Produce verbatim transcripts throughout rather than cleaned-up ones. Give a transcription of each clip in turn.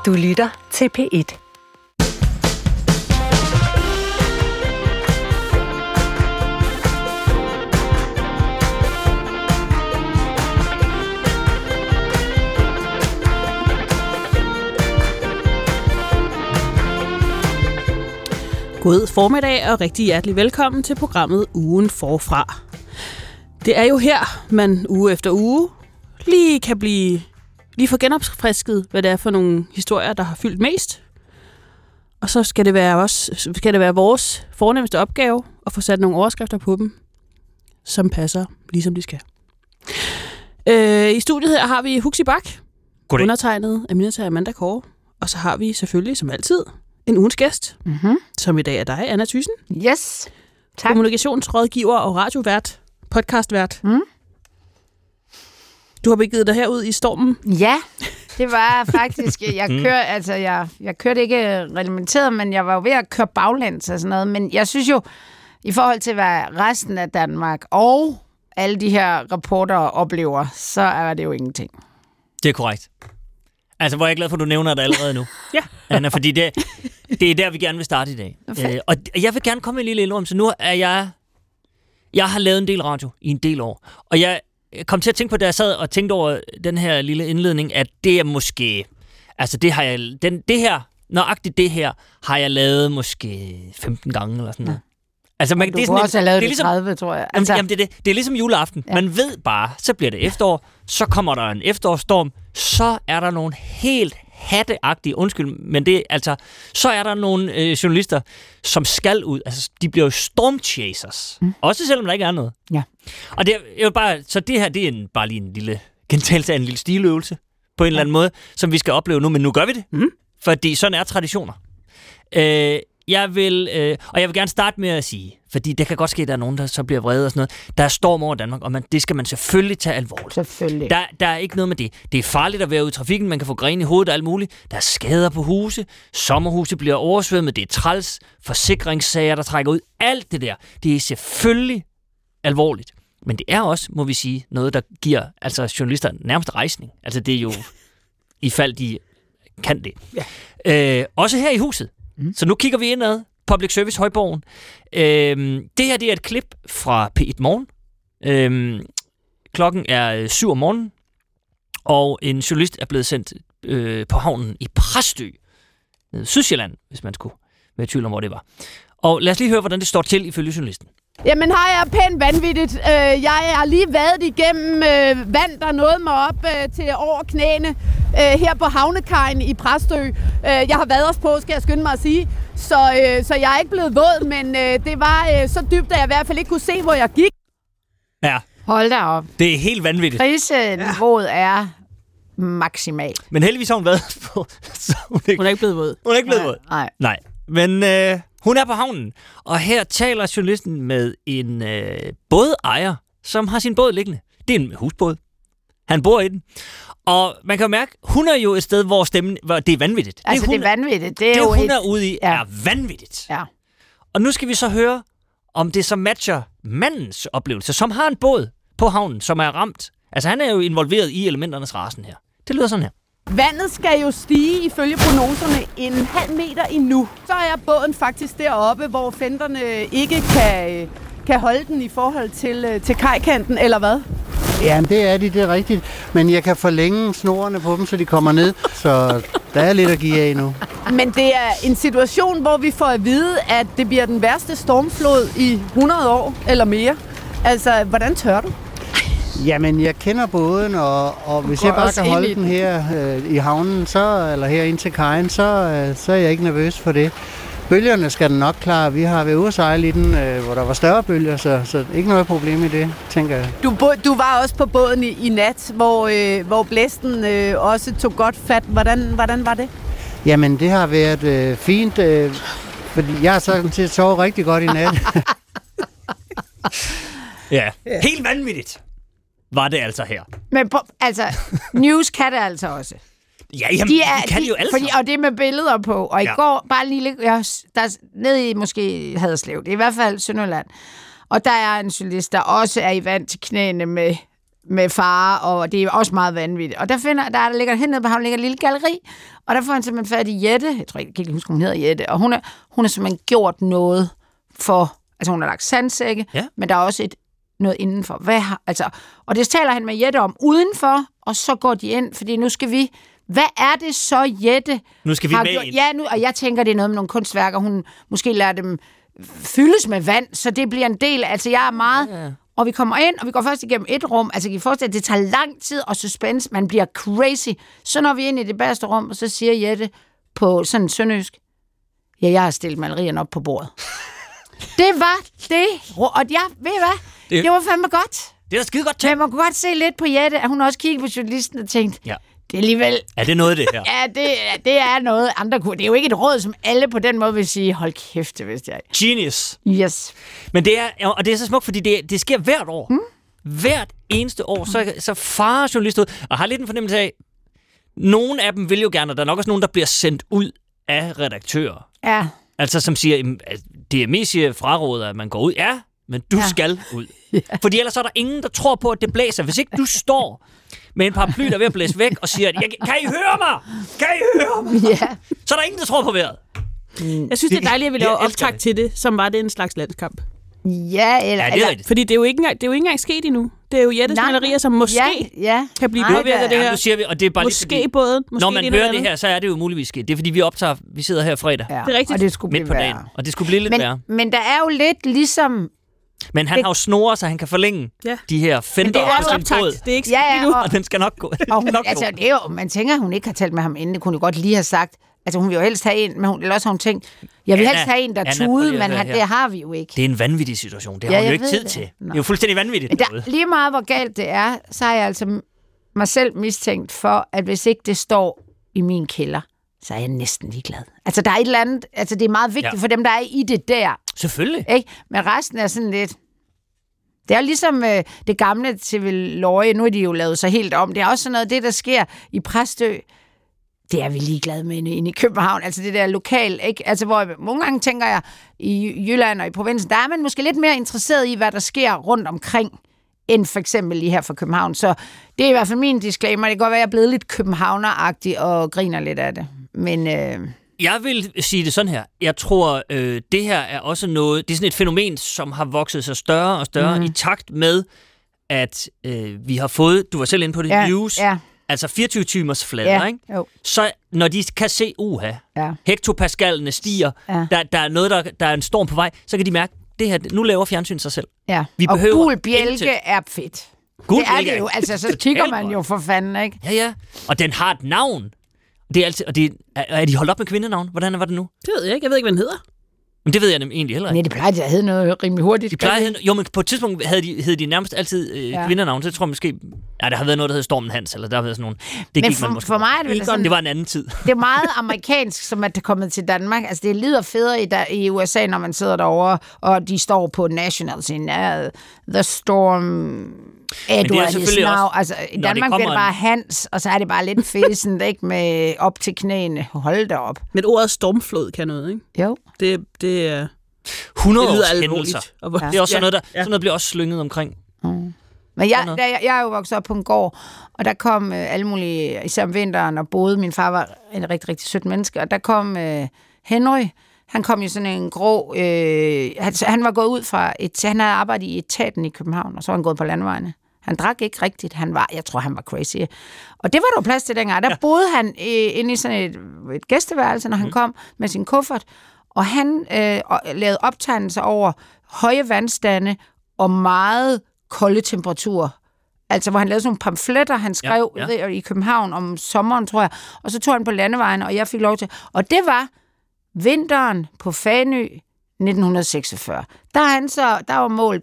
Du lytter til P et. God formiddag og rigtig hjertelig velkommen til programmet Ugen Forfra. Det er jo her, man uge efter uge lige kan blive lige få genopfrisket, hvad det er for nogle historier, der har fyldt mest. Og så skal det være, også, skal det være vores fornemmeste opgave at få sat nogle overskrifter på dem, som passer ligesom de skal. Øh, I studiet her har vi Huxi Bak, undertegnet Aminata Amanda Kåre, og så har vi selvfølgelig, som altid, en ugens gæst, mm-hmm. som i dag er dig, Anna Thyssen. Yes, tak. Kommunikationsrådgiver og radiovært, podcastvært. Mm. Du har begivet dig herud i stormen. Ja, det var faktisk, jeg kører, altså jeg, jeg kørte ikke reglementeret, men jeg var jo ved at køre baglæns og sådan noget, men jeg synes jo, i forhold til hvad resten af Danmark og alle de her rapporter oplever, så er det jo ingenting. Det er korrekt. Altså, hvor er jeg glad for, at du nævner det allerede nu. Ja. Anna, fordi det, det er der, vi gerne vil starte i dag. Okay. Øh, og jeg vil gerne komme med en lille indrømmelse. Så nu er jeg... Jeg har lavet en del radio i en del år. Og jeg kom til at tænke på, da jeg sad og tænkte over den her lille indledning, at det er måske... Altså, det har jeg... Den, det her, nøjagtigt det her, har jeg lavet måske femten gange eller sådan noget. Ja. Altså, man, du det er kunne også have lavet det, ligesom, tredive, tror jeg. Altså, jamen, det, er det, det er ligesom juleaften. Ja. Man ved bare, så bliver det efterår, så kommer der en efterårsstorm, så er der nogle helt hatteagtige, undskyld, men det altså, så er der nogle øh, journalister, som skal ud. Altså, de bliver jo stormchasers. Mm. Også selvom der ikke er noget. Ja. Og det, jeg vil bare, så det her, det er en, bare lige en lille gentagelse af en lille stiløvelse, på en ja. eller anden måde, som vi skal opleve nu, men nu gør vi det. Mm. Fordi sådan er traditioner. Øh, Jeg vil, øh, og jeg vil gerne starte med at sige, fordi det kan godt ske, at der er nogen, der så bliver vrede og sådan noget. Der er storm over Danmark, og man, det skal man selvfølgelig tage alvorligt. Selvfølgelig. Der, der er ikke noget med det. Det er farligt at være ude i trafikken, man kan få gren i hovedet og alt muligt. Der er skader på huse, sommerhuse bliver oversvømmet, det er træls, forsikringssager, der trækker ud. Alt det der, det er selvfølgelig alvorligt. Men det er også, må vi sige, noget, der giver altså journalister nærmest rejsning. Altså det er jo, i fald de kan det. Ja. Øh, også her i huset. Mm. Så nu kigger vi indad. Public Service Højborgen. Øhm, det her det er et klip fra P et Morgen. Øhm, klokken er syv om morgenen, og en journalist er blevet sendt øh, på havnen i Præstø, Sydsjælland, hvis man skulle være i tvivl om, hvor det var. Og lad os lige høre, hvordan det står til ifølge journalisten. Jamen har jeg pænt vanvittigt. Jeg har lige været igennem vand, der nåede mig op til over knæene her på havnekajen i Præstø. Jeg har været også på, skal jeg skynde mig at sige. Så, så jeg er ikke blevet våd, men det var så dybt, at jeg i hvert fald ikke kunne se, hvor jeg gik. Ja. Hold da op. Det er helt vanvittigt. Kriseniveauet er maksimalt. Men heldigvis har hun været på. Så hun, er ikke, hun er ikke blevet våd. Hun er ikke blevet våd. Nej. Nej. Men øh, hun er på havnen, og her taler journalisten med en øh, bådejer, som har sin båd liggende. Det er en husbåd. Han bor i den. Og man kan mærke, hun er jo et sted, hvor stemmen... Hvor det er vanvittigt. Altså, det, hun, det er vanvittigt. Det er det, jo hun et... er ude i, ja. er vanvittigt. Ja. Og nu skal vi så høre, om det så matcher mandens oplevelse, som har en båd på havnen, som er ramt. Altså, han er jo involveret i elementernes rasen her. Det lyder sådan her. Vandet skal jo stige ifølge prognoserne en halv meter endnu. Så er båden faktisk deroppe, hvor fenderne ikke kan, kan holde den i forhold til, til kajkanten, eller hvad? Ja, det er de, det er rigtigt. Men jeg kan forlænge snorene på dem, så de kommer ned. Så der er lidt at give af nu. Men det er en situation, hvor vi får at vide, at det bliver den værste stormflod i hundrede år eller mere. Altså, hvordan tør du? Jamen, jeg kender båden, og, og hvis jeg bare kan holde den her øh, i havnen, så, eller her ind til kajen, så, øh, så er jeg ikke nervøs for det. Bølgerne skal den nok klare. Vi har været ude at sejle i den, øh, hvor der var større bølger, så, så ikke noget problem i det, tænker jeg. Du, du var også på båden i, i nat, hvor, øh, hvor blæsten øh, også tog godt fat. Hvordan, hvordan var det? Jamen, det har været øh, fint, øh, fordi jeg har sådan til at sove rigtig godt i nat. Ja, helt vanvittigt var det altså her. Men på, altså, news kan det altså også. Ja, jamen, de, er, de kan de, jo alle fordi, og det er med billeder på. Og i ja. går, bare lige ja, der er nede i måske Haderslev, det er i hvert fald Sønderjylland. Og der er en journalist, der også er i vand til knæene med med far, og det er også meget vanvittigt. Og der, finder, der, der ligger hernede på havnen ligger et lille galleri, og der får han simpelthen fat i Jette, jeg tror ikke, jeg kan ikke huske, hun hedder Jette, og hun har hun er simpelthen gjort noget for, altså hun har lagt sandsække, ja. Men der er også et, noget indenfor. Hvad, altså, og det taler han med Jette om udenfor, og så går de ind, fordi nu skal vi, hvad er det så, Jette Nu skal vi med gjort? ind. Ja, nu, og jeg tænker, det er noget med nogle kunstværker, hun måske lader dem fyldes med vand, så det bliver en del, altså jeg er meget... Ja. Og vi kommer ind, og vi går først igennem et rum. Altså, kan I forestille, at det tager lang tid og suspense. Man bliver crazy. Så når vi ind i det bedste rum, og så siger Jette på sådan en sønderjysk, ja, jeg har stillet malerierne op på bordet. Det var det. Og ja, ved I hvad? Det, det var fandme godt. Det er da skide godt til. Men man kunne godt se lidt på Jette, at hun også kiggede på journalisten og tænkte, ja. Det er alligevel... Er det noget, det her? Ja, det, det er noget, andre kunne... Det er jo ikke et råd, som alle på den måde vil sige, hold kæft, det vidste jeg ikke. Genius. Yes. Men det er, og det er så smukt, fordi det, det sker hvert år. Hmm? Hvert eneste år, så, så farer journalister ud, og har lidt en fornemmelse af, nogle af dem vil jo gerne, og der er nok også nogen, der bliver sendt ud af redaktører. Ja. Altså, som siger, det er mest frarådet, at man går ud. Ja, men du ja. skal ud. Ja. Fordi ellers er der ingen, der tror på, at det blæser. Hvis ikke du står med en paraply, der er ved at blæse væk, og siger, kan I høre mig? Kan I høre mig? Ja. Så er der ingen, der tror på vejret. Mm. Jeg synes, det er dejligt, at vi laver optakt til det, som var det en slags landskamp. Ja, eller... Ja, det er rigtigt. Fordi det er jo ikke engang, det er jo ikke engang sket endnu. Det er jo Jettes malerier, som måske ja, ja. kan blive påvirket af det her. Ja, nu siger vi, og det er bare måske lige, båden. Måske når man hører det her, så er det jo muligvis sket. Det er fordi, vi optager, vi sidder her fredag. Ja, det er rigtigt. Og det skulle midt blive på dagen. værre. Og det skulle blive lidt men, værre. Men der er jo lidt ligesom... Men han det... har jo snore, så han kan forlænge ja. de her fender op på sin båd. Det er ikke ja, ja, og, og den skal nok gå. Og hun, altså, det er jo, man tænker, at hun ikke har talt med ham inden. Det kunne hun godt lige have sagt. Altså, hun vil jo helst have en, men hun, eller også har hun tænkt, jeg vil Anna, helst have en, der Anna, tude, men han, det har vi jo ikke. Det er en vanvittig situation. Det har ja, hun jo ikke tid det. til. Nå. Det er jo fuldstændig vanvittigt. Der, lige meget, hvor galt det er, så har jeg altså mig selv mistænkt for, at hvis ikke det står i min kælder, så er jeg næsten ligeglad. Altså, der er et eller andet, altså det er meget vigtigt ja. for dem, der er i det der. Selvfølgelig. Ikke? Men resten er sådan lidt... Det er ligesom øh, det gamle T V Løje, nu er de jo lavet sig helt om. Det er også sådan noget, det der sker i Præstø, det er vi ligeglade med inde i København. Altså det der lokal, ikke? Altså hvor nogle gange tænker jeg, i Jylland og i provinsen, der er man måske lidt mere interesseret i, hvad der sker rundt omkring, end for eksempel lige her fra København. Så det er i hvert fald min disclaimer. Det kan godt være, at jeg er blevet lidt københavneragtig og griner lidt af det. Men... Øh Jeg vil sige det sådan her. Jeg tror, øh, det her er også noget... Det er sådan et fænomen, som har vokset sig større og større mm. i takt med, at øh, vi har fået... Du var selv inde på det, ja, news. Ja. Altså fireogtyve timers flader, ja, ikke? Jo. Så når de kan se, uha, ja. hektopascalene stiger, ja. der, der er noget, der, der er en storm på vej, så kan de mærke, det her, nu laver fjernsyn sig selv. Ja. Vi og behøver gul bjælke indtil... er fedt. Gul det er det jo. Altså, så kigger man jo for fanden, ikke? Ja, ja. Og den har et navn. Det er altid, og det er, er de holdt op med kvindenavn? Hvordan var det nu? Det ved jeg ikke. Jeg ved ikke, hvad den hedder. Men det ved jeg nemlig egentlig heller ikke. Nej, det plejer de at hedde noget rimelig hurtigt. De plejer hedde, jo, men på et tidspunkt havde de, havde de nærmest altid øh, ja. kvindernavn. Så jeg tror måske... Ja, der har været noget, der hed Stormen Hans, eller der har været sådan nogle... Det men gik for, man måske for mig er det sådan... Det var en anden tid. Det er meget amerikansk, som at det er kommet til Danmark. Altså, det lyder federe i, der, i U S A, når man sidder derovre, og de står på national scene. Uh, the Storm... Edward is now. Altså, i Danmark bliver det bare Hans, og så er det bare lidt fæsent, ikke? Med op til knæene. Hold da op. Men ordet stormflod kan noget, ikke? Jo. Det, det er... hundrede års hændelser. Ja. Det er også sådan noget, der, ja. sådan noget bliver også slynget omkring. Mm. Men jeg, der, jeg, jeg er jo vokset op på en gård, og der kom øh, alle mulige, især om vinteren, og boede. Min far var en rigtig, rigtig sødt menneske, og der kom øh, Henry. Han kom jo sådan en grå... Øh, han, han var gået ud fra... Et, han havde arbejdet i etaten i København, og så var han gået på landevejene. Han drak ikke rigtigt. Han var, jeg tror, han var crazy. Og det var der jo plads til dengang. Der ja. boede han øh, inde i sådan et, et gæsteværelse, når han mm. kom med sin kuffert. Og han øh, lavede optegnelser over høje vandstande og meget kolde temperaturer. Altså, hvor han lavede sådan nogle pamfletter, han skrev ja, ja. i København om sommeren, tror jeg. Og så tog han på landevejen, og jeg fik lov til... Og det var vinteren på Fanø nitten seksogfyrre. Der, han så, der var målt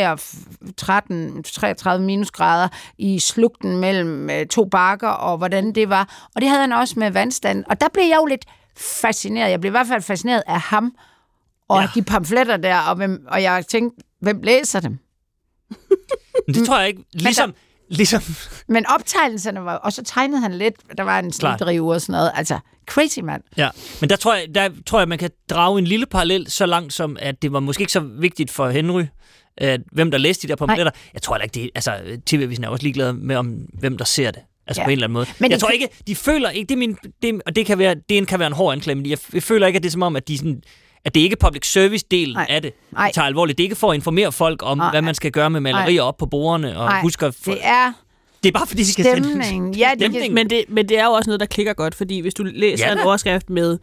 tretten, treogtredive minusgrader i slugten mellem to bakker, og hvordan det var. Og det havde han også med vandstanden. Og der blev jeg jo lidt fascineret. Jeg blev i hvert fald fascineret af ham, og ja. de pamfletter der, og, hvem, og jeg tænkte, hvem læser dem? Det tror jeg ikke. Ligesom, ligesom... Men optegnelserne var... Og så tegnede han lidt. Der var en snigdrive og sådan noget. Altså, crazy mand. Ja, men der tror, jeg, der tror jeg, man kan drage en lille parallel så langt som, at det var måske ikke så vigtigt for Henry, at, hvem der læste de der pamfletter. Jeg tror heller ikke, det altså, T V-avisen er også ligeglad med, om hvem der ser det. Altså ja. På en eller anden måde. Men jeg tror kan... ikke, de føler ikke... Det er min, det, og det kan, være, det kan være en hård anklage, men jeg, jeg føler ikke, at det er som om, at de sådan... At det ikke er public service-delen Nej. af det, de tager alvorligt. Det er ikke for at informere folk om, Nej. hvad man skal gøre med malerier op på bordene. Og husker for... Det er... Det er bare fordi, de skal stemning. Ja, de kan... men, det, men det er jo også noget, der klikker godt, fordi hvis du læser ja, en overskrift med...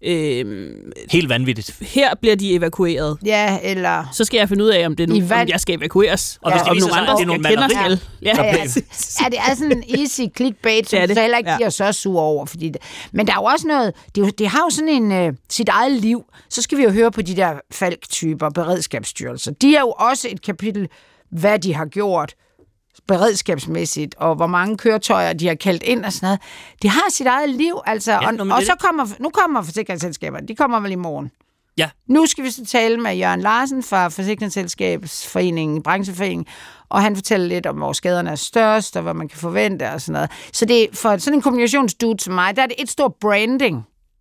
Øh, Helt vanvittigt. Her bliver de evakueret. Ja, eller... Så skal jeg finde ud af, om det er nu, om jeg skal evakueres. Og ja. hvis det viser sig, at det er nogle malerier. Ja, ja, ja. ja, det er sådan en easy clickbait, som det så heller ikke ja. giver så sur over. Fordi det... Men der er jo også noget... Det, jo, det har jo sådan en... Uh, sit eget liv. Så skal vi jo høre på de der Falck-typer, beredskabsstyrelser. De er jo også et kapitel, hvad de har gjort beredskabsmæssigt, og hvor mange køretøjer de har kaldt ind og sådan noget. De har sit eget liv, altså. Ja, og og så kommer, nu kommer forsikringsselskaberne. De kommer vel i morgen. Ja. Nu skal vi så tale med Jørgen Larsen fra Forsikringsselskabsforeningen, brancheforeningen, og han fortæller lidt om, hvor skaderne er størst, og hvad man kan forvente og sådan noget. Så det er for sådan en kommunikationsdude som mig, der er det et stort branding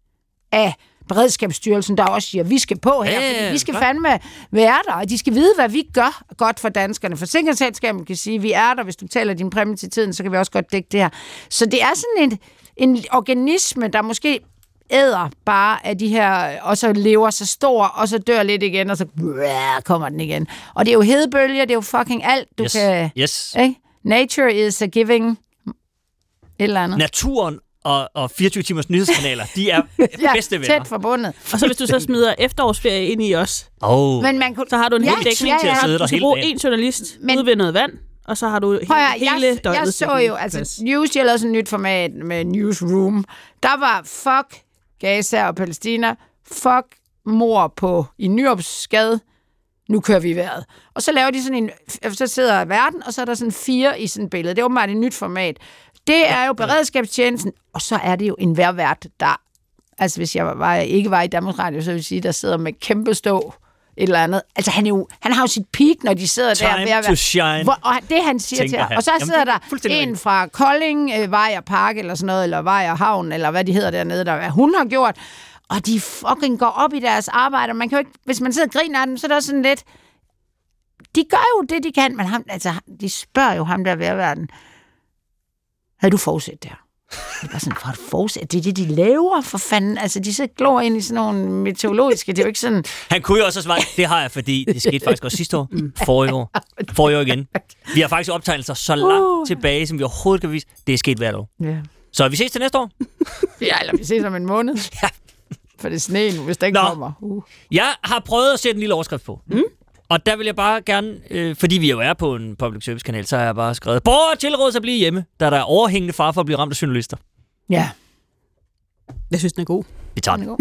af Beredskabsstyrelsen, der også siger, vi skal på her, ja, vi skal klar. fandme være der, og de skal vide, hvad vi gør godt for danskerne. Forsikringsselskabet kan sige, vi er der, hvis du betaler din præmie til tiden, så kan vi også godt dække det her. Så det er sådan en, en organisme, der måske æder bare af de her, og så lever så stor, og så dør lidt igen, og så kommer den igen. Og det er jo hedebølger, det er jo fucking alt, du yes. kan... Yes. Ikke? Nature is a giving... Et eller andet. Naturen og, og fireogtyve timers nyhedskanaler, de er ja, bedste venner. Tæt forbundet. Og så hvis du så smider efterårsferie ind i os, oh. Men man kunne... så har du en ja, hel dækning ja, ja, til at sidde der. Du skal bruge en journalist men... ude ved noget vand, og så har du he- Højre, hele jeg, døgnet. Jeg så jo, altså News, jeg lavede sådan et nyt format med Newsroom. Der var fuck Gaza og Palæstina, fuck mor på i Nyopsgade, nu kører vi i vejret. Og så laver de sådan en, så sidder verden, og så er der sådan fire i sådan et billede. Det er åbenbart et nyt format. Det er jo beredskabstjenesten, og så er det jo en vejrvært, der, altså hvis jeg var, ikke var i Danmarks Radio, så vil jeg sige, der sidder med kæmpe stå, et eller andet. Altså han, er jo, han har jo sit peak, når de sidder Time der. Time to shine. Hvor, og det han siger til og så Jamen, sidder der en fra Kolding, øh, Vejr Park eller sådan noget, eller Vejr Havn, eller hvad de hedder dernede, der hvad hun har gjort. Og de fucking går op i deres arbejde, man kan jo ikke, hvis man sidder og griner af dem, så er der sådan lidt, de gør jo det, de kan, men ham, altså, de spørger jo ham der vejrverden, havde du forudset det her? Det er bare sådan, for at forudset, det er det, de laver, for fanden. Altså, de så glor ind i sådan nogle meteorologiske, det er jo ikke sådan... Han kunne jo også svare, det har jeg, fordi det skete faktisk også sidste år, forrige år, forrige år igen. Vi har faktisk optegnelser så langt uh. tilbage, som vi overhovedet kan vise. Det er sket hvert år. Ja. Så vi ses til næste år. Ja, eller vi ses om en måned. Ja. For det er sneen, hvis der ikke Nå. kommer. Uh. Jeg har prøvet at sætte en lille overskrift på. Mm. Og der vil jeg bare gerne, øh, fordi vi jo er på en public service kanal, så har jeg bare skrevet, borgere tilrådes at blive hjemme, da der er overhængende far for at blive ramt af journalister. Ja. Jeg synes, den er god. Vi tager den.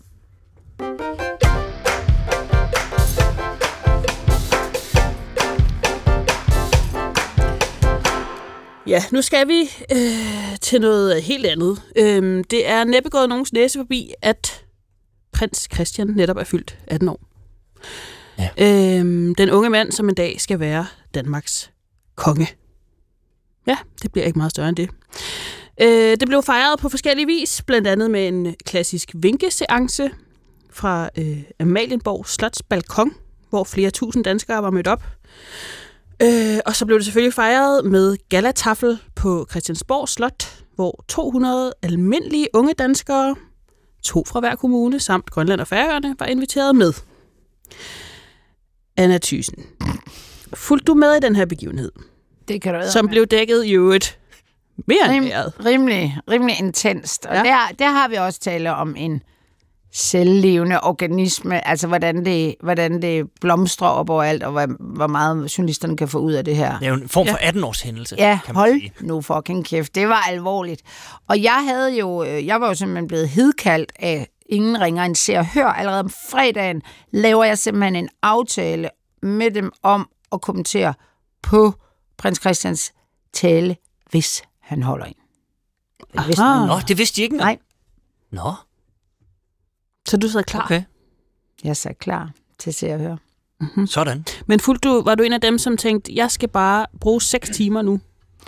Ja, nu skal vi øh, til noget helt andet. Øh, det er næppe gået nogens næse forbi, at prins Christian netop er fyldt atten år. Ja. Øhm, den unge mand, som en dag skal være Danmarks konge. Ja, det bliver ikke meget større end det. Øh, det blev fejret på forskellige vis, blandt andet med en klassisk vinkeseance fra øh, Amalienborg Slots balkon, hvor flere tusind danskere var mødt op. Øh, og så blev det selvfølgelig fejret med galataffel på Christiansborg Slot, hvor to hundrede almindelige unge danskere, to fra hver kommune, samt Grønland og Færøerne, var inviteret med. Anna Thyssen, fulgte du med i den her begivenhed? Det kan du som blev dækket i øvrigt mere Rim, end vejret. Rimelig, rimelig intenst. Og ja. der, der har vi også talt om en selvlevende organisme, altså hvordan det, hvordan det blomstrer op overalt, og hvor, hvor meget journalisterne kan få ud af det her. Det er jo en form for ja. atten-års hændelse. Ja, kan man hold sige. nu fucking kæft. Det var alvorligt. Og jeg havde jo, jeg var jo simpelthen blevet hidkaldt af ingen ringer end Se og Hør. Allerede om fredagen laver jeg simpelthen en aftale med dem om at kommentere på prins Christians tale, hvis han holder en. Aha. Nå, det vidste de ikke. Nej. Nå. Så du sad klar? Okay. Jeg sad klar til Se og Hør. Mm-hmm. Sådan. Men fulgte du, var du en af dem, som tænkte, jeg skal bare bruge seks timer nu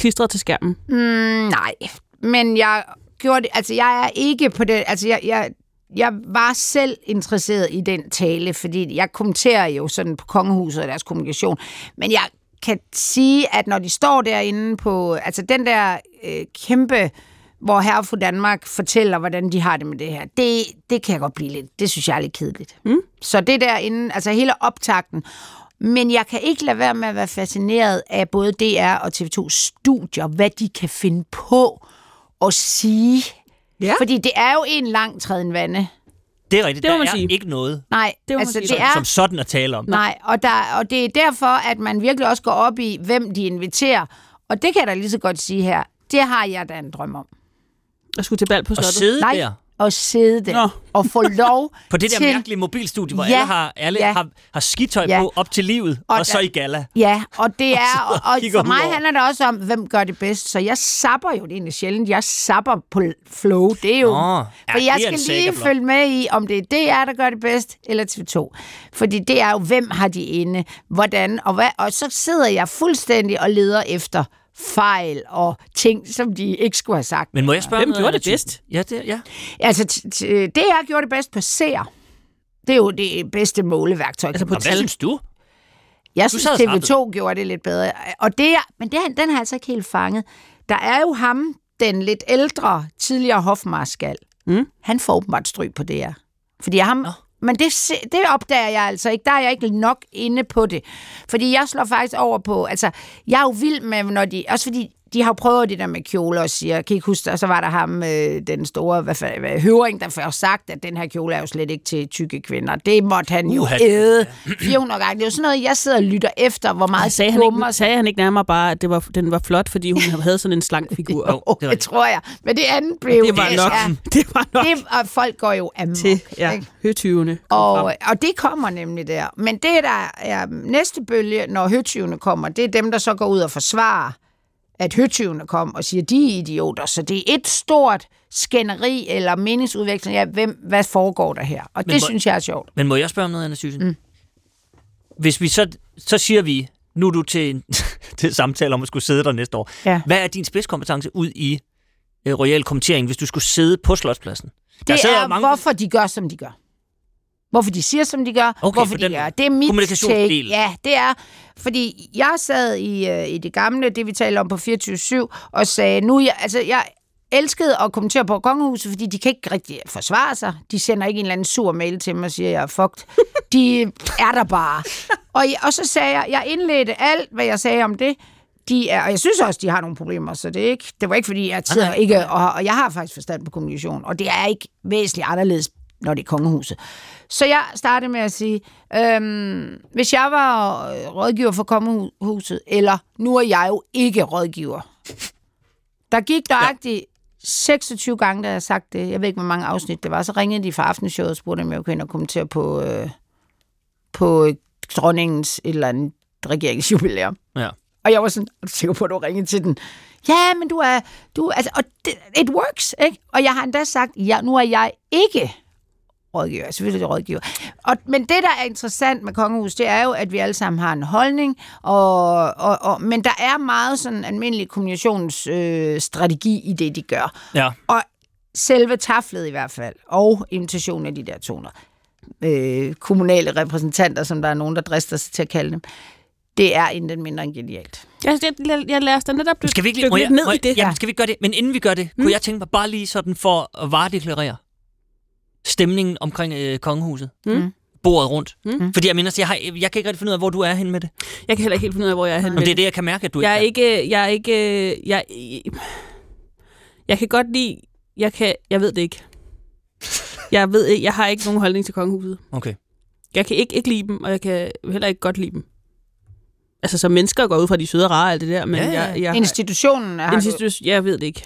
klistret til skærmen? Mm, nej, men jeg gjorde det, altså jeg er ikke på det, altså jeg, jeg, jeg var selv interesseret i den tale, fordi jeg kommenterer jo sådan på kongehuset og deres kommunikation, men jeg kan sige, at når de står derinde på, altså den der øh, kæmpe, hvor herre og fru Danmark fortæller, hvordan de har det med det her, det, det kan jeg godt blive lidt, det synes jeg er lidt kedeligt. Mm. Så det derinde, altså hele optakten, men jeg kan ikke lade være med at være fascineret af både D R og T V to studier, hvad de kan finde på at sige. Ja. Fordi det er jo en lang træden vande. Det er rigtigt, det der er sige. ikke noget Nej, det altså, det det er, som sådan at tale om. Nej, og, der, og det er derfor, at man virkelig også går op i, hvem de inviterer. Og det kan jeg da lige så godt sige her. Det har jeg da en drøm om. Jeg skulle til bal på slottet. Og sidde Nej. der. At sidde der Nå. og få lov på det der til... mærkelige mobilstudie, hvor ja, alle, har, alle ja. har, har skitøj ja. på op til livet, og, og så i galla. Ja, og det er, og, og for mig over. handler det også om, hvem gør det bedst. Så jeg sapper jo, det er egentlig sjældent, jeg sapper på flow. Det er jo, Nå, for ja, jeg det er skal en lige blot. følge med i, om det er D R, der gør det bedst, eller T V to. Fordi det er jo, hvem har de inde, hvordan, og hvad, og så sidder jeg fuldstændig og leder efter fejl og ting, som de ikke skulle have sagt. Men må jeg spørge Hvem noget, gjorde det Anna bedst? Thyssen? Ja, det, ja. Altså, t- t- D R gjorde det bedst på seer. Det er jo det bedste måleværktøj. Altså på Og hvad synes du? Jeg Du synes, sad T V straffet. to gjorde det lidt bedre. Og det er, men det, er- den har jeg altså ikke helt fanget. Der er jo ham, den lidt ældre, tidligere hofmarskal. Mm. Han får åbenbart stryg på det her. Fordi ham... Nå. Men det, se- det opdager jeg altså ikke. Der er jeg ikke nok inde på det. Fordi jeg slår faktisk over på... Altså, jeg er jo vild med, når de... Også fordi de har jo prøvet det der med kjoler og siger, kan I ikke huske, og så var der ham, øh, den store hvad, hvad, høring, der først sagt, at den her kjole er jo slet ikke til tykke kvinder. Det måtte han jo Uha. æde fire hundrede gange. Det er jo sådan noget, jeg sidder og lytter efter, hvor meget Sagde han, skummer ikke, sagde han ikke nærmere bare, at det var, den var flot, fordi hun havde sådan en slank figur? Jo, Oh, det er det rigtigt. tror jeg. Men det andet blev... Det var nok. Ja, Det var nok det, og folk går jo amok. til ja, ikke? høtyvene. Og, og det kommer nemlig der. Men det, der er næste bølge, når høtyvene kommer, det er dem, der så går ud og forsvarer, at høtyvene kom og siger, de er idioter. Så det er et stort skænderi eller meningsudveksling af, hvem, hvad foregår der her. Og Men det må- synes jeg er sjovt. Men må jeg spørge om noget, Anna Thyssen? Mm. Hvis vi så, så siger vi, nu er du til en til samtale om at skulle sidde der næste år. Ja. Hvad er din spidskompetence ud i øh, royal kommentering, hvis du skulle sidde på Slotspladsen? Der Det sidder er, mange- hvorfor de gør, som de gør. Hvorfor de siger, som de gør. Okay, hvorfor på de den gør. måde. Det er mit Kommunikationsdel. take. Ja, det er, fordi jeg sad i, øh, i det gamle, det vi talte om på fireogtyve syv, og sagde, nu, jeg, altså, jeg elskede at kommentere på kongehuset, fordi de kan ikke rigtig forsvare sig. De sender ikke en eller anden sur mail til mig og siger, jeg er fucked. De er der bare. Og, og så sagde jeg, jeg indledte alt, hvad jeg sagde om det. De er, og jeg synes også, de har nogle problemer, så det er ikke, det var ikke, fordi jeg sidder ikke, og, og jeg har faktisk forstand på kommunikation, og det er ikke væsentligt anderledes, når det er kongehuset. Så jeg startede med at sige, øhm, hvis jeg var rådgiver for kongehuset, eller nu er jeg jo ikke rådgiver. Der gik nøjagtigt ja. seksogtyve gange, da jeg sagt det. Jeg ved ikke, hvor mange afsnit det var. Så ringede de fra aftenshowet og spurgte, om jeg kunne ind og kommentere på, øh, på dronningens et eller andet regeringsjubilæum. Ja. Og jeg var sådan, er du sikker på, at du ringede til den? Ja, men du er... Du, altså, og det, it works, ikke? Og jeg har endda sagt, ja, nu er jeg ikke rådgiver. Jeg er selvfølgelig rådgiver. Og, men det, der er interessant med kongehus, det er jo, at vi alle sammen har en holdning, og, og, og, men der er meget sådan almindelig kommunikationsstrategi øh, strategi i det, de gør. Ja. Og selve taflet i hvert fald, og invitationen af de der toner, øh, kommunale repræsentanter, som der er nogen, der drister sig til at kalde dem, det er inden mindre end genialt. Jeg, jeg, jeg lader os da netop Skal vi ikke lige, dykke må lidt jeg, ned må i jeg, det. jamen, skal vi ikke gøre det? Men inden vi gør det, mm. kunne jeg tænke mig bare lige sådan for at varedeklarere stemningen omkring øh, kongehuset. Mm. Bordet rundt. Mm. Fordi jeg mener, jeg, har, jeg kan ikke rigtig finde ud af, hvor du er henne med det. Jeg kan heller ikke helt finde ud af, hvor jeg er henne. Men det er det, jeg kan mærke, at du Jeg er ikke ikke... Jeg er ikke... Jeg, jeg kan godt lide... Jeg kan... Jeg ved det ikke. Jeg ved ikke... Jeg har ikke nogen holdning til kongehuset. kan. Okay. Jeg kan ikke, ikke lide dem, og jeg kan heller ikke godt lide dem. Altså, som mennesker går ud fra de søde og rare og alt det der, men Ja, ja. jeg... jeg Institutionen har institu- Jeg ved det ikke.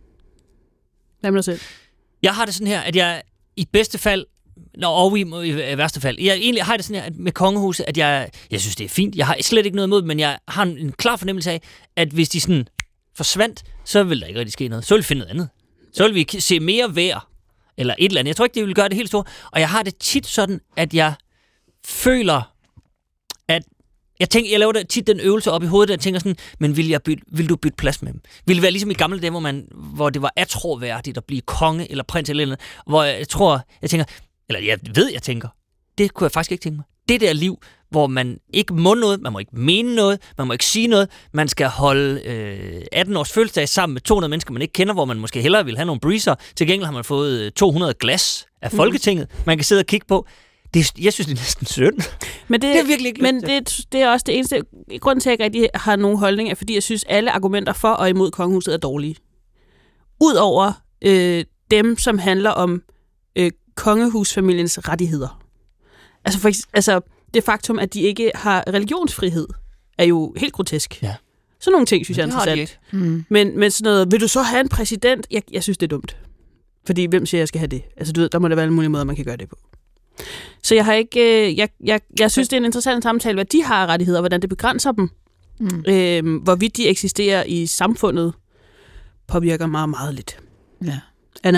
Lad mig selv. Jeg har det sådan her, at jeg i bedste fald, Nå, og i, i værste fald, jeg egentlig har det sådan her at med kongehuset, at jeg, jeg synes, det er fint. Jeg har slet ikke noget imod, men jeg har en, en klar fornemmelse af, at hvis de sådan forsvandt, så vil der ikke rigtig ske noget. Så vil vi finde noget andet. Så vil vi se mere vejr, eller et eller andet. Jeg tror ikke, det vil gøre det helt stort. Og jeg har det tit sådan, at jeg føler, at Jeg tænker, jeg laver da tit den øvelse op i hovedet, der jeg tænker sådan, men vil, jeg bytte, vil du bytte plads med dem? Vil det være ligesom i gamle dage, hvor, man, hvor det var atroværdigt at blive konge eller prins eller noget, hvor jeg tror, jeg tænker, eller jeg ved, jeg tænker, det kunne jeg faktisk ikke tænke mig. Det der liv, hvor man ikke må noget, man må ikke mene noget, man må ikke sige noget, man skal holde øh, atten års fødselsdag sammen med to hundrede mennesker, man ikke kender, hvor man måske hellere vil have nogle breezer. Til gengæld har man fået to hundrede glas af Folketinget, mm. man kan sidde og kigge på. Det, jeg synes, det er næsten synd. Men det, det er virkelig ikke Men det, det er også det eneste grund til, at jeg ikke rigtig har nogen holdning, er, fordi jeg synes, alle argumenter for og imod kongehuset er dårlige. Udover øh, dem, som handler om øh, kongehusfamiliens rettigheder. Altså, for, altså det faktum, at de ikke har religionsfrihed, er jo helt grotesk. Ja. Sådan nogle ting, synes jeg er interessant. Mm. Men, men sådan noget, vil du så have en præsident? Jeg, jeg synes, det er dumt. Fordi hvem siger, jeg skal have det? Altså, du ved, der må der være alle mulige måder, man kan gøre det på. Så jeg har ikke, øh, jeg, jeg, jeg synes, det er en interessant samtale, hvad de har af rettigheder, og hvordan det begrænser dem. Mm. Øh, hvorvidt de eksisterer i samfundet, påvirker meget, meget lidt. Ja. Anna?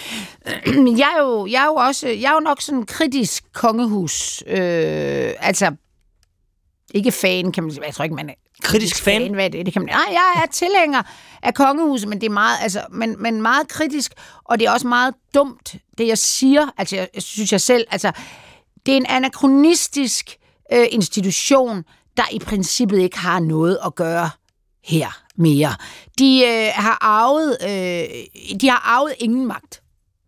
Jeg er jo, jeg er jo også, jeg er jo nok sådan en kritisk kongehus. Øh, altså, ikke fan, kan man sige. Jeg tror ikke, man er kritisk fan. fan hvad er det? Det kan man. Nej, jeg er tilhænger af kongehuset, men det er meget, altså, men, men meget kritisk, og det er også meget dumt, det jeg siger. Altså, jeg, jeg synes jeg selv, altså, det er en anakronistisk øh, institution, der i princippet ikke har noget at gøre her mere. De øh, har arvet, øh, de har arvet ingen magt.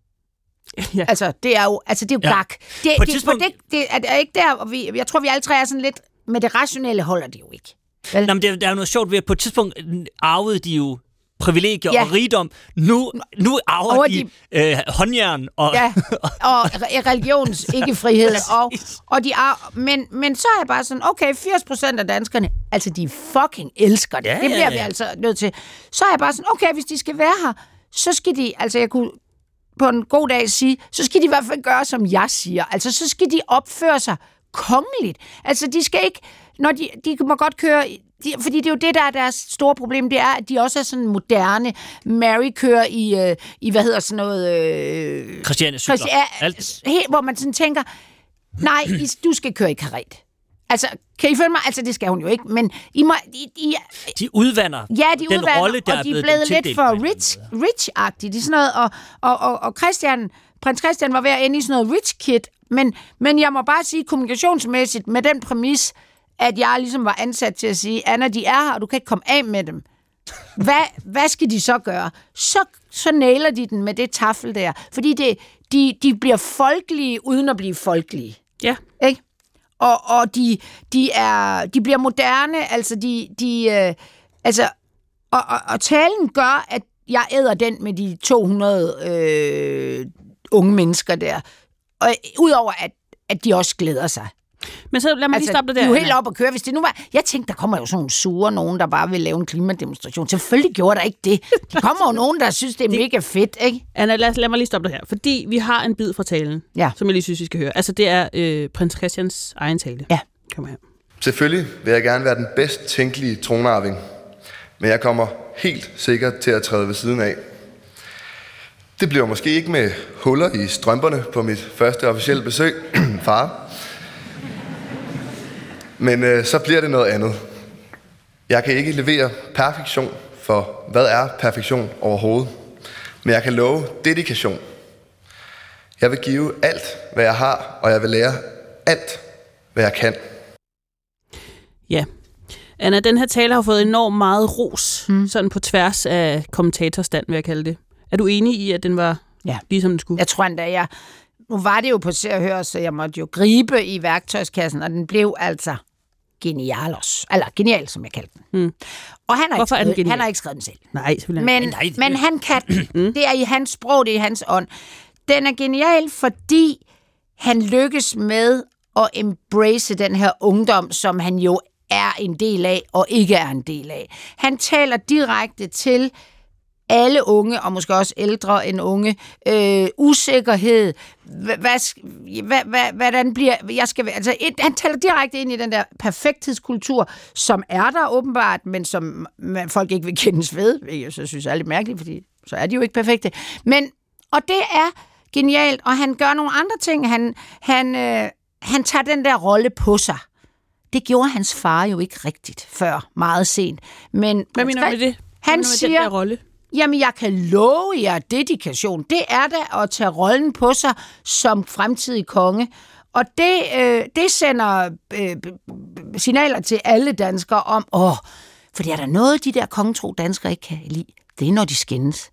Ja. Altså, det er jo, altså, det er jo ja. gak. Det, det, tidspunkt... det, det er, er ikke der, og vi, jeg tror, vi alle tre er sådan lidt, med det rationelle holder det jo ikke. Vel? Nå, men det, der er jo noget sjovt ved, at på et tidspunkt arvede de jo privilegier ja. og rigdom. Nu, nu arver Over de, de øh, håndjern og... Ja, og religions ikke-frihed. og, og de arver, men, men så er jeg bare sådan, okay, firs procent af danskerne, altså de fucking elsker det. Ja, det bliver ja, ja. vi altså nødt til. Så er jeg bare sådan, okay, hvis de skal være her, så skal de, altså jeg kunne på en god dag sige, så skal de i hvert fald gøre, som jeg siger. Altså så skal de opføre sig kongeligt. Altså de skal ikke, når de, de må godt køre... De, fordi det er jo det, der er deres store problem, det er, at de også er sådan moderne. Mary kører i, øh, i hvad hedder sådan noget... Øh, Christiane cykler. Christi- helt, hvor man sådan tænker, nej, I, du skal køre i karet. Altså, kan I følge mig? Altså, det skal hun jo ikke, men I må... I, I, de udvander ja, de den udvander, rolle, der og de er blevet lidt for rich, rich-agtige. Det er sådan noget, og, og, og, og Christian, prins Christian var ved at ende i sådan noget rich kid, men, men jeg må bare sige kommunikationsmæssigt med den præmis, at jeg ligesom var ansat til at sige, Anna, de er her, og du kan ikke komme af med dem. Hvad, hvad skal de så gøre? Så, så nailer de den med det tafel der. Fordi det, de, de bliver folkelige, uden at blive folkelige. Ja. Ikke? Og, og de, de, er, de bliver moderne, altså de... de øh, altså, og, og, og talen gør, at jeg æder den med de to hundrede øh, unge mennesker der. Og udover, at, at de også glæder sig. Men så lad mig altså, lige stoppe det der. Det er jo helt op at køre. Hvis det nu var... Jeg tænkte, der kommer jo sådan nogle sure nogen, der bare vil lave en klimademonstration. Selvfølgelig gjorde der ikke det. Der kommer jo nogen, der synes, det er det... mega fedt, ikke? Anna, lad, lad mig lige stoppe det her. Fordi vi har en bid fra talen, ja. som jeg lige synes, vi skal høre. Altså, det er øh, prins Christians egen tale. Ja. Kom her. Selvfølgelig vil jeg gerne være den bedst tænkelige tronarving. Men jeg kommer helt sikkert til at træde ved siden af. Det bliver måske ikke med huller i strømperne på mit første officielle besøg, far. Men øh, så bliver det noget andet. Jeg kan ikke levere perfektion, for hvad er perfektion overhovedet? Men jeg kan love dedikation. Jeg vil give alt, hvad jeg har, og jeg vil lære alt, hvad jeg kan. Ja. Anna, den her tale har fået enormt meget ros, hmm. sådan på tværs af kommentatorstand, vil jeg kalde det. Er du enig i, at den var ja. ligesom den skulle? Jeg tror endda, jeg... Nu var det jo på Se og Hør, så jeg måtte jo gribe i værktøjskassen, og den blev altså genialos. Eller genial, som jeg kaldte den. Hmm. Og han har, Hvorfor ikke skrevet, er den han har ikke skrevet den selv. Nej, selvfølgelig. Men, nej, det... men han kan den. Det er i hans sprog, det er i hans ånd. Den er genial, fordi han lykkes med at embrace den her ungdom, som han jo er en del af, og ikke er en del af. Han taler direkte til alle unge, og måske også ældre end unge, øh, usikkerhed, hvad, hvad, hvad, hvordan bliver, jeg skal, altså, et, han taler direkte ind i den der perfekthedskultur, som er der åbenbart, men som man, folk ikke vil kendes ved, jeg så synes jeg er lidt mærkeligt, fordi så er de jo ikke perfekte. Men, og det er genialt, og han gør nogle andre ting, han, han, øh, han tager den der rolle på sig. Det gjorde hans far jo ikke rigtigt før, meget sent. Men hvad mener du med det? Han med siger, den der rolle? Jamen, jeg kan love jer dedikation. Det er da at tage rollen på sig som fremtidig konge. Og det, øh, det sender øh, signaler til alle danskere om, åh, for det er der noget, de der kongetro danskere ikke kan lide. Det er, når de skændes.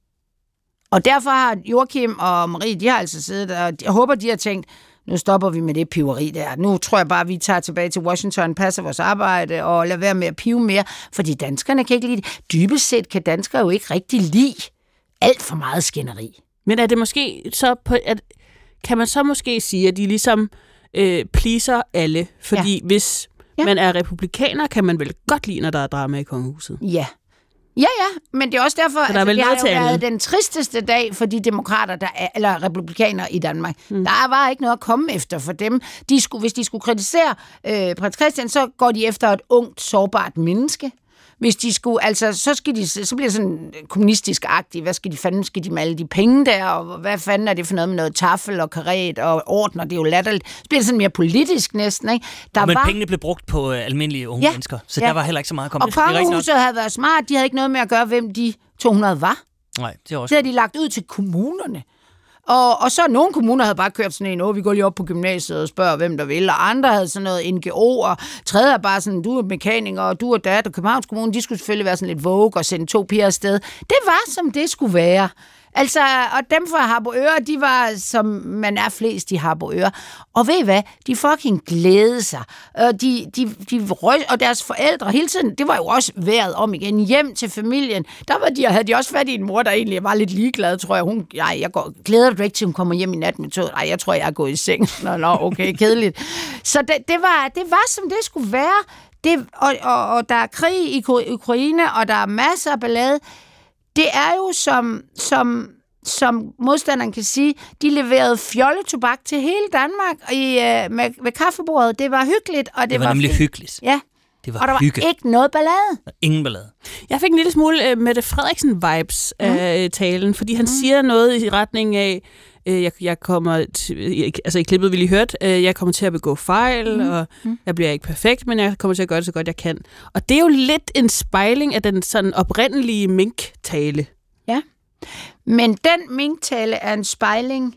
Og derfor har Joachim og Marie, de har altså siddet, og jeg håber, de har tænkt, nu stopper vi med det piveri der. Nu tror jeg bare, vi tager tilbage til Washington, passer vores arbejde og lader være med at pive mere, fordi danskerne kan ikke lide det. Dybest set kan danskere jo ikke rigtig lide alt for meget skænderi. Men er det måske så på, at, kan man så måske sige, at de ligesom øh, pleaser alle? Fordi ja. hvis ja. man er republikaner, kan man vel godt lide, når der er drama i kongehuset? Ja. Ja, ja, men det er også derfor, at altså, det har jo været alle. den tristeste dag for de demokrater, der er, eller republikanere i Danmark. Hmm. Der var ikke noget at komme efter for dem. De skulle, hvis de skulle kritisere øh, prins Christian, så går de efter et ungt, sårbart menneske. Hvis de skulle, altså, så, skal de, så bliver det sådan kommunistisk-agtigt. Hvad skal de fanden? Skal de med alle de penge der? Og hvad fanden er det for noget med noget taffel og karet og ordner? Det er jo latterligt. Så bliver det sådan mere politisk næsten, ikke? Der men var... pengene blev brugt på uh, almindelige unge ja, mennesker, så ja. der var heller ikke så meget at komme. Og kongehuset havde været smart. De havde ikke noget med at gøre, hvem de to hundrede var. Nej, det er også. Det havde de lagt ud til kommunerne. Og, og så nogle kommuner havde bare kørt sådan en, åh, vi går lige op på gymnasiet og spørger, hvem der vil, og andre havde sådan noget N G O, og tredje er bare sådan, du er mekaniker, og du er dat, og Københavns Kommune, de skulle selvfølgelig være sådan lidt vogue og sende to piger afsted. Det var, som det skulle være. Altså, og dem fra Harboøre, de var, som man er flest i Harboøre. Og ved I hvad? De fucking glædede sig. Og, de, de, de røg, og deres forældre hele tiden, det var jo også været om igen, hjem til familien. Der var de, havde de også fat i en mor, der egentlig var lidt ligeglad, tror jeg. Hun, nej, jeg går, glæder du ikke til, hun kommer hjem i nat med toget? Nej, jeg tror, jeg er gået i seng. Nå, nå, okay, kedeligt. Så det, det, var, det var, som det skulle være. Det, og, og, og der er krig i Ukraine, og der er masser af ballade. Det er jo, som, som, som modstanderen kan sige, de leverede fjolletobak til hele Danmark i, øh, med, med kaffebordet. Det var hyggeligt. Og det, det var, var nemlig fint. Hyggeligt. Ja, det var og der hygge. var ikke noget ballade. Ingen ballade. Jeg fik en lille smule uh, Mette Frederiksen-vibes mm. af uh, talen, fordi han mm. siger noget i retning af, uh, jeg, jeg kommer til, altså i klippet, vi lige hørt, uh, jeg kommer til at begå fejl, mm. og mm. jeg bliver ikke perfekt, men jeg kommer til at gøre det så godt, jeg kan. Og det er jo lidt en spejling af den sådan oprindelige mink-tale. Ja, men den mink-tale er en spejling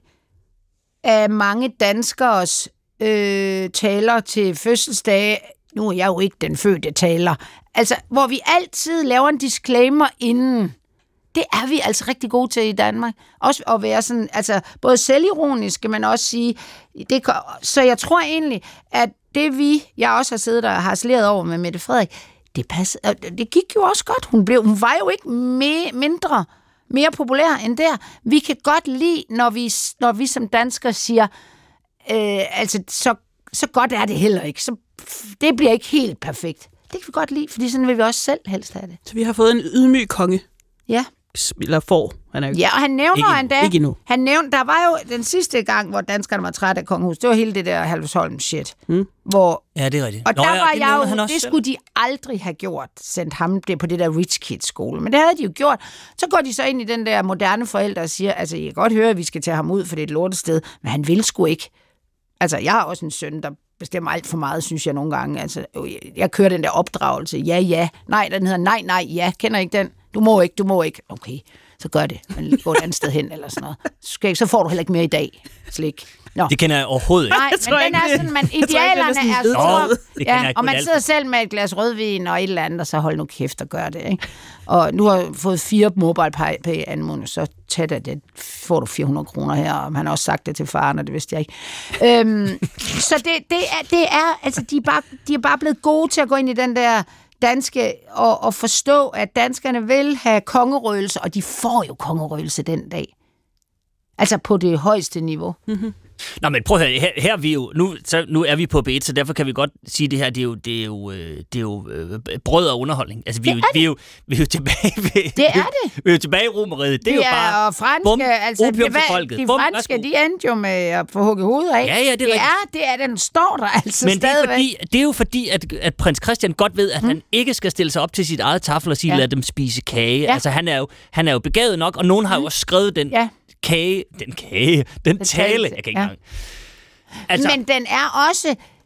af mange danskers øh, taler til fødselsdage. Nu er jeg jo ikke den fødte taler. Altså, hvor vi altid laver en disclaimer inden. Det er vi altså rigtig gode til i Danmark. Også at være sådan, altså både selvironiske, men også sige, det, så jeg tror egentlig, at det vi, jeg også har siddet og harceleret over med Mette Frederik, det passede, det gik jo også godt. Hun, blev, hun var jo ikke me, mindre, mere populær end der. Vi kan godt lide, når vi, når vi som danskere siger, øh, altså så, så godt er det heller ikke. Så det bliver ikke helt perfekt. Det kan vi godt lide, fordi sådan vil vi også selv helst have det. Så vi har fået en ydmyg konge. Ja. Eller får. Han er jo ja, og han nævner en dag. Han nævner, der var jo den sidste gang, hvor danskerne var trætte af kongehus. Det var hele det der Halvsholm shit. Mm. Hvor, ja, det er rigtigt. Og Nå, der ja, var det jeg jo, det det skulle de aldrig have gjort, sendt ham det på det der Rich Kids skole. Men det havde de jo gjort. Så går de så ind i den der moderne forældre og siger, altså, jeg kan godt høre, at vi skal tage ham ud, for det er et lortested, men han vil sgu ikke. Altså, jeg har også en søn, der bestemmer alt for meget, synes jeg nogle gange. Altså, jeg kører den der opdragelse. Ja, ja. Nej, den hedder nej, nej, ja. Kender ikke den? Du må ikke, du må ikke. Okay, så gør det. Men gå et andet sted hen, eller sådan noget. Så får du heller ikke mere i dag. Slik. Nå. Det kender jeg overhovedet ikke. Nej, men den er sådan, man, idealerne er store. Ja, og man sidder selv med et glas rødvin og et eller andet, og så hold nu kæft og gør det, ikke? Og nu har jeg fået fire mobile pay anmåneder, så tæt af det, får du fire hundrede kroner her, og han har også sagt det til faren, og det vidste jeg ikke. øhm, så det, det, er, det er, altså, de er, bare, de er bare blevet gode til at gå ind i den der danske, og, og forstå, at danskerne vil have kongerøgelse, og de får jo kongerøgelse den dag. Altså på det højeste niveau. Mm-hmm. Nå, men prøv at høre, her, her er vi jo, nu, så, nu er vi på B et, så derfor kan vi godt sige, det her, det er jo, det er jo, det er jo øh, brød og underholdning. Altså, vi er, jo, vi, er jo, vi er jo tilbage ved, det er det. Vi er jo tilbage i Romeriet. Det er, det er jo bare og franske, bum, altså, opium for folket. De bum, franske, de endte jo med at få hugget hovedet af. Ja, ja, det er det er, det er, den står der altså men stadigvæk. Men det, det er jo fordi, at, at prins Christian godt ved, at hmm. han ikke skal stille sig op til sit eget tafel og sige, ja. Lad dem spise kage. Ja. Altså, han er, jo, han er jo begavet nok, og nogen har jo også skrevet den ja. kage, den kage, den, den tale, tale, jeg kan ikke ja. engang. Altså, men den er også,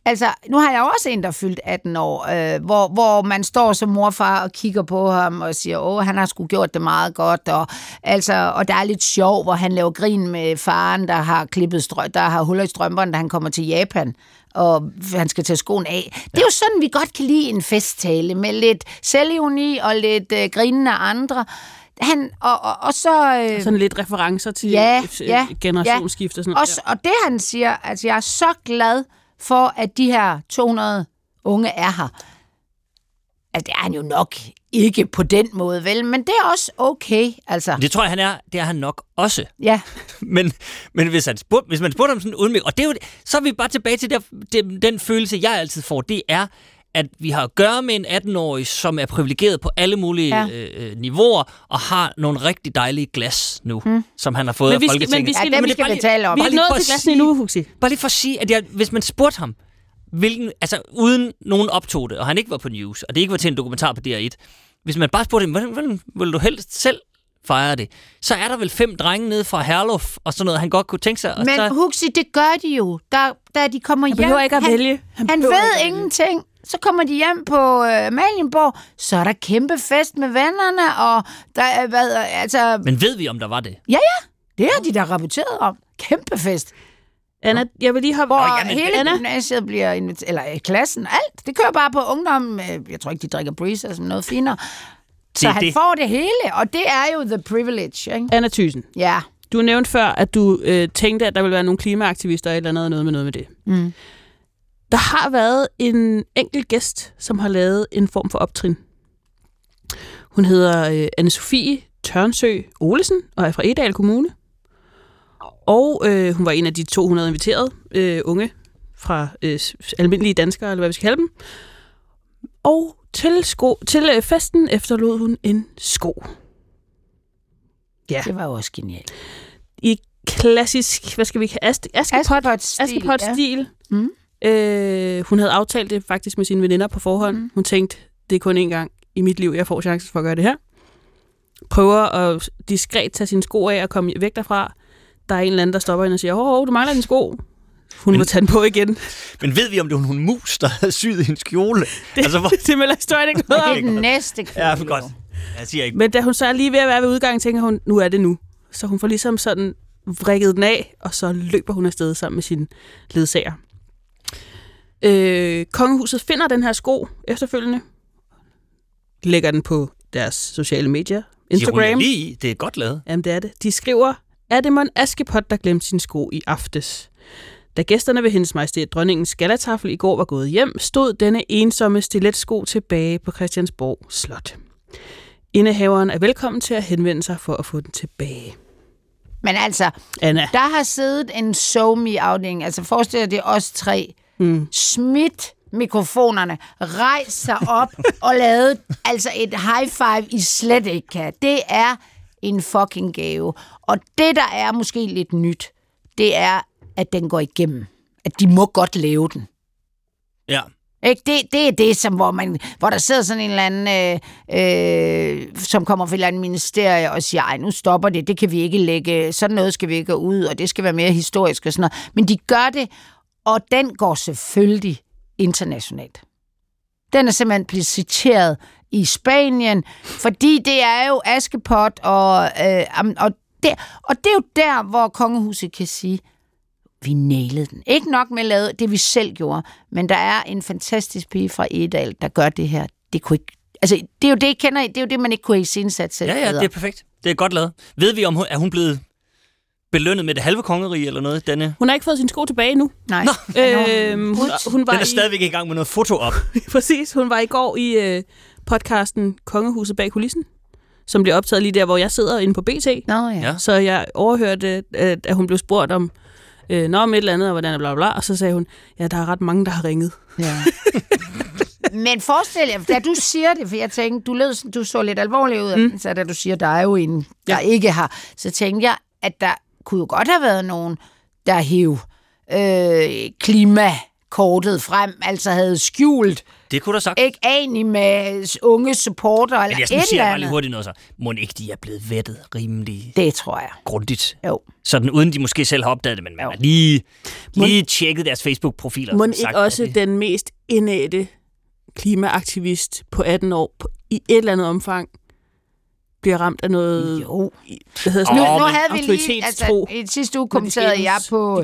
Altså, nu har jeg også en, der er fyldt atten år, øh, hvor, hvor man står som morfar og kigger på ham og siger, åh, han har sgu gjort det meget godt, og, altså, og der er lidt sjov, hvor han laver grin med faren, der har klippet strø- der har huller i strømperne, da han kommer til Japan, og han skal tage skoen af. Ja. Det er jo sådan, vi godt kan lide en festtale, med lidt selvironi og lidt øh, grinende af andre. Han, og, og, og så... Øh, sådan lidt referencer til ja, ja, generationsskift og sådan noget. Og, ja. og det han siger, altså jeg er så glad for, at de her to hundrede unge er her. Altså det er han jo nok ikke på den måde, vel? Men det er også okay, altså. Det tror jeg, han er. Det er han nok også. Ja. men men hvis, han spurg, hvis man spurgte ham sådan uden og det er jo, så er vi bare tilbage til der, det, den følelse, jeg altid får, det er, at vi har at gøre med en atten-årig, som er privilegeret på alle mulige ja. øh, niveauer, og har nogle rigtig dejlige glas nu, hmm. som han har fået af Folketinget. Men vi skal, ja, dem skal vi tale om. Vi er nået til glasen endnu, Huxi. Bare lige for at sige, at jeg, hvis man spurgte ham, hvilken, altså uden nogen optog det, og han ikke var på news, og det ikke var til en dokumentar på D R et, hvis man bare spurgte ham, hvordan, hvordan vil du helst selv fejre det, så er der vel fem drenge nede fra Herluf, og sådan noget, han godt kunne tænke sig. Og men så... Huxi, det gør de jo, da, da de kommer han hjem. Han ikke at vælge. Han, han ved ingenting. Så kommer de hjem på øh, Amalienborg, så er der kæmpe fest med vennerne, og der er, hvad, altså... Men ved vi, om der var det? Ja, ja. Det har de der rapporteret om. Kæmpe fest. Anna, jeg vil lige have... Hvor oh, jamen, hele Anna... gymnasiet bliver inviteret, eller klassen, alt. Det kører bare på ungdom. Jeg tror ikke, de drikker breezer som noget finere. Så det, han det. får det hele, og det er jo the privilege, ikke? Anna Thyssen. Ja. Du nævnte før, at du øh, tænkte, at der ville være nogle klimaaktivister eller noget, noget med noget med det. Mm. Der har været en enkelt gæst, som har lavet en form for optrin. Hun hedder øh, Anne-Sophie Tørnsø Olesen og er fra Egedal Kommune. Og øh, hun var en af de to hundrede inviterede øh, unge fra øh, almindelige danskere, eller hvad vi skal kalde dem. Og til, sko- til øh, festen efterlod hun en sko. Ja. Det var jo også genialt. I klassisk, hvad skal vi kalde, Askepot-stil. Askepot-stil. Ja. Mm. Øh, hun havde aftalt det faktisk med sine veninder på forhånd. Mm. Hun tænkte, det er kun én gang i mit liv, jeg får chancen for at gøre det her. Prøver at diskret tage sine sko af og komme væk derfra. Der er en eller anden, der stopper hende og siger, åh, oh, du mangler din sko. Hun men, må tage den på igen. Men ved vi, om det var en mus, der havde syet hendes kjole? Det, altså, hvor... det melder historien ikke noget om. Det er den næste kjole. Ja, for godt. Jeg siger ikke. Men da hun så er lige ved at være ved udgangen, tænker hun, nu er det nu. Så hun får ligesom sådan vrikket den af, og så løber hun afsted sammen med sin ledsager. Øh, kongehuset finder den her sko efterfølgende, lægger den på deres sociale medier, Instagram. Lige, det er godt lavet. Jamen det er det. De skriver, er det mon Askepot, der glemte sin sko i aftes? Da gæsterne ved hendes majestæt dronningens gallatafel i går var gået hjem, stod denne ensomme stiletsko tilbage på Christiansborg Slot. Indehaveren er velkommen til at henvende sig for at få den tilbage. Men altså, Anna. Der har siddet en SoMe-afdeling, altså forestil dig det os tre, mm. smidt mikrofonerne, rejst sig op og lavet altså et high five, I slet ikke kan. Det er en fucking gave. Og det, der er måske lidt nyt, det er, at den går igennem. At de må godt lave den. Ja. Ikke? Det, det er det, som, hvor, man, hvor der sidder sådan en eller anden, øh, øh, som kommer fra et eller andet ministerie og siger, ej, nu stopper det, det kan vi ikke lægge, sådan noget skal vi ikke gå ud, og det skal være mere historisk og sådan noget. Men de gør det, og den går selvfølgelig internationalt. Den er simpelthen blevet citeret i Spanien, fordi det er jo Askepot, og, øh, og, det, og det er jo der, hvor kongehuset kan sige, vi nailede den. Ikke nok med at lave det, vi selv gjorde, men der er en fantastisk pige fra Egedal, der gør det her. Det kunne ikke, altså, det er jo det, jeg kender, det er jo det, man ikke kunne iscenesætte selv. Ja, ja, det er perfekt. Det er godt lavet. Ved vi, om hun, er hun blevet belønnet med det halve kongerige eller noget? Denne? Hun har ikke fået sin sko tilbage nu. Nej. Øhm, hun, hun var Den er i... stadigvæk i gang med noget foto op. Præcis. Hun var i går i øh, podcasten Kongehuset bag kulissen, som blev optaget lige der, hvor jeg sidder inde på B T. Nå, ja. Så jeg overhørte, at, at hun blev spurgt om, øh, nå, om et eller andet, og hvordan er bla, bla, bla, og så sagde hun, ja, der er ret mange, der har ringet. Ja. Men forestil jer, da du siger det, for jeg tænkte, du, lød, du så lidt alvorlig ud, mm. så da du siger, der er jo en, der ja. ikke har, så tænkte jeg, at der kunne jo godt have været nogen, der hæv øh, klima kortet frem, altså havde skjult. Det kunne du sagt. Ikke egentlig med unge supporter eller et eller andet. Men jeg andet. bare lige hurtigt noget så. Må ikke de er blevet vettet rimelig det tror jeg. grundigt? Jo. Sådan uden de måske selv har opdaget det, men man har lige, lige tjekket deres Facebook-profiler. Må ikke også det? Den mest indætte klimaaktivist på atten år på, i et eller andet omfang bliver ramt af noget... Jo. Hvad hedder Nu, sådan, nu havde vi lige, altså i sidste uge kommenterede jeg på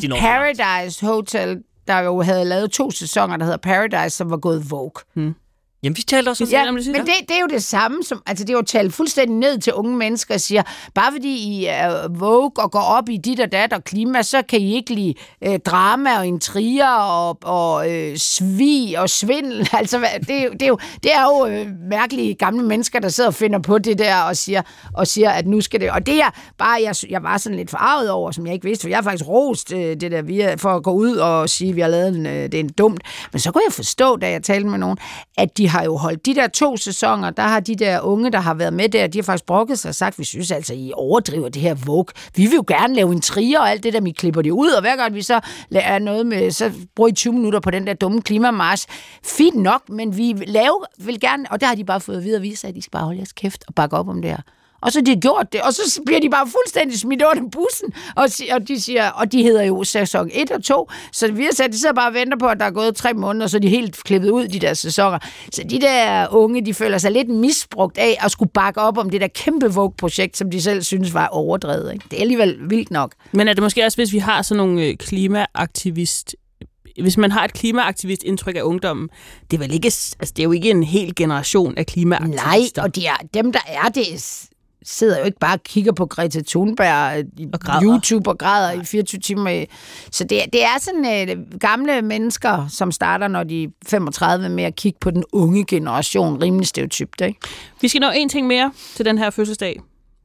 Paradise Hotel, der jo havde lavet to sæsoner, der hedder Paradise, som var gået Vogue. Hmm. Jamen, vi talte også ja, om det, men det, det er jo det samme, som, altså det er jo talt fuldstændig ned til unge mennesker og siger, bare fordi I er Vogue og går op i dit og dat og klima, så kan I ikke lide øh, drama og intriger og, og øh, svig og svindel. Altså, det, det, er jo, det er jo øh, mærkelige gamle mennesker, der sidder og finder på det der og siger, og siger at nu skal det. Og det er bare, jeg, jeg var sådan lidt forarvet over, som jeg ikke vidste, for jeg har faktisk rost øh, det der via, for at gå ud og sige, at vi har lavet en, øh, det er en dumt. Men så kunne jeg forstå, da jeg talte med nogen, at de har jo holdt de der to sæsoner, der har de der unge, der har været med der, de har faktisk brokket sig og sagt, vi synes altså, I overdriver det her Vogue. Vi vil jo gerne lave intriger og alt det der, vi klipper det ud, og hver gang vi så laver noget med, så bruger I tyve minutter på den der dumme klimamarch. Fint nok, men vi laver, vil gerne, og der har de bare fået at vide at vise, at de skal bare holde jeres kæft og bakke op om det her. Og så har de gjort det, og så bliver de bare fuldstændig smidt under bussen, og, og de siger, og de hedder jo sæson et og to, så vi har sat, de sidder bare og venter på, at der er gået tre måneder, så er de helt klippet ud, de der sæsoner. Så de der unge, de føler sig lidt misbrugt af at skulle bakke op om det der kæmpe Vogue-projekt, som de selv synes var overdrevet. Ikke? Det er alligevel vildt nok. Men er det måske også, hvis vi har sådan nogle klimaaktivist hvis man har et klimaaktivist indtryk af ungdommen, det er vel ikke, altså det er jo ikke en hel generation af klimaaktivister. Nej, og de er, dem der er det sidder jo ikke bare og kigger på Greta Thunberg og YouTube og græder i fireogtyve timer. Så det, det er sådan uh, gamle mennesker, som starter, når de er femogtredive, med at kigge på den unge generation, rimelig stereotypt, ikke? Vi skal nå en ting mere til den her fødselsdag.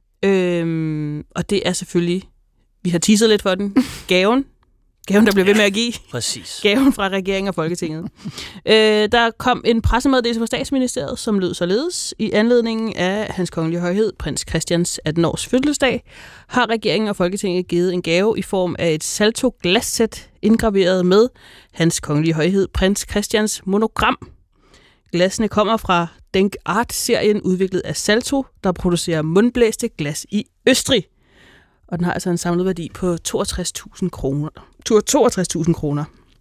Øhm, og det er selvfølgelig, vi har teaset lidt for den, gaven. Gaven, der bliver ved med at give. Præcis. Gaven fra regeringen og Folketinget. øh, der kom en pressemeddelelse fra Statsministeriet, som lød således. I anledningen af Hans Kongelige Højhed, prins Christians atten-års fødselsdag, har regeringen og Folketinget givet en gave i form af et Salto-glassæt indgraveret med Hans Kongelige Højhed, prins Christians monogram. Glassene kommer fra Denk Art-serien, udviklet af Salto, der producerer mundblæste glas i Østrig. Og den har altså en samlet værdi på toogtres tusind kroner. toogtres tusind kroner.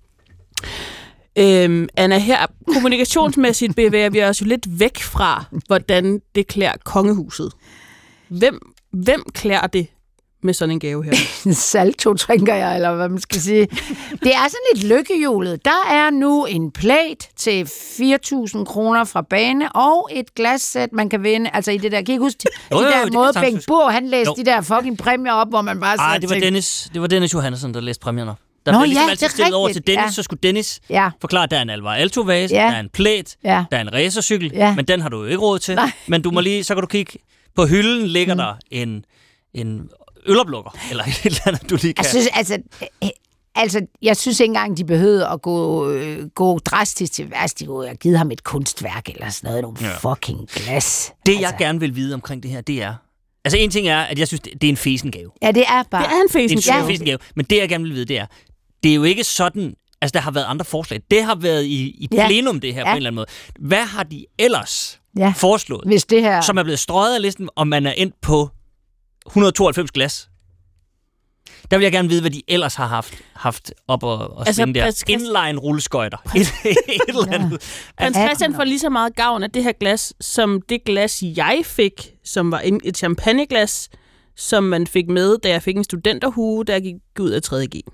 Øhm, Anna, her kommunikationsmæssigt bevæger vi os jo lidt væk fra, hvordan det klæder kongehuset. Hvem, hvem klæder det med sådan en gave her? Salto, tænker jeg, eller hvad man skal sige. Det er sådan lidt lykkehjulet. Der er nu en plate til fire tusind kroner fra Bane, og et glassæt, man kan vinde. Altså i det der, kan I ikke huske, jo, de jo, der måde, Bengt Burg, han læste jo. de der fucking præmier op, hvor man bare... Ej, det var, Dennis, det var Dennis Johannesson, der læste præmierne op. Der Nå, blev ligesom ja, altid stillet over til Dennis, ja. Så skulle Dennis ja. forklare, at der er en Alvar Aalto-vase, ja. der er en plæt, ja. der er en racercykel, ja. men den har du jo ikke råd til. Nej. Men du må lige, så kan du kigge, på hylden ligger mm. der en, en øloplukker, eller et eller andet, du lige kan... Jeg synes, altså, altså, jeg synes ikke engang, de behøvede at gå, øh, gå drastisk til værks. De kunne have givet ham et kunstværk, eller sådan noget, nogle ja. fucking glas. Det, altså. jeg gerne vil vide omkring det her, det er... Altså, en ting er, at jeg synes, det er en fesengave. Ja, det er bare... Det er en fesengave. Det er en fesengave. Men det, jeg gerne vil vide, det er... Det er jo ikke sådan... Altså, der har været andre forslag. Det har været i, i ja. plenum, det her, ja. på en eller anden måde. Hvad har de ellers ja. foreslået, hvis det her... som er blevet strøget af listen, om man er endt på et hundrede og tooghalvfems glas? Der vil jeg gerne vide, hvad de ellers har haft, haft op og, og altså, svinge der. Inline-rulleskøjter. et, et eller andet. Prins Christian får lige så meget gavn af det her glas, som det glas, jeg fik, som var et champagneglas, som man fik med, da jeg fik en studenterhue, da jeg gik ud af tredje G.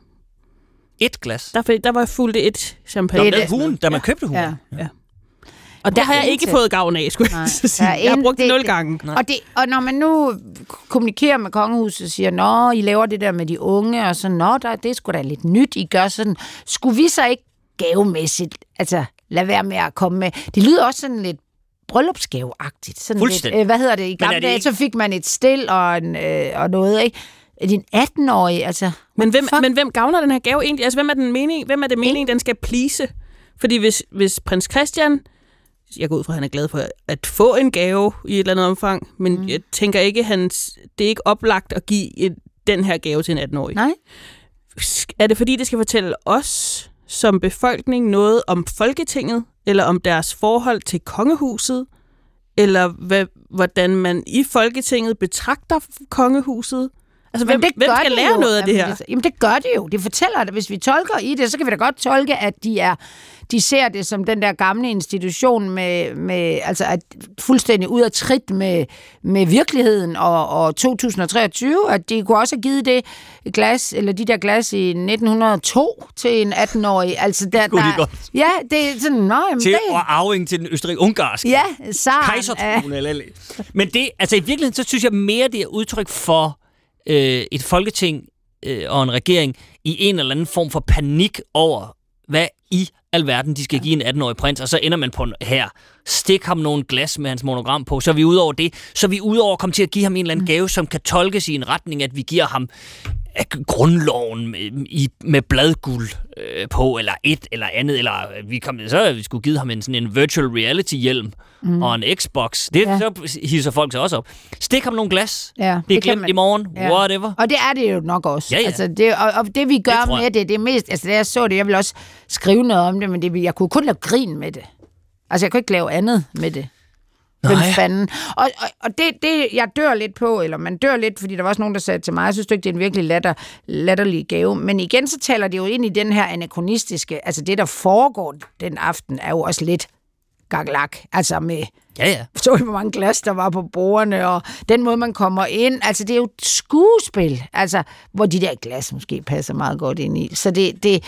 Et glas? Der, fik, der var fuldt et champagne. Det er hugen, da man ja. købte hugen. Ja. Ja. Og det har jeg ikke fået gavn af, skulle jeg sige. Jeg har brugt det nul gange. Og, det, og når man nu kommunikerer med kongehuset og siger, nå, I laver det der med de unge, og så, nå, der, det er sgu da lidt nyt, I gør sådan. Skulle vi så ikke gavemæssigt, altså lade være med at komme med? Det lyder også sådan lidt bryllupsgaveagtigt. Sådan Fuldstændig. Lidt, øh, hvad hedder det? I gamle dage, ikke... så fik man et stil og, en, øh, og noget, ikke? Din atten-årige, altså... Men hvem, men hvem gavner den her gave egentlig? Altså, hvem er, den mening, hvem er det meningen, den skal please? Fordi hvis, hvis prins Christian... Jeg går ud fra, at han er glad for at få en gave i et eller andet omfang, men mm. jeg tænker ikke, hans, det er ikke oplagt at give et, den her gave til en atten-årig. Nej. Er det fordi, det skal fortælle os, som befolkning noget om Folketinget, eller om deres forhold til kongehuset, eller hvad, hvordan man i Folketinget betragter kongehuset? Altså, hvem, hvem skal de lære jo. noget af det her? Jamen, det gør det jo. Det fortæller det. Hvis vi tolker i det, så kan vi da godt tolke, at de er, de ser det som den der gamle institution med, med altså at fuldstændig ud af trit med, med virkeligheden og, og to tusind treogtyve, at de kunne også have givet det glas, eller de der glas i nitten hundrede og to til en atten-årig. Altså, der, det der, de ja, det er sådan, nå, jamen, til det... og arving til den østrig-ungarske. Ja, Saren. Kejsertronen, eller... Men det, altså i virkeligheden, så synes jeg mere, det er udtryk for øh, et folketing øh, og en regering i en eller anden form for panik over, hvad i alverden de skal give en atten-årig prins, og så ender man på her. Stik ham nogle glas med hans monogram på, så er vi ude over det. Så er vi ude over at komme til at give ham en eller anden gave, som kan tolkes i en retning, at vi giver ham grundloven med, i, med bladguld øh, på, eller et eller andet, eller vi kom, så vi skulle give ham en, sådan en virtual reality hjelm mm. og en Xbox. Det ja. Så hisser folk sig også op. Stik ham nogle glas. Ja, det er det glemt man, i morgen. Ja. Whatever. Og det er det jo nok også. Ja, ja. Altså det, og, og det vi gør det med det, det er mest, altså da jeg så det, jeg vil også skrive noget om det, men det, jeg kunne kun lave grin med det. Altså jeg kunne ikke lave andet med det. Hvem fanden. Og, og, og det, det, jeg dør lidt på, eller man dør lidt, fordi der var også nogen, der sagde til mig, jeg synes ikke, det er en virkelig latter, latterlig gave. Men igen, så taler det jo ind i den her anakronistiske, altså det, der foregår den aften, er jo også lidt gaglak. Altså med, ja, ja. så hvor mange glas, der var på bordene, og den måde, man kommer ind. Altså det er jo et skuespil, altså hvor de der glas måske passer meget godt ind i. Så det... det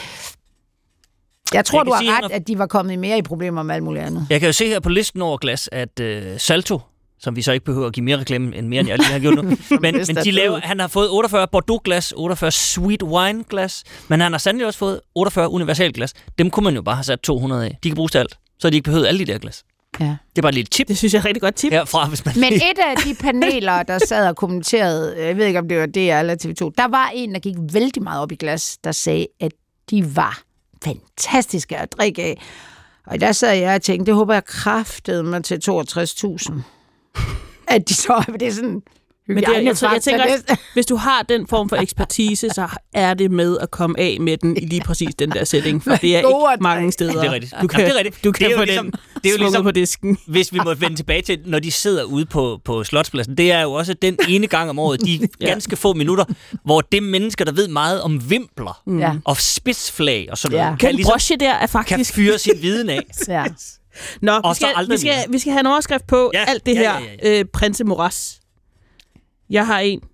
Jeg tror, jeg du har ret, at de var kommet mere i problemer med alt muligt andet. Jeg kan jo se her på listen over glas, at uh, Salto, som vi så ikke behøver at give mere reklame, end mere end jeg lige har gjort nu, men, men de laver, han har fået otteogfyrre Bordeaux-glas, otteogfyrre Sweet Wine-glas, men han har sandelig også fået otteogfyrre Universal-glas. Dem kunne man jo bare have sat to hundrede af. De kan bruges til alt, så de ikke behøver alle de der glas. Ja. Det er bare et lille tip. Det synes jeg er et rigtig godt tip. Herfra, hvis man men et af de paneler, der sad og kommenterede, jeg ved ikke, om det var D R eller T V to, der var en, der gik vældig meget op i glas, der sagde, at de var fantastiske at drikke af. Og der sad jeg og tænkte, det håber jeg kraftede mig til toogtres tusind. At de så, det er sådan... Men det er, jeg, tror, jeg tænker, at hvis du har den form for ekspertise, så er det med at komme af med den i lige præcis den der setting, for det er ikke mange steder. Det er rigtigt. Du kan, Jamen, det er rigtigt. Du kan det er få ligesom, den det er jo ligesom, på disken. Hvis vi må vende tilbage til, når de sidder ude på, på Slotspladsen, det er jo også den ene gang om året, de ja. ganske få minutter, hvor det mennesker, der ved meget om vimpler mm. og spidsflag og sådan ja. noget, kan, den ligesom, der er faktisk... kan fyre sin viden af. ja. Nå, vi skal, vi, skal, vi skal have en overskrift på ja. alt det ja, her ja, ja, ja. Øh, prinsemoras. Jeg har en,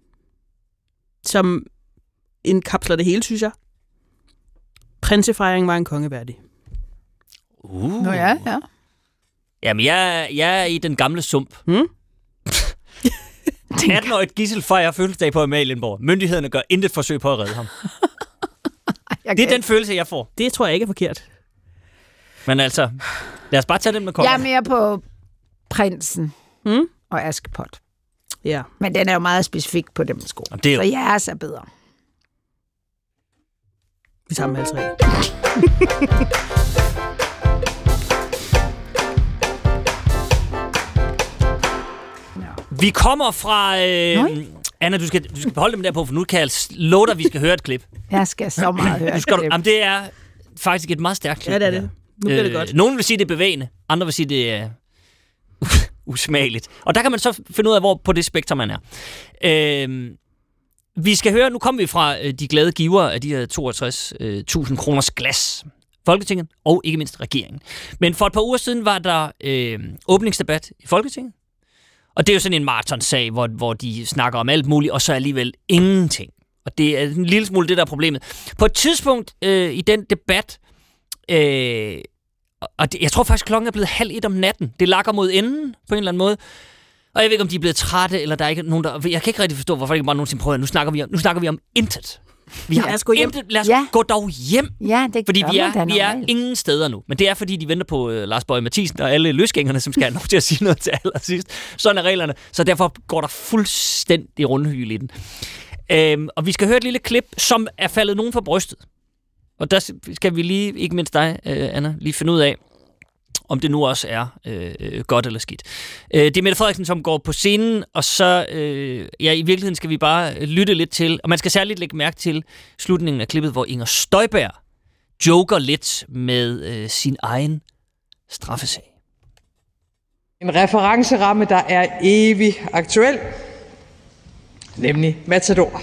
som indkapsler det hele, synes jeg. Prinsefejringen var en kongeværdig. Uh. Nå ja, ja. Jamen, jeg, jeg er i den gamle sump. Hmm? atten-årigt Gissel fejrer fødselsdag på Amalienborg. Myndighederne gør intet forsøg på at redde ham. Det er den følelse, jeg får. Det tror jeg ikke er forkert. Men altså, lad os bare tage den med kongen. Jeg er mere på prinsen hmm? og Askepot. Ja. Men den er jo meget specifik på dem sko. Jo... Så jeres er bedre. Vi tager med alle tre. Vi kommer fra... Øh, Anna, du skal, du skal beholde dem der på, for nu kan jeg love dig, at vi skal høre et klip. Jeg skal så meget høre et klip. Jamen, det er faktisk et meget stærkt klip. Ja, det er det. Nu bliver det godt. Øh, nogen vil sige, det er bevægende. Andre vil sige, det er... usmageligt. Og der kan man så finde ud af, hvor på det spektrum man er. Øh, vi skal høre, nu kommer vi fra øh, de glade giver af de her toogtres tusind kroners glas. Folketinget og ikke mindst regeringen. Men for et par uger siden var der øh, åbningsdebat i Folketinget. Og det er jo sådan en maratonsag, hvor, hvor de snakker om alt muligt, og så alligevel ingenting. Og det er en lille smule det, der er problemet. På et tidspunkt øh, i den debat... Øh, Og det, jeg tror faktisk, klokken er blevet halv et om natten. Det lakker mod enden på en eller anden måde. Og jeg ved ikke, om de er blevet trætte, eller der er ikke nogen, der... Jeg kan ikke rigtig forstå, hvorfor ikke bare nogensinde prøver. Nu snakker vi om, nu snakker vi om intet. Vi har lad os gå hjem. Intet. Lad os ja. gå dog hjem. Ja, det fordi vi er, vi er ingen steder nu. Men det er, fordi de venter på uh, Lars Boje Mathiesen og alle løsgængerne, som skal have lov til at sige noget til allersidst. Sådan er reglerne. Så derfor går der fuldstændig rundhyl i den. Øhm, og vi skal høre et lille klip, som er faldet nogen for brystet. Og der skal vi lige, ikke mindst dig, uh, Anna, lige finde ud af, om det nu også er øh, godt eller skidt. Øh, det er Mette Frederiksen, som går på scenen, og så, øh, ja, i virkeligheden skal vi bare lytte lidt til, og man skal særligt lægge mærke til slutningen af klippet, hvor Inger Støjberg joker lidt med øh, sin egen straffesag. En referenceramme, der er evig aktuel, nemlig Matador.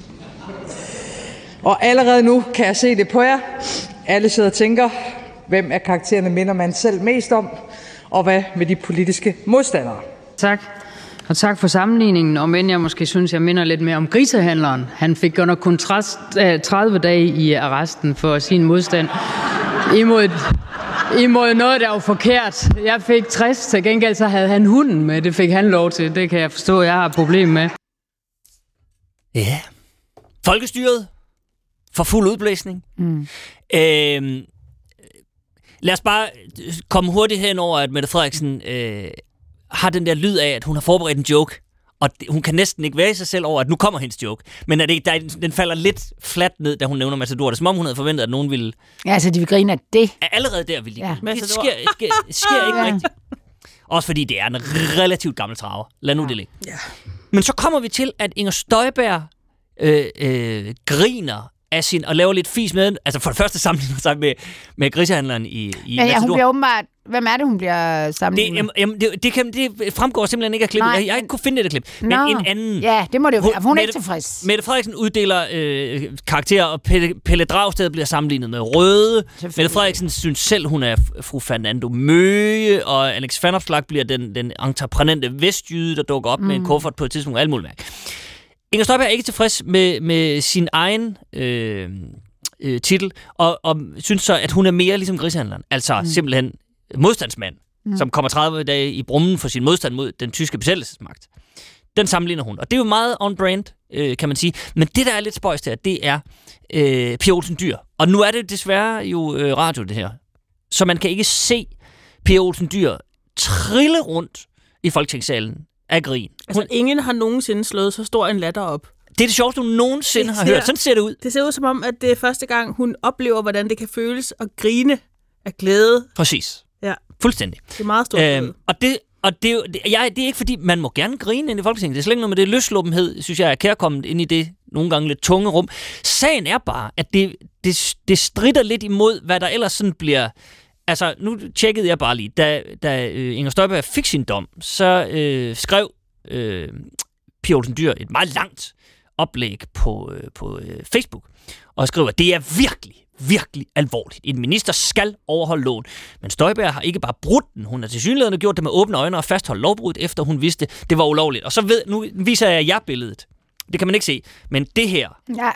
Og allerede nu kan jeg se det på jer. Alle sidder og tænker, hvem af karaktererne minder man selv mest om, og hvad med de politiske modstandere? Tak. Og tak for sammenligningen, og men jeg måske synes, jeg minder lidt mere om grisehandleren. Han fik godt nok kun tredive dage i arresten for sin modstand imod, imod noget, der var forkert. Jeg fik tres, til gengæld så havde han hunden med. Det fik han lov til. Det kan jeg forstå, jeg har et problem med. Ja. Folkestyret for fuld udblæsning. Mm. Øhm, lad os bare komme hurtigt hen over, at Mette Frederiksen øh, har den der lyd af, at hun har forberedt en joke, og hun kan næsten ikke være i sig selv over, at nu kommer hendes joke. Men at det, der, den falder lidt fladt ned, da hun nævner Matador. Det er som om, hun havde forventet, at nogen ville... Ja, altså de vil grine af det. Allerede der vil de. Ja. Det sker, sker, sker ikke rigtigt. Også fordi det er en relativt gammel traver. Lad nu ja. det ligge. Ja. Men så kommer vi til, at Inger Støjberg øh, øh, griner af sin, og laver lidt fis med, altså for det første sammenligner sig med, med grisehandleren i, i ja, ja, hun bliver åbenbart, hvem er det, hun bliver sammenlignet med? Det, det, det, kan, det fremgår simpelthen ikke af klippet. Jeg, jeg har ikke kunne finde det klip. Men no. en anden... Ja, det må det jo være, for hun er Mette, ikke tilfreds. Mette Frederiksen uddeler øh, karakterer, og Pelle, Pelle Dragsted bliver sammenlignet med Røde. Mette Frederiksen synes selv, hun er fru Fernando Møge, og Alex Vanopslagh bliver den, den entreprenante vestjyde, der dukker op mm. med en kuffert på et tidspunkt og alt muligt mærke. Inger Støjberg er ikke tilfreds med, med sin egen øh, øh, titel, og, og synes så, at hun er mere ligesom grisehandleren. Altså mm. simpelthen modstandsmand, mm. som kommer tredive dage i brummen for sin modstand mod den tyske besættelsesmagt. Den sammenligner hun. Og det er jo meget on-brand, øh, kan man sige. Men det, der er lidt spøjst her, det er øh, Pia Olsen Dyhr. Og nu er det desværre jo øh, radio, det her. Så man kan ikke se Pia Olsen Dyhr trille rundt i Folketingssalen af grin. Altså, ingen har nogensinde slået så stor en latter op. Det er det sjoveste, hun nogensinde det har ser, hørt. Sådan ser det ud. Det ser ud som om, at det er første gang, hun oplever, hvordan det kan føles at grine af glæde. Præcis. Ja. Fuldstændig. Det er meget stort. Øhm, og det, og det, det, jeg, det er ikke, fordi man må gerne grine ind i Folketinget. Det er slet ikke noget med det løsluppenhed, synes jeg, er kærkommet ind i det nogle gange lidt tunge rum. Sagen er bare, at det, det, det stritter lidt imod, hvad der ellers sådan bliver... Altså, nu tjekkede jeg bare lige. Da, da øh, Inger Støjberg fik sin dom, så øh, skrev øh, Pia Olsen Dyhr et meget langt oplæg på, øh, på øh, Facebook, og skriver, at det er virkelig, virkelig alvorligt. En minister skal overholde loven. Men Støjberg har ikke bare brudt den. Hun har tilsyneladende gjort det med åbne øjne og fastholdt lovbruddet, efter hun vidste, det var ulovligt. Og så ved, nu viser jeg jer billedet. Det kan man ikke se. Men det her... Ja.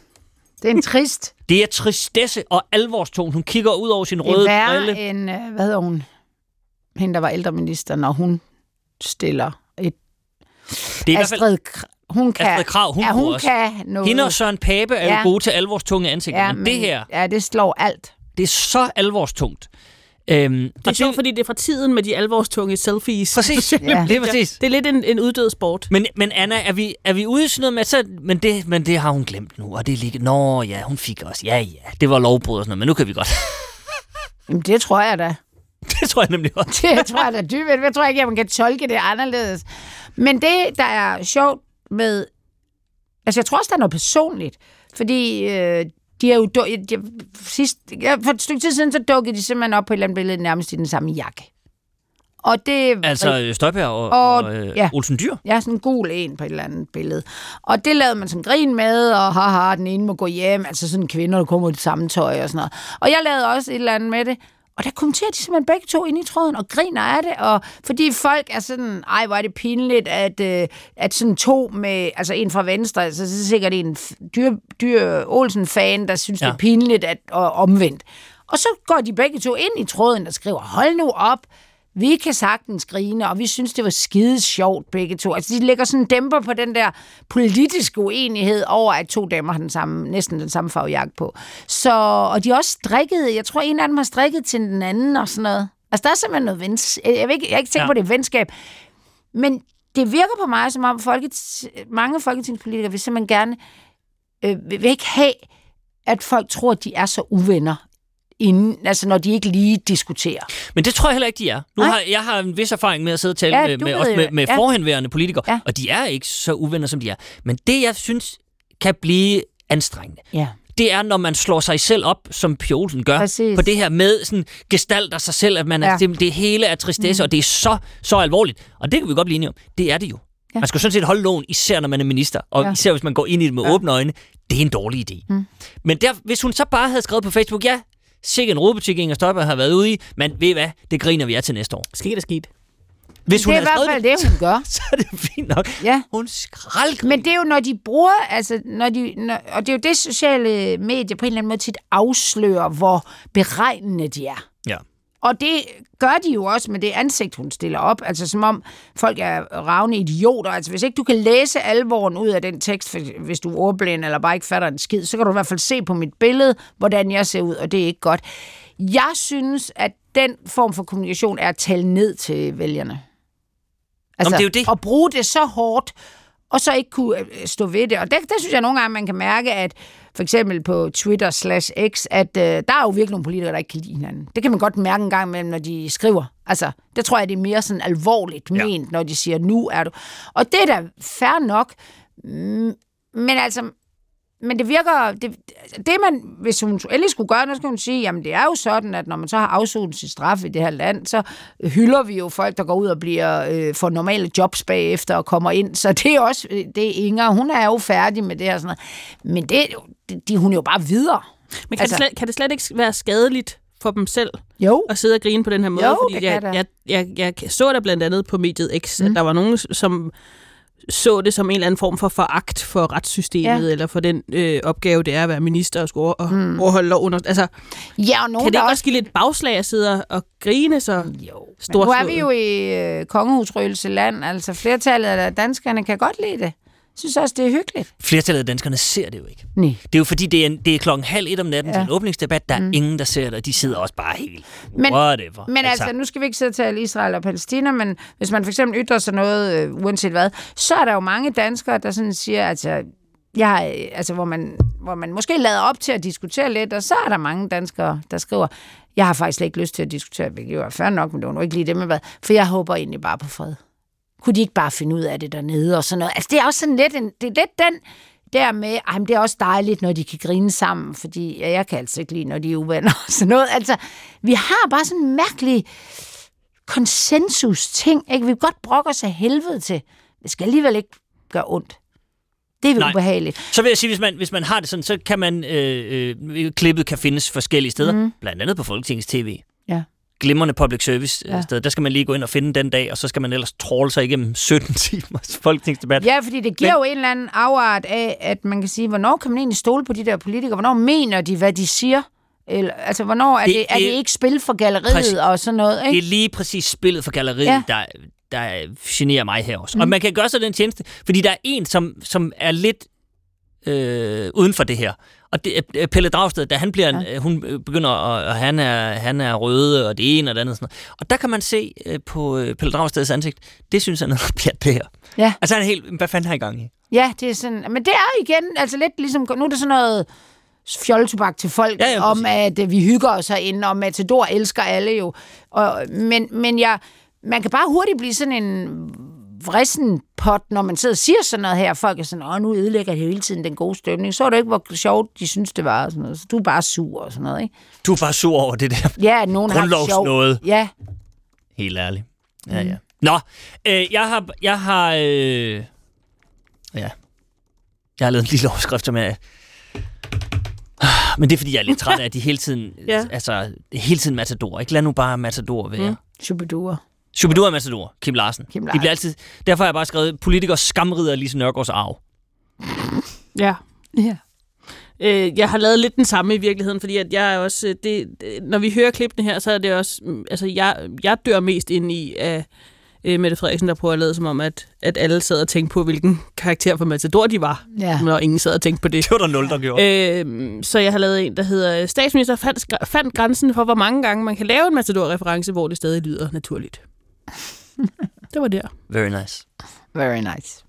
Det er en trist. Det er tristesse og alvorstone. Hun kigger ud over sin røde brille. Det er værre end, hvad hedder hun? Hende, der var ældreminister, når hun stiller et... Det er Astrid, i hvert fald... Hun kan, Astrid Krag, hun, ja, hun også. kan noget. Hende og Søren Pape er ja. jo gode til alvorstunge ansigter, ja, men, men det her... Ja, det slår alt. Det er så alvorstungt. Øhm, det er sjovt, fordi det er fra tiden med de alvorstunge selfies. Præcis, ja. det er præcis. Det er lidt en, en uddød sport. Men, men Anna, er vi, er vi ude i sådan noget med, så, men, det, men det har hun glemt nu, og det er lige... Nå ja, hun fik også. Ja, ja, det var lovbrud og sådan noget, men nu kan vi godt. Jamen, det tror jeg da. Det tror jeg nemlig også. Det tror jeg da dybt. Jeg tror ikke, at man kan tolke det anderledes. Men det, der er sjovt med... Altså, jeg tror også, der er noget personligt. Fordi... Øh, De er jo de, sidst, ja, for et stykke tid siden, så dukkede de simpelthen op på et eller andet billede nærmest i den samme jakke. Og det... Altså Støjberg og, og, og øh, ja, Olsen Dyhr? Ja, sådan en gul en på et eller andet billede. Og det lavede man sådan grin med, og haha, den ene må gå hjem, altså sådan kvinder, der kommer i det samme tøj og sådan noget. Og jeg lavede også et eller andet med det. Og der kommenterer de simpelthen begge to ind i tråden og griner af det, og fordi folk er sådan, ej, hvor er det pinligt, at, øh, at sådan to med, altså en fra venstre, altså så er det sikkert en dyr, dyr Olsen-fan, der synes, ja. det er pinligt at, og omvendt. Og så går de begge to ind i tråden og skriver, hold nu op, vi kan sagtens grine, og vi synes, det var skide sjovt begge to. Altså, de lægger sådan en dæmper på den der politiske uenighed over, at to damer har den samme, næsten den samme farvejakke på. Så, og de er også strikket, jeg tror, en af dem har strikket til den anden og sådan noget. Altså, der er simpelthen noget venskab. Jeg, jeg, jeg er ikke tænkt ja. på det venskab. Men det virker på mig, som om folket, mange folketingspolitikere vil simpelthen gerne øh, vil ikke have, at folk tror, at de er så uvenner. Inden, altså når de ikke lige diskuterer. Men det tror jeg heller ikke, de er. Nu har, jeg har en vis erfaring med at sidde og tale ja, med, med, også med, med ja. forhenværende politikere, ja. og de er ikke så uvenner, som de er. Men det, jeg synes, kan blive anstrengende, ja. det er, når man slår sig selv op, som Pia Olsen gør, Præcis. på det her med sådan gestalter sig selv, at man er, ja. det, det hele er tristesse, mm. og det er så, så alvorligt. Og det kan vi godt blive enige om. Det er det jo. Ja. Man skal sådan set holde loven, især når man er minister, og ja. især hvis man går ind i det med ja. åbne øjne. Det er en dårlig idé. Mm. Men der, hvis hun så bare havde skrevet på Facebook, ja, sikkert en rodebutik, Inger Støjberg har været ude i, men ved I hvad, det griner vi af til næste år. Sket er sket. Hvis hun det er i hvert fald det, hun gør. Så er det fint nok. Ja. Hun skraldgriner. Men det er jo, når de bruger, altså, når de, når, og det er jo det, sociale medier på en eller anden måde tit afslører, hvor beregnende de er. Ja. Og det gør de jo også med det ansigt, hun stiller op. Altså som om folk er ravne idioter. Altså hvis ikke du kan læse alvoren ud af den tekst, hvis du er ordblind eller bare ikke fatter en skid, så kan du i hvert fald se på mit billede, hvordan jeg ser ud, og det er ikke godt. Jeg synes, at den form for kommunikation er at tale ned til vælgerne. Altså, Nå, det er jo det. At bruge det så hårdt, og så ikke kunne stå ved det. Og der, der synes jeg nogle gange, man kan mærke, at for eksempel på Twitter slash X, at øh, der er jo virkelig nogle politikere, der ikke kan lide hinanden. Det kan man godt mærke en gang imellem, når de skriver. Altså, der tror jeg, det er mere sådan alvorligt ment, ja. Når de siger, nu er du. Og det er da fair nok, men altså, men det virker, det, det man, hvis hun endelig skulle gøre, så skulle hun sige, jamen det er jo sådan, at når man så har afsonet sin straf i det her land, så hylder vi jo folk, der går ud og bliver øh, for normale jobs bagefter og kommer ind. Så det er også, det er Inger, hun er jo færdig med det her sådan noget. Men det, det, de, hun er jo bare videre. Men kan, altså, det slet, kan det slet ikke være skadeligt for dem selv jo. At sidde og grine på den her måde? Jo, fordi jeg, jeg, jeg, jeg så der blandt andet på mediet X, mm. at der var nogen, som så det som en eller anden form for foragt for retssystemet, ja. Eller for den øh, opgave, det er at være minister og skulle over, mm. overholde loven. Altså, ja, og nogen, kan det også også give lidt bagslag at sidde og grine så stort? Nu er vi jo i øh, kongehusrøgelseland, altså flertallet af danskerne kan godt lide det. Jeg synes også, det er hyggeligt. Flertallet af danskerne ser det jo ikke. Nej. Det er jo fordi, det er, en, det er klokken halv et om natten ja. Til en åbningsdebat. Der er mm. ingen, der ser det, og de sidder også bare helt men, whatever. Men altså, nu skal vi ikke sidde og tale Israel og Palæstina, men hvis man for eksempel ytrer sig noget, øh, uanset hvad, så er der jo mange danskere, der sådan siger, altså, jeg, altså hvor, man, hvor man måske lader op til at diskutere lidt, og så er der mange danskere, der skriver, jeg har faktisk ikke lyst til at diskutere, hvilket jo er fair nok, men det var nu ikke lige det med hvad, for jeg håber egentlig bare på fred. Kunne de ikke bare finde ud af det dernede og sådan noget? Altså, det er også sådan lidt, en, det er lidt den der med, ej, men det er også dejligt, når de kan grine sammen, fordi ja, jeg kan altså ikke lide, når de er uvenner og sådan noget. Altså, vi har bare sådan en mærkelig konsensus-ting, ikke? Vi kan godt brokke os af helvede til. Det skal alligevel ikke gøre ondt. Det er vi ubehageligt. Så vil jeg sige, hvis man, hvis man har det sådan, så kan man, øh, øh, klippet kan findes forskellige steder, mm. blandt andet på Folketingets T V. Ja. Glimrende public service ja. Sted. Der skal man lige gå ind og finde den dag, og så skal man ellers tråle sig igennem sytten timers folketingsdebat. Ja, fordi det giver Men... jo en eller anden afart af, at man kan sige, hvornår kan man egentlig stole på de der politikere? Hvornår mener de, hvad de siger? Eller, altså, hvornår er det, det, er det ikke spil for galleriet præcis, og sådan noget? Ikke? Det er lige præcis spillet for galleriet, ja. der, der generer mig her også. Mm. Og man kan gøre sig den tjeneste, fordi der er en, som, som er lidt øh, uden for det her. Og det er Pelle Dragsted, da han bliver, ja. hun begynder, og han er, han er røde, og det ene og det andet. Sådan noget. Og der kan man se øh, på øh, Pelle Dragsteds ansigt, det synes han er pjat det her. Ja. Altså han er helt, hvad fanden har I gang i? Ja, det er sådan, men det er igen, altså lidt ligesom, nu er det sådan noget fjolletobak til folk, ja, ja, om at øh, vi hygger os herinde, og Matador elsker alle jo. Og, men men jeg, man kan bare hurtigt blive sådan en vrissen pot, når man sidder og siger sådan noget her. Folk er sådan, åh, nu ødelægger det hele tiden den gode stemning. Så er det ikke, hvor sjovt de synes, det var. Og sådan noget. Så du er bare sur og sådan noget, ikke? Du er bare sur over det der ja, nogen grundlovsnåde. Ja. Helt ærligt. Ja, mm. ja. Nå, øh, jeg har... Jeg har øh, ja. Jeg har lavet en lille overskrift, som jeg... Men det er, fordi jeg er lidt træt af, at de hele tiden... ja. Altså, hele tiden Matador. Ikke lad nu bare Matador være. Mm. Superdure. Superdure Matador, Kim Larsen. Kim Larsen. De bliver altid, derfor har jeg bare skrevet, politikers skamrider Lise Nørgaards arv. Ja. Ja. Øh, jeg har lavet lidt den samme i virkeligheden, fordi at jeg er også, det, når vi hører klippene her, så er det også, altså jeg, jeg dør mest ind i af øh, Mette Frederiksen, der prøver at lade som om, at, at alle sad og tænkte på, hvilken karakter for Matador de var, ja. Når ingen sad og tænkte på det. Det var der nul, der gjorde. Øh, så jeg har lavet en, der hedder, statsminister fandt, fandt grænsen for, hvor mange gange man kan lave en Matador-reference, hvor det stadig lyder naturligt. Det var der. Very nice. Very nice.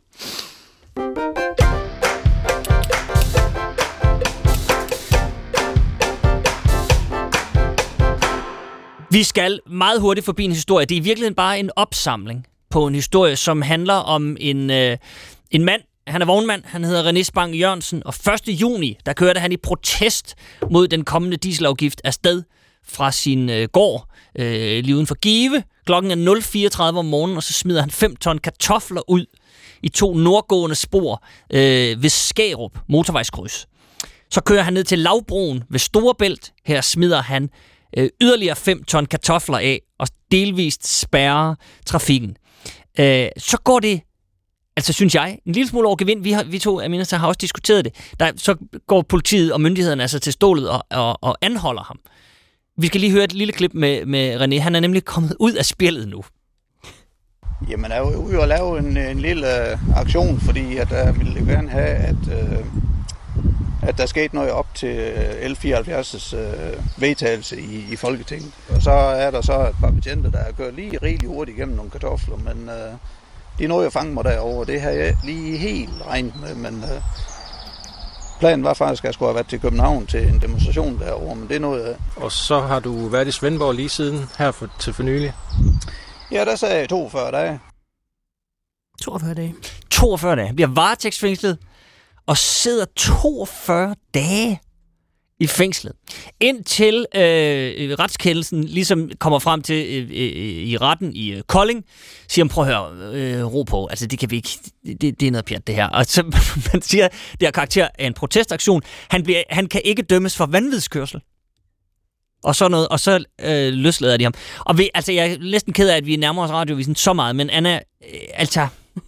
Vi skal meget hurtigt forbi en historie. Det er i virkeligheden bare en opsamling på en historie, som handler om en, øh, en mand, han er vognmand, han hedder René Spang Jørgensen, og første juni, der kørte han i protest mod den kommende dieselafgift afsted fra sin øh, gård øh, lige uden for Give. Klokken er nul fireogtredive om morgenen, og så smider han fem ton kartofler ud i to nordgående spor øh, ved Skærup motorvejskryds. Så kører han ned til Lavbroen ved Storebælt. Her smider han øh, yderligere fem ton kartofler af og delvist spærrer trafikken. Øh, så går det, altså synes jeg, en lille smule over gevind. Vi, har, vi to, Amina, har også diskuteret det. Der, så går politiet og myndighederne altså til stålet og, og, og anholder ham. Vi skal lige høre et lille klip med, med René. Han er nemlig kommet ud af spjældet nu. Jamen, jeg er jo ude og lave en, en lille uh, aktion, fordi at jeg uh, ville gerne have, at, uh, at der skete noget op til L fireoghalvfjerds' uh, vedtagelse i, i Folketinget. Og så er der så et par betjente, der har kørt lige rigtig hurtigt igennem nogle kartofler, men uh, de nåede at fange mig derovre. Det har jeg lige helt regnet med, men uh, planen var faktisk, at jeg skulle have været til København til en demonstration derovre, men det nåede jeg. Og så har du været i Svendborg lige siden her for, til for nylig? Ja, der sagde jeg toogfyrre dage. toogfyrre dage. toogfyrre dage. Han bliver varetægtsfængslet og sidder toogfyrre dage i fængslet. Indtil øh, retskendelsen ligesom kommer frem til øh, øh, i retten i øh, Kolding, siger han, prøv at høre, øh, ro på, altså det kan vi ikke, det, det er noget pjat det her. Og så man siger, det er karakter af en protestaktion. Han, bliver, han kan ikke dømmes for vanvidskørsel. Og så noget, og så øh, løslader de ham. Og vi, altså, jeg er næsten ked af, at vi nærmer os radiovisen så meget, men Anna, øh, altså...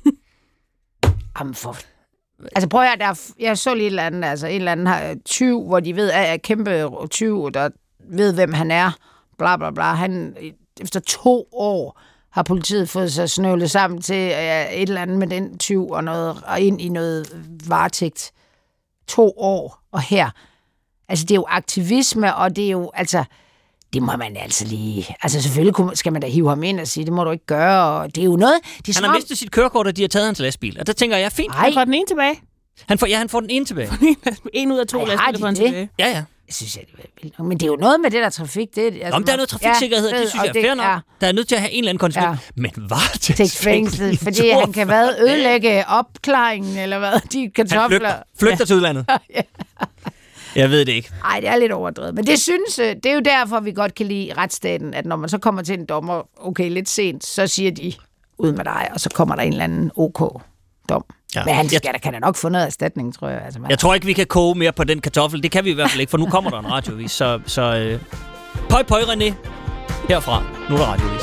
Jamen for... Altså prøv at høre, der, jeg så lige et eller andet, altså en eller anden her tyv, hvor de ved, at er kæmpe tyv, der ved, hvem han er, bla bla bla. Han, efter to år har politiet fået sig snøvlet sammen til ja, et eller andet med den tyv og, noget, og ind i noget varetægt. To år, og her... Altså, det er jo aktivisme, og det er jo, altså, det må man altså lige... Altså, selvfølgelig skal man da hive ham ind og sige, det må du ikke gøre, og det er jo noget... Det er han har om... mistet sit kørekort, og de har taget hans lastbil, og der tænker jeg, fint. Ej. Han får den ene tilbage. Han får, ja, han får den ene tilbage. en ud af to lastbiler får han tilbage. Ja, ja. Jeg synes, jeg, men det er jo noget med det der trafik. Det, altså, Om der er noget trafiksikkerhed, ja, det synes jeg er fair nok. Ja. Der er nødt til at have en eller anden konsekvens. Ja. Men varetægtsfængsel, fordi han kan hvad, ødelægge opklaringen, eller hvad, de kartofler... Han flygter, flygter ja. til udlandet. Ja. Jeg ved det ikke. Nej, det er lidt overdrevet. Men det synes, det er jo derfor, vi godt kan lide retsstaten, at når man så kommer til en dommer, okay, lidt sent, så siger de, ud med dig, og så kommer der en eller anden OK-dom. Ja. Men han skal, der kan da nok få noget erstatning, tror jeg. Altså, jeg tror ikke, vi kan koge mere på den kartoffel. Det kan vi i hvert fald ikke, for nu kommer der en radiovis. Så, så øh, pøj, pøj, René. Herfra. Nu er der radiovis.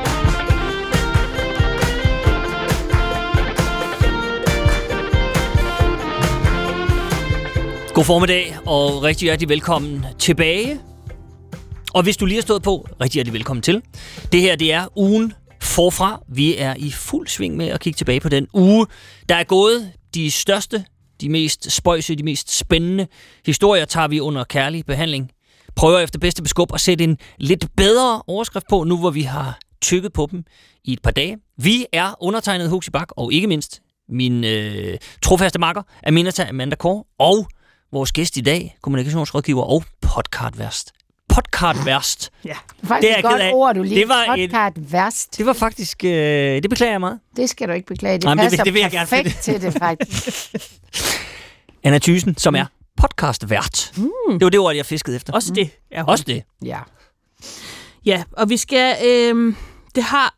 God formiddag, og rigtig hjertelig velkommen tilbage. Og hvis du lige har stået på, rigtig hjertelig velkommen til. Det her, det er ugen forfra. Vi er i fuld sving med at kigge tilbage på den uge, der er gået. De største, de mest spøjse, de mest spændende historier tager vi under kærlig behandling. Prøver efter bedste beskub at sætte en lidt bedre overskrift på, nu hvor vi har tykket på dem i et par dage. Vi er undertegnet Huxi Bach, og ikke mindst min øh, trofaste makker, Aminata Amanda Kåre, og vores gæst i dag, kommunikationsrådgiver og podcastvært. Podcastvært. Ja, det er faktisk et godt ord, du lige. Det var podcastvært. Det var faktisk, øh, det beklager jeg meget. Det skal du ikke beklage. Det Jamen, passer det, det vil jeg perfekt gerne til det, faktisk. Anna Thyssen, som er podcastvært. Mm. Det var det ord, jeg fiskede efter. Også det. Ja, Også det. Ja. Ja, og vi skal... Øh, det har...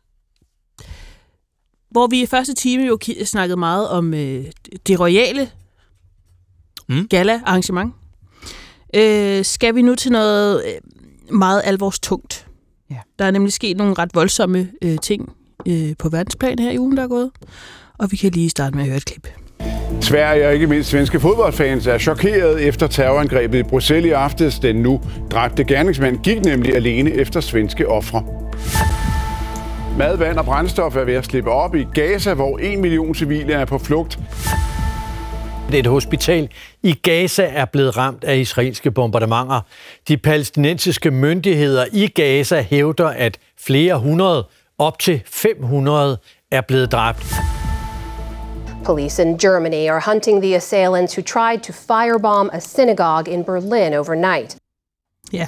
Hvor vi i første time jo snakkede meget om øh, det royale mm. gala-arrangement, øh, skal vi nu til noget øh, meget alvorstungt. Ja. Der er nemlig sket nogle ret voldsomme øh, ting øh, på verdensplan her i ugen, der er gået. Og vi kan lige starte med at høre et klip. Sverige og ikke mindst svenske fodboldfans er chokeret efter terrorangrebet i Bruxelles i aftes. Den nu dræbte gerningsmand gik nemlig alene efter svenske ofre. Mad, vand og brændstof er ved at slippe op i Gaza, hvor en million civile er på flugt. Et hospital i Gaza er blevet ramt af israelske bombardementer. De palæstinensiske myndigheder i Gaza hævder, at flere hundrede, op til fem hundrede, er blevet dræbt. Police in Germany are hunting the assailants who tried to firebomb a synagogue in Berlin overnight. Ja,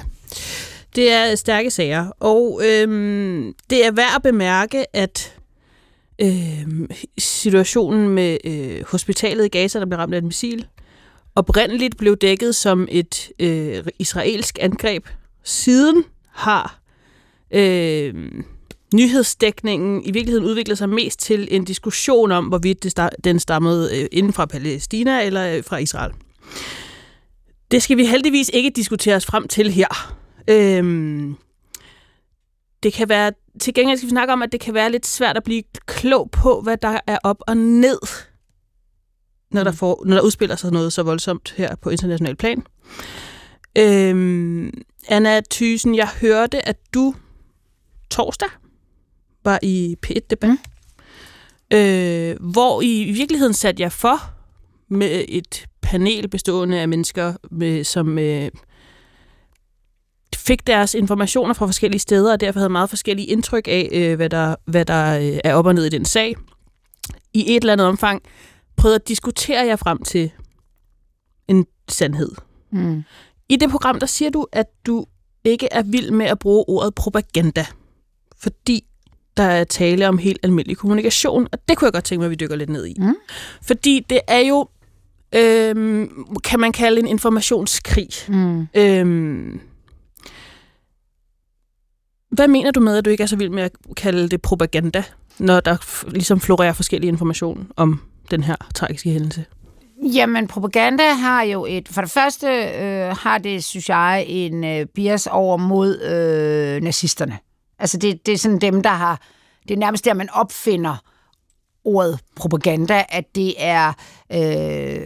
det er stærke sager, og øhm, det er værd at bemærke, at øh, situationen med øh, hospitalet i Gaza, der blev ramt af et missil, oprindeligt blev dækket som et øh, israelsk angreb. Siden har øh, nyhedsdækningen i virkeligheden udviklet sig mest til en diskussion om, hvorvidt det sta- den stammede øh, inden fra Palæstina eller øh, fra Israel. Det skal vi heldigvis ikke diskutere os frem til her. Øh, det kan være, til gengæld skal vi snakke om, at det kan være lidt svært at blive klog på, hvad der er op og ned, når der, får, når der udspiller sig noget så voldsomt her på international plan. Øhm, Anna Thyssen, jeg hørte, at du torsdag var i P et-debat, mm. øh, hvor I i virkeligheden satte jer for med et panel bestående af mennesker, med, som øh, fik deres informationer fra forskellige steder, og derfor havde meget forskellige indtryk af, øh, hvad der, hvad der øh, er op og ned i den sag. I et eller andet omfang prøvede at diskutere jer frem til en sandhed. Mm. I det program, der siger du, at du ikke er vild med at bruge ordet propaganda, fordi der er tale om helt almindelig kommunikation, og det kunne jeg godt tænke mig, at vi dykker lidt ned i. Mm. Fordi det er jo, øhm, kan man kalde en informationskrig. Mm. Øhm, hvad mener du med, at du ikke er så vild med at kalde det propaganda, når der f- ligesom florerer forskellige information om den her tragiske hændelse? Jamen, propaganda har jo et... For det første øh, har det, synes jeg, en øh, bias over mod øh, nazisterne. Altså, det, det er sådan dem, der har... Det er nærmest der, man opfinder ordet propaganda, at det er... Øh,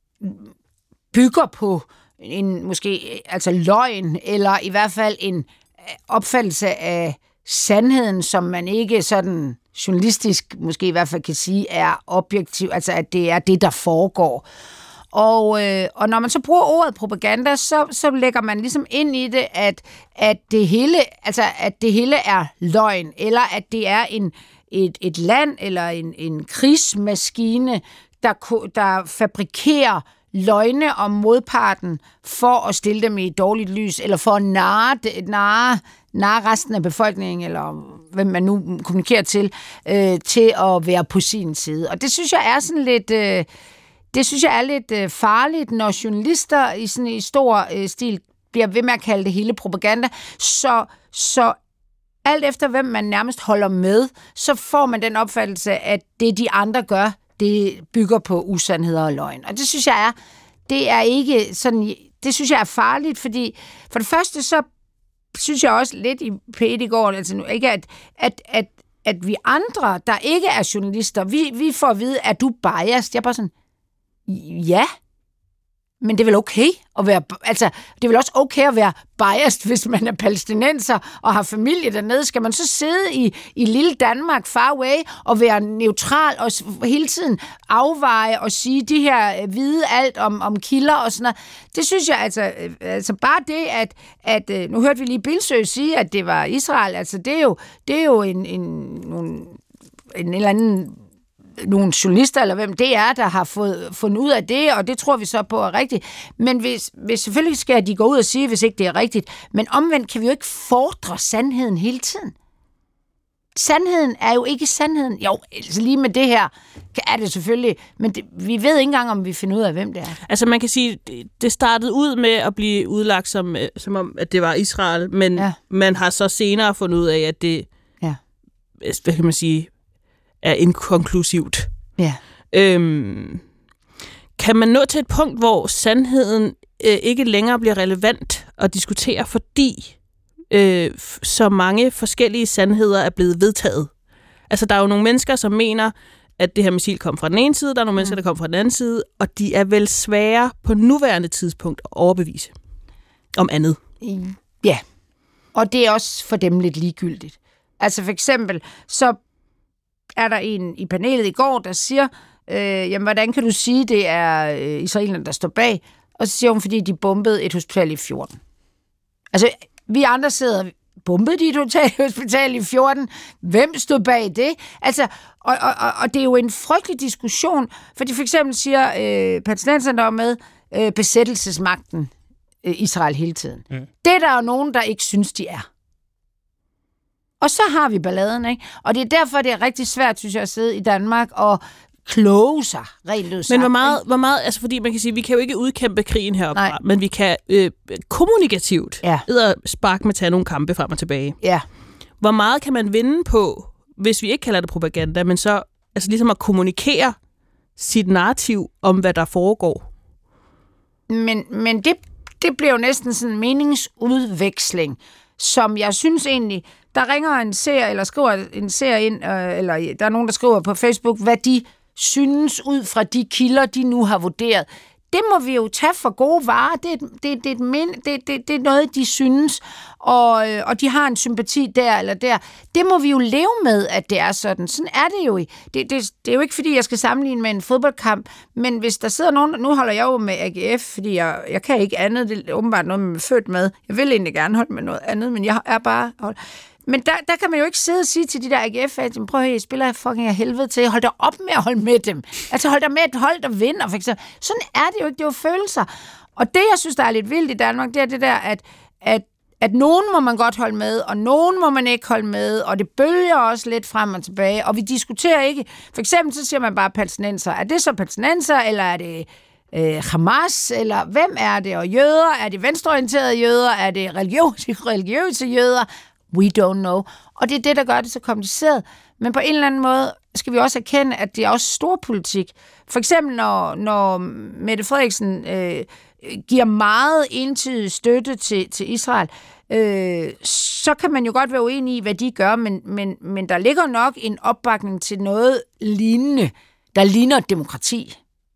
bygger på en måske altså løgn, eller i hvert fald en opfattelse af sandheden, som man ikke sådan journalistisk måske i hvert fald kan sige er objektiv, altså at det er det, der foregår. Og, øh, og når man så bruger ordet propaganda, så, så lægger man ligesom ind i det, at, at, det hele, altså, at det hele er løgn, eller at det er en, et, et land eller en, en krigsmaskine, der, der fabrikerer løgne om modparten for at stille dem i et dårligt lys, eller for at narre, narre, narre resten af befolkningen, eller hvem man nu kommunikerer til, øh, til at være på sin side. Og det synes jeg er sådan lidt... Øh, det synes jeg er lidt øh, farligt, når journalister i sådan en stor øh, stil bliver ved med at kalde det hele propaganda. Så, så alt efter, hvem man nærmest holder med, så får man den opfattelse, at det, de andre gør, det bygger på usandheder og løgn. Og det synes jeg er, det er ikke sådan, det synes jeg er farligt, fordi for det første, så synes jeg også lidt i P et i går, altså nu ikke, at, at, at, at vi andre, der ikke er journalister, vi, vi får at vide, at du er biased. Jeg er bare sådan, ja, men det er vel okay at være, altså, det er vel også okay at være biased, hvis man er palæstinenser og har familie dernede. Skal man så sidde i, i lille Danmark, far away, og være neutral og hele tiden afveje og sige de her, vide alt om, om kilder og sådan noget. Det synes jeg, altså, altså bare det, at, at nu hørte vi lige Bildsøe sige, at det var Israel, altså det er jo, det er jo en, en, en, en eller anden nogle journalister, eller hvem det er, der har fået, fundet ud af det, og det tror vi så på er rigtigt. Men hvis, hvis selvfølgelig skal de gå ud og sige, hvis ikke det er rigtigt. Men omvendt kan vi jo ikke fordre sandheden hele tiden. Sandheden er jo ikke sandheden. Jo, altså lige med det her er det selvfølgelig, men det, vi ved ikke engang, om vi finder ud af, hvem det er. Altså man kan sige, det startede ud med at blive udlagt som, som om, at det var Israel, men ja. Man har så senere fundet ud af, at det, ja. Hvad kan man sige, er inkonklusivt. Ja. Øhm, kan man nå til et punkt, hvor sandheden øh, ikke længere bliver relevant at diskutere, fordi øh, så mange forskellige sandheder er blevet vedtaget? Altså, der er jo nogle mennesker, som mener, at det her missil kom fra den ene side, der er nogle mm. mennesker, der kom fra den anden side, og de er vel svære på nuværende tidspunkt at overbevise om andet. Ja, og det er også for dem lidt ligegyldigt. Altså for eksempel, så er der en i panelet i går, der siger, øh, jamen, hvordan kan du sige, det er øh, israelerne, der står bag? Og så siger hun, fordi de bombede et hospital i fjorten. Altså, vi andre sidder, bombede de et hospital i fjorten? Hvem stod bag det? Altså, og, og, og det er jo en frygtelig diskussion, fordi for eksempel siger øh, palæstinenserne der med øh, besættelsesmagten øh, Israel hele tiden. Mm. Det er der jo nogen, der ikke synes, de er. Og så har vi balladen, ikke? Og det er derfor, det er rigtig svært, synes jeg, at sidde i Danmark og kloge sig, rent ud sagt. Men hvor meget, hvor meget, altså fordi man kan sige, vi kan jo ikke udkæmpe krigen heroppe, men vi kan øh, kommunikativt ja. sparke med at tage nogle kampe frem og tilbage. Ja. Hvor meget kan man vinde på, hvis vi ikke kalder det propaganda, men så altså ligesom at kommunikere sit narrativ om, hvad der foregår? Men, men det, det bliver jo næsten sådan en meningsudveksling, som jeg synes egentlig, der ringer en seer, eller skriver en seer ind, øh, eller der er nogen, der skriver på Facebook, hvad de synes ud fra de kilder, de nu har vurderet. Det må vi jo tage for gode varer. Det, det, det, det, det, det, det er noget, de synes, og, og de har en sympati der eller der. Det må vi jo leve med, at det er sådan. Sådan er det jo. Det, det, det er jo ikke, fordi jeg skal sammenligne med en fodboldkamp, men hvis der sidder nogen... Nu holder jeg jo med A G F, fordi jeg, jeg kan ikke andet. Det er åbenbart noget, man er født med. Jeg vil egentlig gerne holde med noget andet, men jeg er bare... Hold. Men der, der kan man jo ikke sidde og sige til de der A G F-fans, prøv at høre, I spiller fucking af helvede til, hold da op med at holde med dem. Altså hold da med et hold, der vinder, for eksempel. Sådan er det jo ikke, det er jo følelser. Og det, jeg synes, der er lidt vildt i Danmark, det er det der, at, at, at nogen må man godt holde med, og nogen må man ikke holde med, og det bølger også lidt frem og tilbage, og vi diskuterer ikke. For eksempel så siger man bare palæstinenser. Er det så palæstinenser, eller er det øh, Hamas, eller hvem er det? Og jøder? Er det venstreorienterede jøder? Er det religiøse, religiøse jøder? We don't know. Og det er det, der gør det så kompliceret. Men på en eller anden måde skal vi også erkende, at det er også storpolitik. For eksempel, når, når Mette Frederiksen øh, giver meget entydig støtte til, til Israel, øh, så kan man jo godt være uenig i, hvad de gør, men, men, men der ligger nok en opbakning til noget lignende, der ligner demokrati.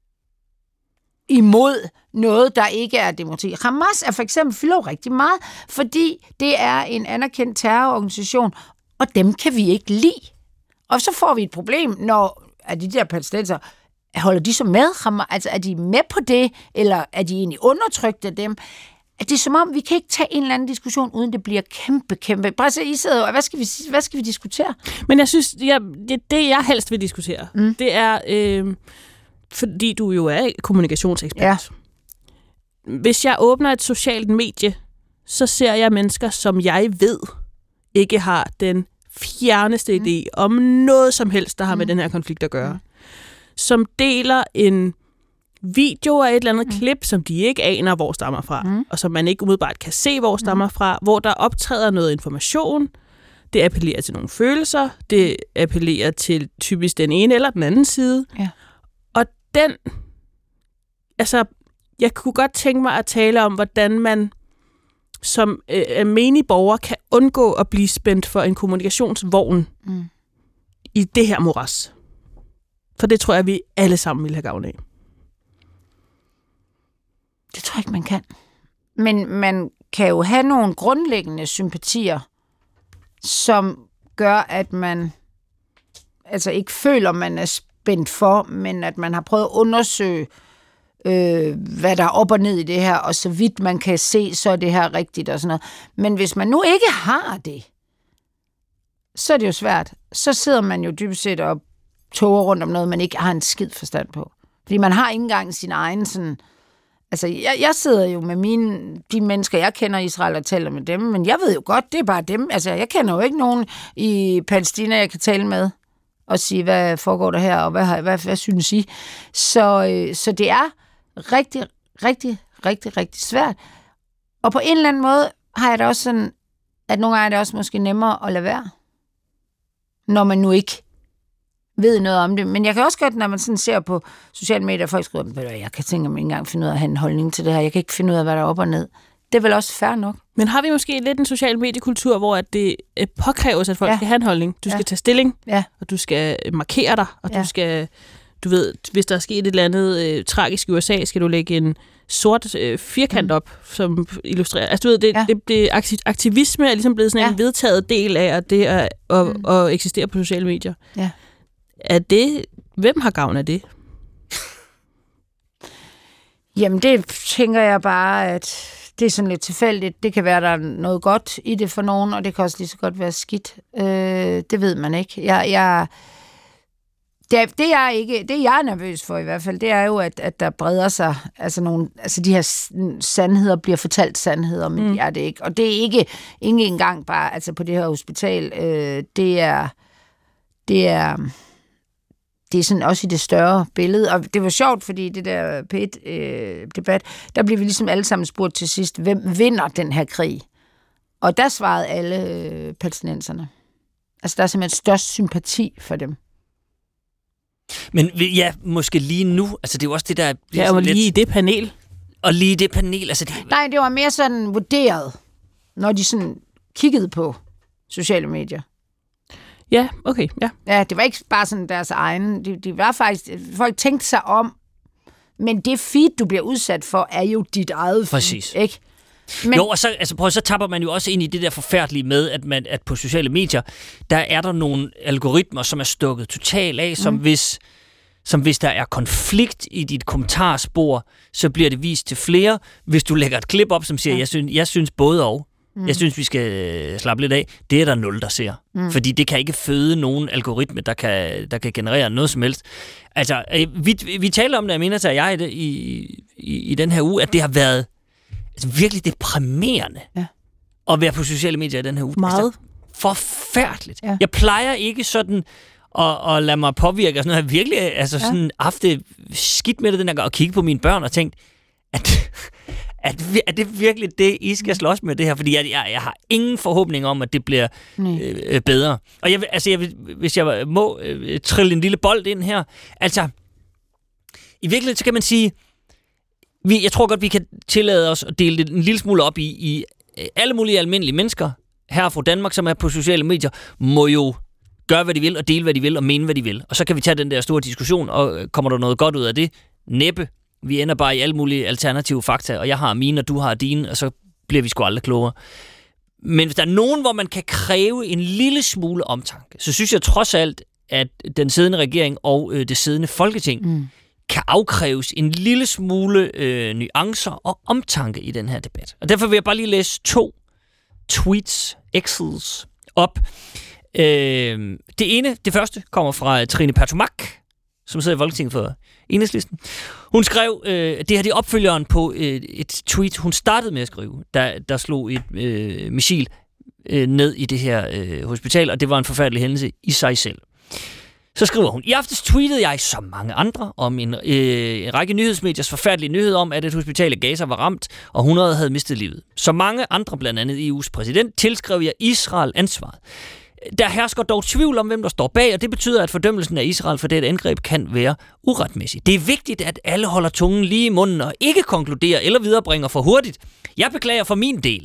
Imod noget, der ikke er demokrati. Hamas er for eksempel fylder rigtig meget, fordi det er en anerkendt terrororganisation, og dem kan vi ikke lide. Og så får vi et problem, når er de der palæstinenser, holder de så med Hamas? Altså er de med på det, eller er de egentlig undertrykt af dem? At det er som om, vi kan ikke tage en eller anden diskussion, uden det bliver kæmpe, kæmpe. Bare så I sidder, hvad skal vi, hvad skal vi diskutere? Men jeg synes, jeg, det, det jeg helst vil diskutere, mm. det er... Øh, fordi du jo er kommunikationsekspert. Ja. Hvis jeg åbner et socialt medie, så ser jeg mennesker, som jeg ved ikke har den fjerneste mm. idé om noget som helst, der har mm. med den her konflikt at gøre. Mm. Som deler en video af et eller andet mm. klip, som de ikke aner, hvor stammer fra, mm. og som man ikke umiddelbart kan se, hvor stammer fra, hvor der optræder noget information. Det appellerer til nogle følelser. Det appellerer til typisk den ene eller den anden side. Ja. Den, altså, jeg kunne godt tænke mig at tale om, hvordan man som øh, menig borger kan undgå at blive spændt for en kommunikationsvogn mm. i det her moras. For det tror jeg, vi alle sammen vil have gavn af. Det tror jeg ikke, man kan. Men man kan jo have nogle grundlæggende sympatier, som gør, at man altså ikke føler, man er spændt for, men at man har prøvet at undersøge, øh, hvad der er op og ned i det her, og så vidt man kan se, så er det her rigtigt og sådan noget. Men hvis man nu ikke har det, så er det jo svært. Så sidder man jo dybest set og toger rundt om noget, man ikke har en skid forstand på. Fordi man har ikke engang sin egen sådan... Altså, jeg, jeg sidder jo med mine, de mennesker, jeg kender i Israel og taler med dem, men jeg ved jo godt, det er bare dem. Altså, jeg kender jo ikke nogen i Palæstina, jeg kan tale med og sige, hvad foregår der her, og hvad, hvad, hvad, hvad synes I? Så, øh, så det er rigtig, rigtig, rigtig, rigtig svært. Og på en eller anden måde har jeg det også sådan, at nogle gange er det også måske nemmere at lade være, når man nu ikke ved noget om det. Men jeg kan også godt, når man sådan ser på sociale medier, folk skriver, at jeg kan tænke mig ikke engang finde ud af at have en holdning til det her. Jeg kan ikke finde ud af, hvad der er op og ned. Det er vel også fair nok. Men har vi måske lidt en social mediekultur, hvor at det påkræves, at folk ja. skal have en holdning? Du skal ja. tage stilling, ja. og du skal markere dig, og ja. du skal, du ved, hvis der er sket et eller andet øh, tragisk i U S A, skal du lægge en sort øh, firkant mm. op, som illustrerer. Altså du ved, det, ja. det, det aktivisme er ligesom blevet sådan ja. en vedtaget del af at det at, at, mm. at, at eksistere på sociale medier. Ja. Er det, hvem har gavn af det? Jamen det tænker jeg bare, at det er sådan lidt tilfældigt. Det kan være, der er noget godt i det for nogen, og det kan også lige så godt være skidt. Øh, det ved man ikke. Jeg, jeg, Det, det, er ikke, det jeg er nervøs for i hvert fald, det er jo, at, at der breder sig, altså, nogle, altså de her sandheder bliver fortalt sandheder, men mm. de er det ikke. Og det er ikke, ikke engang bare altså på det her hospital. Øh, det er... Det er... Det er sådan også i det større billede. Og det var sjovt, fordi det der P et-debat, øh, der blev vi ligesom alle sammen spurgt til sidst, hvem vinder den her krig? Og der svarede alle øh, palæstinenserne. Altså, der er simpelthen størst sympati for dem. Men ja, måske lige nu, altså det er jo også det, der... Ja, og lige lidt... i det panel. Og lige i det panel, altså det... Nej, det var mere sådan vurderet, når de sådan kiggede på sociale medier. Ja, okay, ja. Ja, det var ikke bare sådan deres egen. De, de var faktisk... Folk tænkte sig om, men det feed, du bliver udsat for, er jo dit eget feed, præcis. Ikke? Men... Jo, og så, altså, prøv, så tapper man jo også ind i det der forfærdelige med, at, man, at på sociale medier, der er der nogle algoritmer, som er stukket totalt af, som, mm. hvis, som hvis der er konflikt i dit kommentarspor, så bliver det vist til flere. Hvis du lægger et klip op, som siger, ja. jeg, synes, jeg synes både og, mm. jeg synes, vi skal slappe lidt af, det er der nul, der ser. Mm. Fordi det kan ikke føde nogen algoritme, der kan, der kan generere noget som helst. Altså, vi, vi taler om det, Aminata og jeg, i, i, i den her uge, at det har været altså, virkelig deprimerende ja. At være på sociale medier i den her uge. Meget. Altså, forfærdeligt. Ja. Jeg plejer ikke sådan at, at lade mig påvirke. Og sådan noget. Jeg virkelig altså, ja. Sådan, haft det skidt med det den her gang, og kigge på mine børn og tænkt, at, at, at det virkelig det, I skal slås med det her? Fordi jeg, jeg, jeg har ingen forhåbning om, at det bliver øh, bedre. Og jeg, altså, jeg, hvis jeg må øh, trille en lille bold ind her, altså, i virkeligheden, så kan man sige, Vi, jeg tror godt, vi kan tillade os at dele det en lille smule op i, i alle mulige almindelige mennesker her fra Danmark, som er på sociale medier, må jo gøre, hvad de vil, og dele, hvad de vil, og mene, hvad de vil. Og så kan vi tage den der store diskussion, og kommer der noget godt ud af det? Næppe. Vi ender bare i alle mulige alternative fakta, og jeg har mine, og du har dine, og så bliver vi sgu aldrig klogere. Men hvis der er nogen, hvor man kan kræve en lille smule omtanke, så synes jeg trods alt, at den siddende regering og øh, det siddende Folketing mm. kan afkræves en lille smule øh, nuancer og omtanke i den her debat. Og derfor vil jeg bare lige læse to tweets, X's, op. Øh, det ene, det første, kommer fra Trine Pertumak, som sidder i Folketinget for Enhedslisten. Hun skrev, øh, det her det er opfølgeren på øh, et tweet, hun startede med at skrive, der, der slog et øh, missil øh, ned i det her øh, hospital, og det var en forfærdelig hændelse i sig selv. Så skriver hun, i aftes tweetede jeg, som mange andre, om en, øh, en række nyhedsmediers forfærdelige nyhed om, at et hospital i Gaza var ramt, og hundrede havde mistet livet. Som mange andre, blandt andet E U's præsident, tilskrev jeg Israel ansvaret. Der hersker dog tvivl om, hvem der står bag, og det betyder, at fordømmelsen af Israel for dette angreb kan være uretmæssig. Det er vigtigt, at alle holder tungen lige i munden og ikke konkluderer eller viderebringer for hurtigt. Jeg beklager for min del.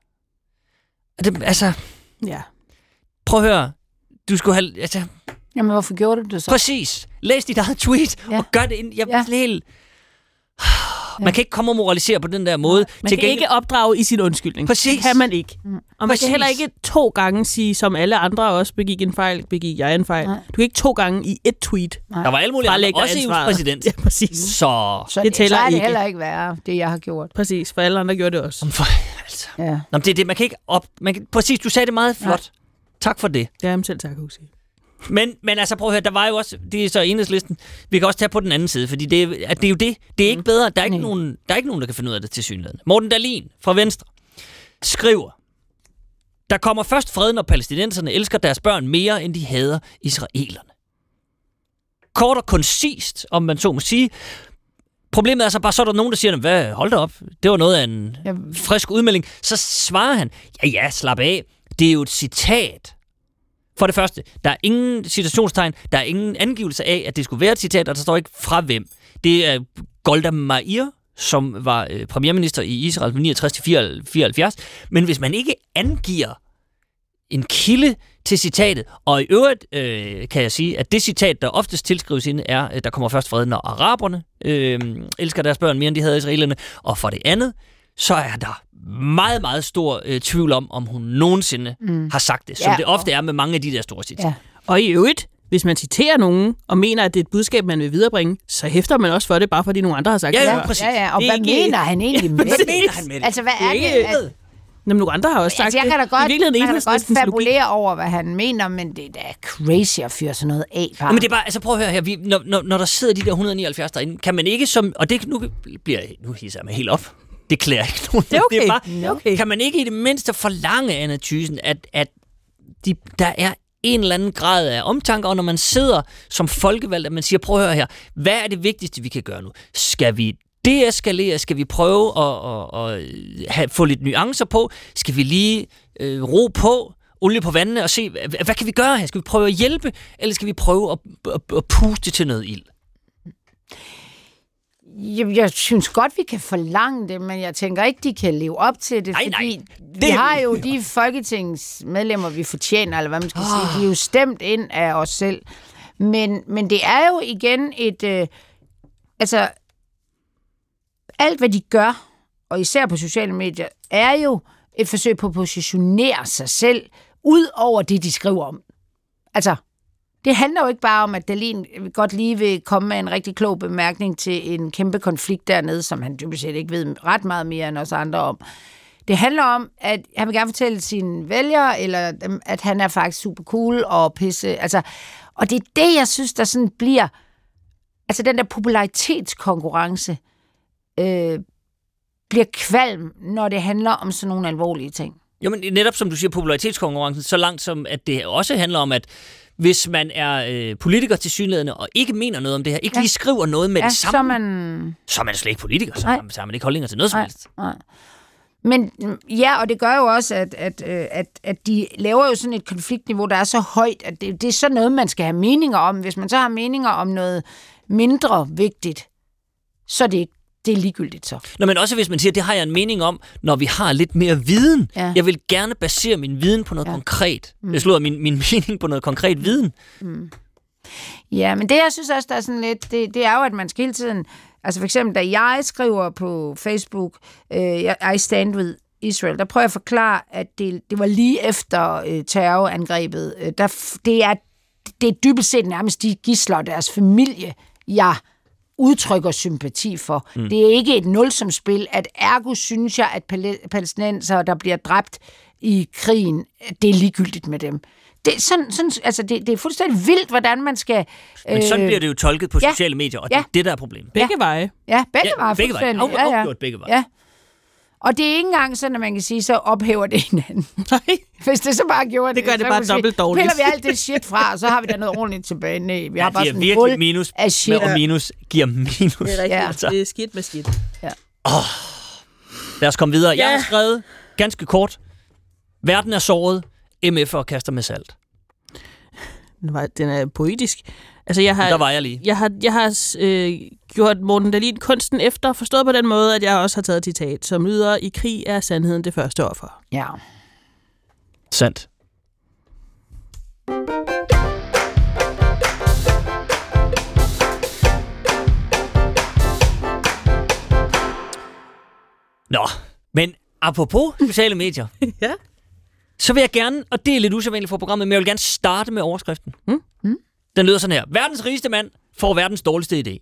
Det, altså, ja. Prøv at høre. Du skulle have... Altså, jamen, hvorfor gjorde du det så? Præcis. Læs dit eget tweet ja. Og gør det ind. Jeg ja. helt... Man kan ikke komme og moralisere på den der måde. Man kan ikke opdrage i sin undskyldning. Præcis. Det kan man ikke. Mm. Og man Præcis. kan heller ikke to gange sige, som alle andre også begik en fejl, begik jeg en fejl. Nej. Du kan ikke to gange i et tweet. Nej. Der var alle mulige andre, også E U's præsident. Ja, præcis. Mm. Så, så det tæller så er det ikke. Heller ikke være det, jeg har gjort. Præcis, for alle andre gjorde det også. For, altså. Ja. Nå, det er det, man kan ikke op... Man kan, præcis, du sagde det meget flot. Ja. Tak for det. Jamen selv tak, Huxi. Men, men altså, prøv at høre, der var jo også, det er så Enhedslisten, vi kan også tage på den anden side, fordi det er, at det er jo det, det er ikke bedre, der er ikke, nogen, der er ikke nogen, der kan finde ud af det tilsyneladende. Morten Dahlin fra Venstre skriver, der kommer først fred, når palæstinenserne elsker deres børn mere, end de hader israelerne. Kort og koncist, om man så må sige. Problemet er så bare, så er der nogen, der siger, hvad, hold da op, det var noget af en frisk udmelding. Så svarer han, ja ja, slap af, det er jo et citat. For det første, der er ingen citationstegn, der er ingen angivelse af, at det skulle være et citat, og der står ikke fra hvem. Det er Golda Meir, som var øh, premierminister i Israel fra niogtres til fireoghalvfjerds. Men hvis man ikke angiver en kilde til citatet, og i øvrigt øh, kan jeg sige, at det citat, der oftest tilskrives inde, er, at der kommer først fred, når araberne øh, elsker deres børn mere, end de havde israelerne. Og for det andet, så er der meget, meget stor øh, tvivl om, om hun nogensinde mm. har sagt det, som ja, det ofte er med mange af de der store citater. Ja. Og i øvrigt, hvis man citerer nogen, og mener, at det er et budskab, man vil viderebringe, så hæfter man også for det, bare fordi nogen andre har sagt ja, det. Ja, præcis. Ja, ja. Og hvad ikke... mener han egentlig med det? Hvad mener han med det? Altså, hvad er det? At... Jamen, nogle andre har også sagt altså, jeg kan da godt, det. man kan da godt fabulere over, hvad han mener, men det er da crazy at fyre sådan noget af. Ja, men det er bare, altså prøv at høre her, vi, når, når, når der sidder de der et hundrede og nioghalvfjerds derinde, kan man ikke som, og det nu bliver, nu hisser jeg mig helt op, det klæder ikke nogen. Det er okay. Det er bare, det er okay. Kan man ikke i det mindste forlange, Anna Thyssen, at, at de, der er en eller anden grad af omtanke, og når man sidder som folkevalgt, at man siger, prøv at høre her, hvad er det vigtigste, vi kan gøre nu? Skal vi deeskalere? Skal vi prøve at, at, at have, få lidt nuancer på? Skal vi lige øh, ro på, olie på vandene og se, hvad, hvad kan vi gøre her? Skal vi prøve at hjælpe, eller skal vi prøve at, at, at puste til noget ild? Jeg, jeg synes godt, vi kan forlange det, men jeg tænker ikke, de kan leve op til det, nej, fordi nej. vi Det... har jo de folketingsmedlemmer, vi fortjener, eller hvad man skal oh. sige, de er jo stemt ind af os selv. Men, men det er jo igen et... Øh, altså, alt hvad de gør, og især på sociale medier, er jo et forsøg på at positionere sig selv ud over det, de skriver om. Altså, det handler jo ikke bare om, at Dahlin godt lige vil komme med en rigtig klog bemærkning til en kæmpe konflikt dernede, som han dybest set ikke ved ret meget mere end os andre om. Det handler om, at han vil gerne fortælle sine vælgere, eller at han er faktisk super cool og pisse. Altså, og det er det, jeg synes, der sådan bliver... Altså, den der popularitetskonkurrence øh, bliver kvalm, når det handler om sådan nogle alvorlige ting. Jo, men netop som du siger, popularitetskonkurrencen, så langt som, at det også handler om, at hvis man er øh, politiker til synlædende og ikke mener noget om det her, ikke ja. lige skriver noget med ja, det samme, så er man... så er man slet ikke politiker, så, så har man ikke holdninger til noget som helst. Nej. Men ja, og det gør jo også, at, at, at, at de laver jo sådan et konfliktniveau, der er så højt, at det, det er sådan noget, man skal have meninger om. Hvis man så har meninger om noget mindre vigtigt, så er det ikke det er ligegyldigt så. Nå, men også hvis man siger, det har jeg en mening om, når vi har lidt mere viden. Ja. Jeg vil gerne basere min viden på noget ja. konkret. Mm. Jeg slår min, min mening på noget konkret viden. Mm. Ja, men det jeg synes også, der er sådan lidt, det, det er jo, at man skal hele tiden, altså for eksempel, da jeg skriver på Facebook, øh, I stand with Israel, der prøver jeg at forklare, at det, det var lige efter øh, terrorangrebet. Øh, der, det, er, det er dybest set nærmest de gidsler og deres familie, jeg udtrykker sympati for. Mm. Det er ikke et nulsumsspil, at ergo synes jeg, at palæstinenser, der bliver dræbt i krigen, det er ligegyldigt med dem. Det er, sådan, sådan, altså det, det er fuldstændig vildt, hvordan man skal... Men sådan øh, bliver det jo tolket på ja, sociale medier, og ja, det er det, der er problemet. Begge veje. Ja, begge ja, veje. Begge veje. Afgjort ja, ja. begge veje. Ja. Og det er ikke engang sådan, at man kan sige, så ophæver det hinanden. Nej. Hvis det så bare gjorde det, det gør det bare dobbelt dårligt. Piller vi alt det shit fra, og så har vi da noget ordentligt tilbage. Nej, vi ja, har bare sådan en fuld minus, af shit. Og minus giver minus. Det er rigtigt. Ja. Altså. Det er skidt med skidt. Ja. Oh. Lad os komme videre. Ja. Jeg har skrevet ganske kort. Verden er såret. M F'er kaster med salt. Den er poetisk. Altså, jeg har, der var jeg lige. Jeg har, jeg har øh, gjort Morten Dahlin kunsten efter, forstået på den måde, at jeg også har taget et citat, som lyder, i krig er sandheden det første offer. Ja. Sandt. Nå, men apropos sociale medier, ja. så vil jeg gerne, og det er lidt usædvanligt for programmet, men jeg vil gerne starte med overskriften. Mm. Mm. Den lyder sådan her. Verdens rigeste mand får verdens dårligste idé.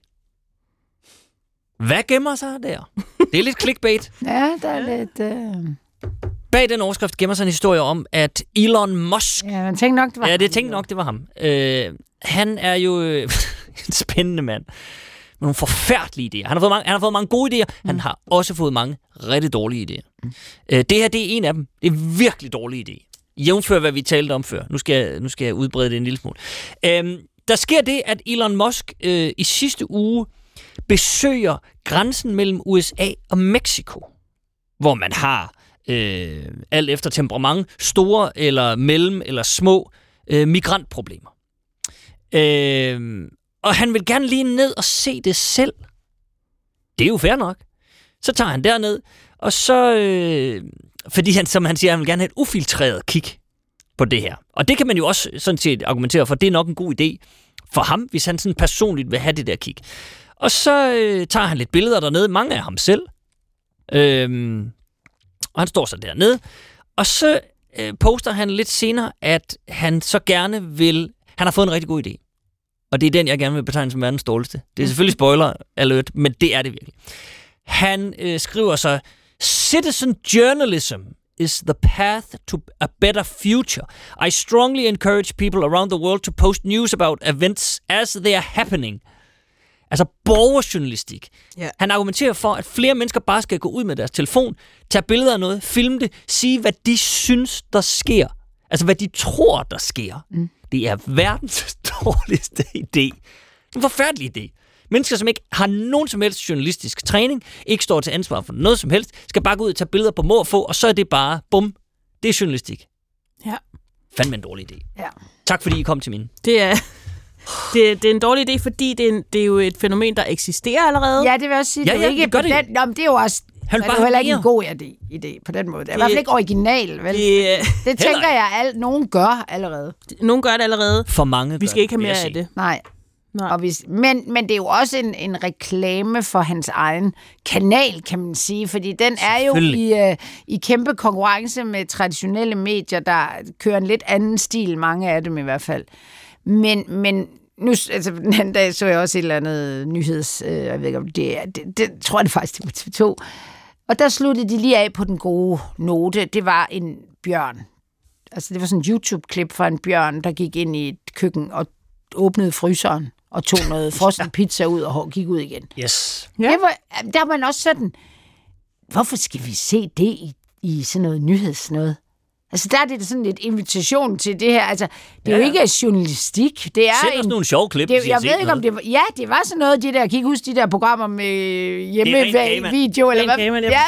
Hvad gemmer sig der? Det er lidt clickbait. Ja, der er lidt... Uh... Bag den overskrift gemmer sig en historie om, at Elon Musk... Ja, man tænkte nok, det var ja, ham. Ja, det tænkte nok, det var ham. Øh, han er jo en spændende mand. Med nogle forfærdelige idéer. Han har fået mange, han har fået mange gode idéer. Mm. Han har også fået mange rigtig dårlige idéer. Mm. Øh, det her, det er en af dem. Det er en virkelig dårlig idé. Jævnfør, hvad vi talte om før. Nu skal jeg, nu skal jeg udbrede det en lille smule. Øhm, der sker det, at Elon Musk øh, i sidste uge besøger grænsen mellem U S A og Mexico, hvor man har, øh, alt efter temperament, store eller mellem eller små øh, migrantproblemer. Øh, og han vil gerne lige ned og se det selv. Det er jo fair nok. Så tager han derned, og så... Øh, fordi han, som han siger, han vil gerne have et ufiltreret kig på det her. Og det kan man jo også sådan set argumentere for, det er nok en god idé for ham, hvis han sådan personligt vil have det der kig. Og så øh, tager han lidt billeder dernede, mange af ham selv. Øhm, og han står så dernede. Og så øh, poster han lidt senere, at han så gerne vil... Han har fået en rigtig god idé. Og det er den, jeg gerne vil betegne som verdens dårligste. Det er selvfølgelig spoiler alert, men det er det virkelig. Han øh, skriver så... Citizen journalism is the path to a better future. I strongly encourage people around the world to post news about events as they are happening. Altså borgerjournalistik. Ja. Han argumenterer for, at flere mennesker bare skal gå ud med deres telefon, tage billeder af noget, filme det, sige, hvad de synes, der sker. Altså, hvad de tror, der sker. Mm. Det er verdens dårligste idé. En forfærdelig idé. Mennesker, som ikke har nogen som helst journalistisk træning, ikke står til ansvar for noget som helst, skal bare gå ud og tage billeder på må og få, og så er det bare, bum, det er journalistik. Ja. Fandme en dårlig idé. Ja. Tak fordi I kom til mine. Det er, det, det er en dårlig idé, fordi det er, en, det er jo et fænomen, der eksisterer allerede. Ja, det vil jeg også sige. Ja, det er ja, ikke det gør på det. den, nå, men det er jo også Han det er jo heller ikke en god idé, idé på den måde. Det er i hvert fald ikke original, vel? Det, det tænker jeg, at nogen gør allerede. Nogen gør det allerede. For mange Vi skal ikke have vil jeg mere sige. af det. Nej. Nej. Og hvis, men, men det er jo også en, en reklame for hans egen kanal, kan man sige, fordi den er jo i, øh, i kæmpe konkurrence med traditionelle medier, der kører en lidt anden stil, mange af dem i hvert fald. Men, men nu, altså, den anden dag så jeg også et eller andet nyheds, øh, jeg ved ikke om det er, det, det tror jeg det faktisk, det var T V to, og der sluttede de lige af på den gode note. Det var en bjørn. Altså det var sådan en YouTube-klip fra en bjørn, der gik ind i et køkken og åbnede fryseren og tog noget frossen pizza ud og gik ud igen. Yes. Ja. Det var, der var man også sådan, hvorfor skal vi se det i, i sådan noget nyhedsnød? Altså der er det sådan lidt invitation til det her. Altså det er ja, jo ikke journalistik. Det er Send os en, nogle sjove klip, det, hvis I jeg har ved set ikke om noget. det var, ja, det var sådan noget, de der, kan I huske de der programmer med hjemmevideo eller hvad? Gamer, Ja,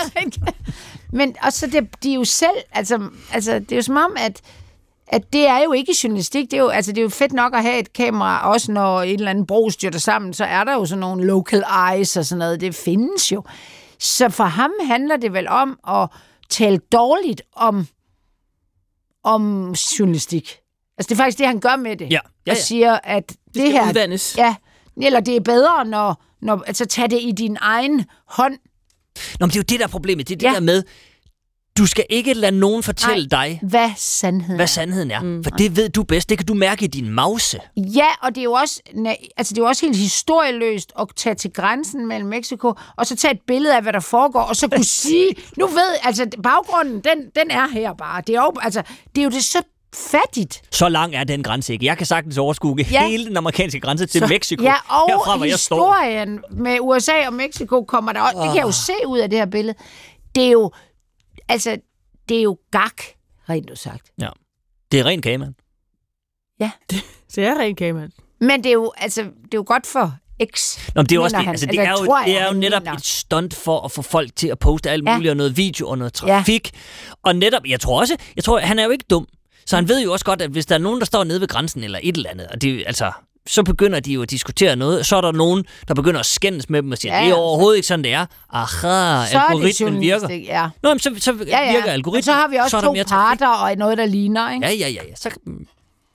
men også det, de er jo selv, altså, altså det er jo som om, at at det er jo ikke journalistik. Det er jo, altså, det er jo fedt nok at have et kamera, også når et eller andet bro styrter sammen, så er der jo sådan nogle local eyes og sådan noget. Det findes jo. Så for ham handler det vel om at tale dårligt om, om journalistik. Altså, det er faktisk det, han gør med det. Ja. Ja, ja. Og siger, at det, det her... udvandes. Ja, eller det er bedre, når... når altså, tag det i din egen hånd. Nå, men det er jo det, der er problemet. Det er det Ja. der med, du skal ikke lade nogen fortælle Nej, dig, hvad sandheden hvad er. sandheden er. Mm. For det ved du bedst. Det kan du mærke i din mause. Ja, og det er jo også, altså det er jo også helt historieløst at tage til grænsen mellem Mexico, og så tage et billede af, hvad der foregår, og så kunne sige, nu ved, altså baggrunden, den, den er her bare. Det er jo, altså, det er jo det så fattigt. Så lang er den grænse ikke. Jeg kan sagtens overskue Ja. hele den amerikanske grænse til Så, Mexico. Ja, og herfra, hvor jeg står. historien med U S A og Mexico kommer der også, det kan jeg jo se ud af det her billede. Det er jo, altså, det er jo gak, rent ud sagt. Ja. Det er ren kagemand. Ja. Det er rent kamera. Men det er jo, altså, det er jo godt for X. Nå, men det er jo også det. han. Altså, det, Altså, er jo, tror jeg, det er jo han netop mener. et stunt for at få folk til at poste alt Ja. muligt, og noget video og noget trafik. Ja. Og netop, jeg tror også, jeg tror, han er jo ikke dum. Så han ved jo også godt, at hvis der er nogen, der står nede ved grænsen eller et eller andet, og det, altså, så begynder de jo at diskutere noget, så er der nogen, der begynder at skændes med dem og siger, Ja, det er ja. overhovedet ikke sådan, det er. Aha, Så er det algoritmen virker. journalistik, ja. Nå, men så, så Ja, ja. virker algoritmen. Og så har vi også så er der to mere trafik. parter og noget, der ligner, ikke? Ja, ja, ja. ja. Så kan man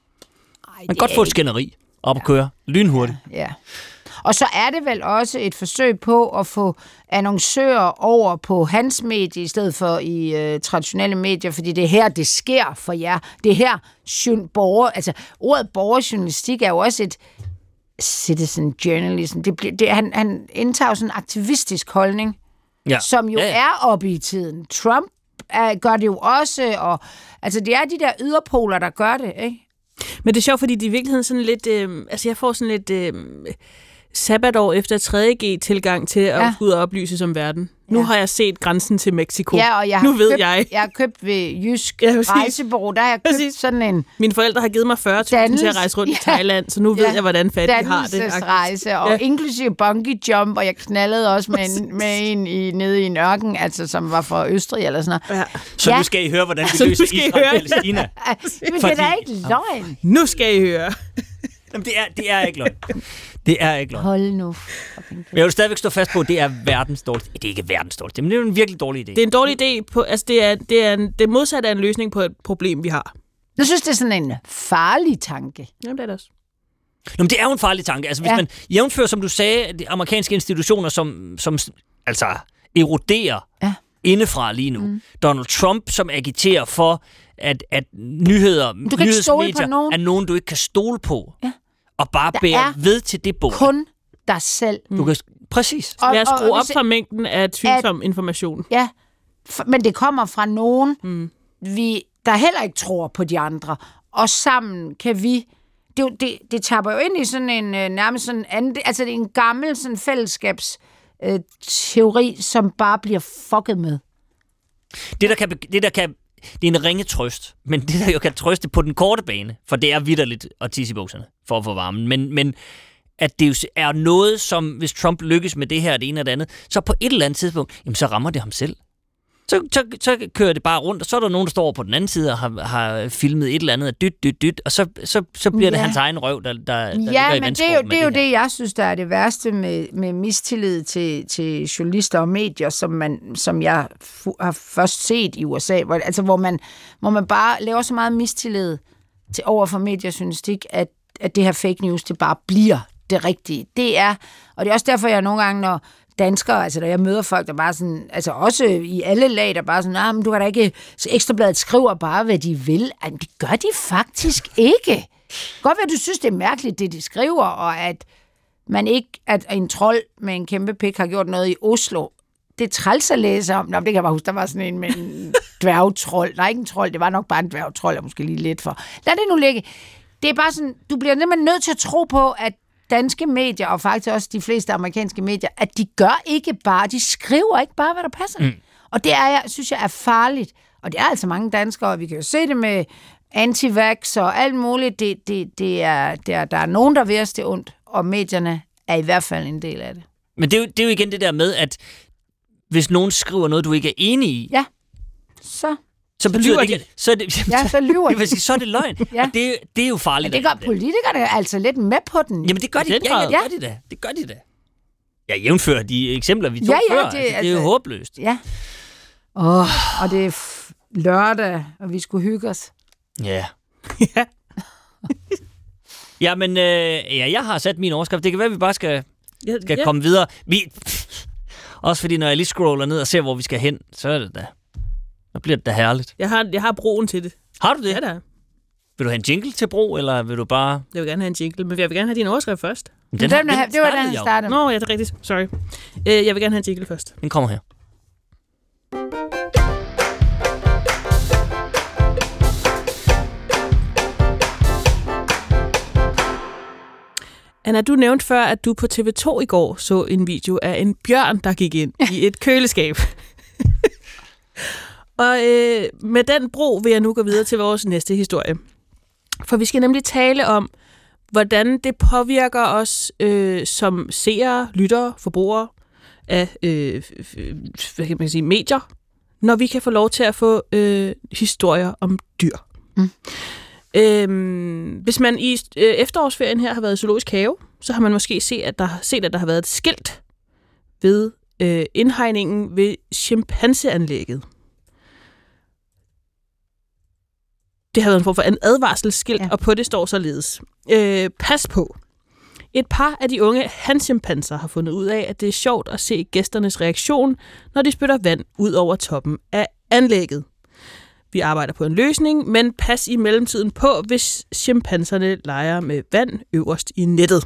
Ej, kan godt få et ikke- skænderi op at køre lynhurtigt. Ja. Og så er det vel også et forsøg på at få annoncører over på hans medie, i stedet for i øh, traditionelle medier, fordi det er her, det sker for jer. Det er her, jour- borger, altså ordet borgerjournalistik er jo også et citizen journalism. Det bliver, det, han, han indtager jo sådan en aktivistisk holdning, Ja. som jo ja, ja. er oppe i tiden. Trump er, gør det jo også, og altså det er de der yderpoler, der gør det, ikke? Men det er sjovt, fordi de i virkeligheden sådan lidt... Øh, altså, jeg får sådan lidt... Øh, sabbatår efter tredje G-tilgang til at Ja. gå ud og oplyse som verden. Nu Ja. har jeg set grænsen til Mexico. Ja, og jeg har nu ved købt, jeg. Jeg har købt ved Jysk Ja, præcis. Rejsebureau, der har jeg købt Præcis. sådan en Mine forældre har givet mig fyrre tusind til at rejse rundt i Ja. Thailand, så nu ved Ja. jeg, hvordan fattige har det. dannelsesrejse, og Ja. inklusive bungee jump, og jeg knaldede også med en, med en i, nede i en ørken, altså som var fra Østrig eller sådan noget. Ja. Så Ja. nu skal I høre, hvordan vi Så nu løser skal I Israel og høre. Palæstina. Men det er da ikke løgn. Nu skal I høre. Jamen, det er, det er ikke løgn. Det er ikke løgn. Hold nu. Men jeg vil stadigvæk stå fast på, at det er verdens dårligste. Det er ikke verdens dårligste, men det er jo en virkelig dårlig idé. Det er en dårlig idé. På, altså det er, det er en, det modsatte af en løsning på et problem, vi har. Jeg synes, det er sådan en farlig tanke. Jamen, det er det også. Nå, men det er jo en farlig tanke. Altså, hvis Ja. man jævnfører, som du sagde, de amerikanske institutioner, som, som altså eroderer Ja. indefra lige nu. Mm. Donald Trump, som agiterer for, at, at nyheder, Du kan ikke stole på nyhedsmedier nogen. er nogen, du ikke kan stole på. Ja. Og bare Der bære er ved til det bord. Kun dig selv. Du kan, præcis. Lad os skrue op hvis- for mængden af tvivlsom information. Ja, men det kommer fra nogen, mm. vi, der heller ikke tror på de andre. Og sammen kan vi... Det, det, det tapper jo ind i sådan en øh, nærmest sådan anden... Altså det er en gammel sådan fællesskabsteori, øh, som bare bliver fucket med. Det, der kan... Det, der kan det er en ringe trøst, men det, der jo kan trøste på den korte bane, for det er vitterligt at tisse i bukserne for at få varmen, men... men at det jo er noget, som hvis Trump lykkes med det her og det ene og det andet, så på et eller andet tidspunkt, jamen så rammer det ham selv. Så, så, så kører det bare rundt, og så er der nogen, der står på den anden side og har, har filmet et eller andet af dyt, dyt, dyt, og så, så, så bliver ja. det hans egen røv, der, der, der ja, ligger i men det er jo, det, er jo det, det, jeg synes, der er det værste med, med mistillid til, til journalister og medier, som, man, som jeg fu- har først set i U S A, hvor, altså, hvor, man, hvor man bare laver så meget mistillid til over for mediejournalistik, at, at det her fake news, det bare bliver det rigtige. Det er, og det er også derfor, jeg nogle gange, når danskere, altså når jeg møder folk, der bare sådan, altså også i alle lag, der bare sådan, nej, men du kan da ikke, så Ekstrabladet skriver bare, hvad de vil. Jamen, det gør de faktisk ikke. Godt være, du synes, det er mærkeligt, det de skriver, og at man ikke, at en trold med en kæmpe pik har gjort noget i Oslo. Det er træls at læse om. Nå, det kan jeg bare huske, der var sådan en med en dværgtrold. Nej, ikke en trold, det var nok bare en dværgtrold, jeg måske lige lidt for. Lad det nu ligge. Det er bare sådan, du bliver nemlig nødt til at tro på, at danske medier, og faktisk også de fleste amerikanske medier, at de gør ikke bare, de skriver ikke bare, hvad der passer. Mm. Og det er, jeg synes jeg, er farligt. Og det er altså mange danskere, og vi kan jo se det med anti-vax og alt muligt. Det, det, det er, det er, der er nogen, der vil os det ondt, og medierne er i hvert fald en del af det. Men det er, jo, det er jo igen det der med, at hvis nogen skriver noget, du ikke er enig i, ja, så... Så betyder det ikke, så er det, ja, så lyver de. Så er det løgn. Ja. Og det, det er jo farligt. Men det gør politikerne altså lidt med på den. Jamen det gør de, ja, ja, det gør de da. Det gør de da. Ja, jævnfører de eksempler, vi tog ja, ja, før. Det, altså, altså, det er jo håbløst. Ja. Oh, og det er f- lørdag, og vi skulle hygge os. Ja. Ja. Ja, men øh, ja, jeg har sat min overskrift. Det kan være, at vi bare skal, skal ja. komme videre. Vi, også fordi, når jeg lige scroller ned og ser, hvor vi skal hen, så er det da... Så bliver det da herligt. Jeg har, jeg har broen til det. Har du det? Ja, da. Vil du have en jingle til bro, eller vil du bare... Jeg vil gerne have en jingle, men jeg vil gerne have din overskrift først. Den, den, den, den det var den, han startede. Nå, ja, det er rigtigt. Sorry. Øh, jeg vil gerne have en jingle først. Den kommer her. Anna, du nævnte før, at du på T V to i går så en video af en bjørn, der gik ind i et køleskab. Og øh, med den bro vil jeg nu gå videre til vores næste historie. For vi skal nemlig tale om, hvordan det påvirker os øh, som seere, lyttere, forbrugere af øh, hvad kan man sige, medier, når vi kan få lov til at få øh, historier om dyr. Mm. Øhm, hvis man i øh, efterårsferien her har været i Zoologisk Have, så har man måske set, at der, set, at der har været et skilt ved øh, indhegningen ved chimpanseanlægget. Det har været en form for en advarselsskilt, ja. Og på det står således. Øh, pas på. Et par af de unge hanchimpanser har fundet ud af, at det er sjovt at se gæsternes reaktion, når de spytter vand ud over toppen af anlægget. Vi arbejder på en løsning, men pas i mellemtiden på, hvis chimpanserne leger med vand øverst i nettet.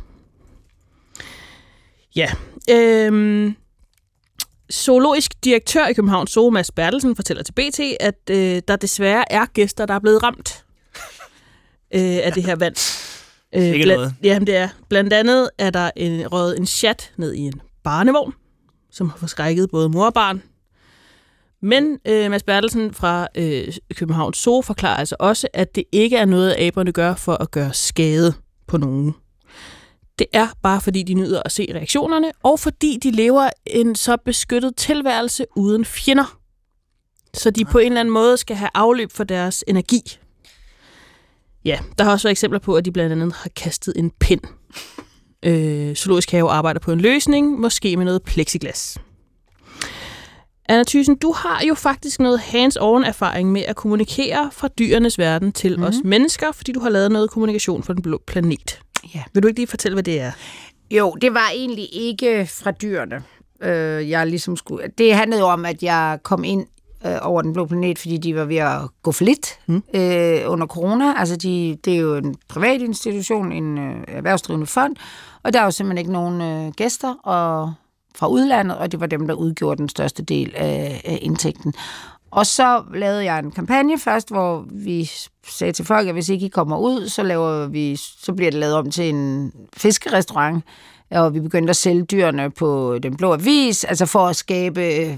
Ja. Øhm, zoologisk direktør i København Zoo, Mads Bertelsen, fortæller til B T, at øh, der desværre er gæster, der er blevet ramt øh, af det her vand. Øh, Ikke bla- noget. Jamen det er. Blandt andet er der en, røget en chat ned i en barnevogn, som har forskrækket både mor og barn. Men øh, Mads Bertelsen fra øh, Københavns Zoo forklarer altså også, at det ikke er noget, aberne gør for at gøre skade på nogen. Det er bare fordi, de nyder at se reaktionerne, og fordi de lever en så beskyttet tilværelse uden fjender. Så de på en eller anden måde skal have afløb for deres energi. Ja, der har også været eksempler på, at de blandt andet har kastet en pind. Øh, Zoologisk Have arbejder på en løsning, måske med noget plexiglas. Anna Thyssen, du har jo faktisk noget hands-on erfaring med at kommunikere fra dyrenes verden til mm-hmm. os mennesker, fordi du har lavet noget kommunikation for Den Blå Planet. Ja. Vil du ikke lige fortælle, hvad det er? Jo, det var egentlig ikke fra dyrene. Øh, jeg ligesom skulle... Det handlede jo om, at jeg kom ind øh, over Den Blå Planet, fordi de var ved at gå for lidt mm. øh, under corona. Altså, de, det er jo en privat institution, en øh, erhvervsdrivende fond, og der er jo simpelthen ikke nogen øh, gæster, og fra udlandet, og det var dem, der udgjorde den største del af, af indtægten. Og så lavede jeg en kampagne først, hvor vi sagde til folk, at hvis ikke I kommer ud, så, laver vi, så bliver det lavet om til en fiskerestaurant, og vi begyndte at sælge dyrene på Den Blå Avis, altså for at skabe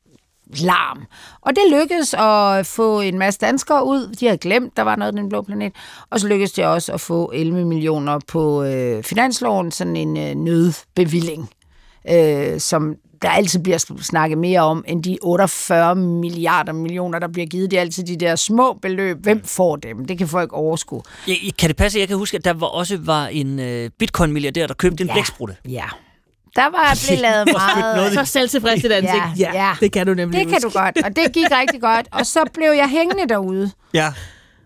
larm. Og det lykkedes at få en masse danskere ud. De havde glemt, der var noget af Den Blå Planet. Og så lykkedes det også at få elleve millioner på øh, finansloven, sådan en øh, nødbevilling, øh, som der altid bliver snakket mere om, end de otteogfyrre milliarder millioner, der bliver givet. Det er altid de der små beløb. Hvem får dem? Det kan folk overskue. Ja, kan det passe? Jeg kan huske, at der var også var en øh, bitcoin-milliardær, der købte en ja. blæksprutte. Ja. Der var blevet lavet meget... Så selvtilfreds i det ansigt. Ja, ja, det kan du nemlig Det kan huske. du godt, og det gik rigtig godt. Og så blev jeg hængende derude. Ja.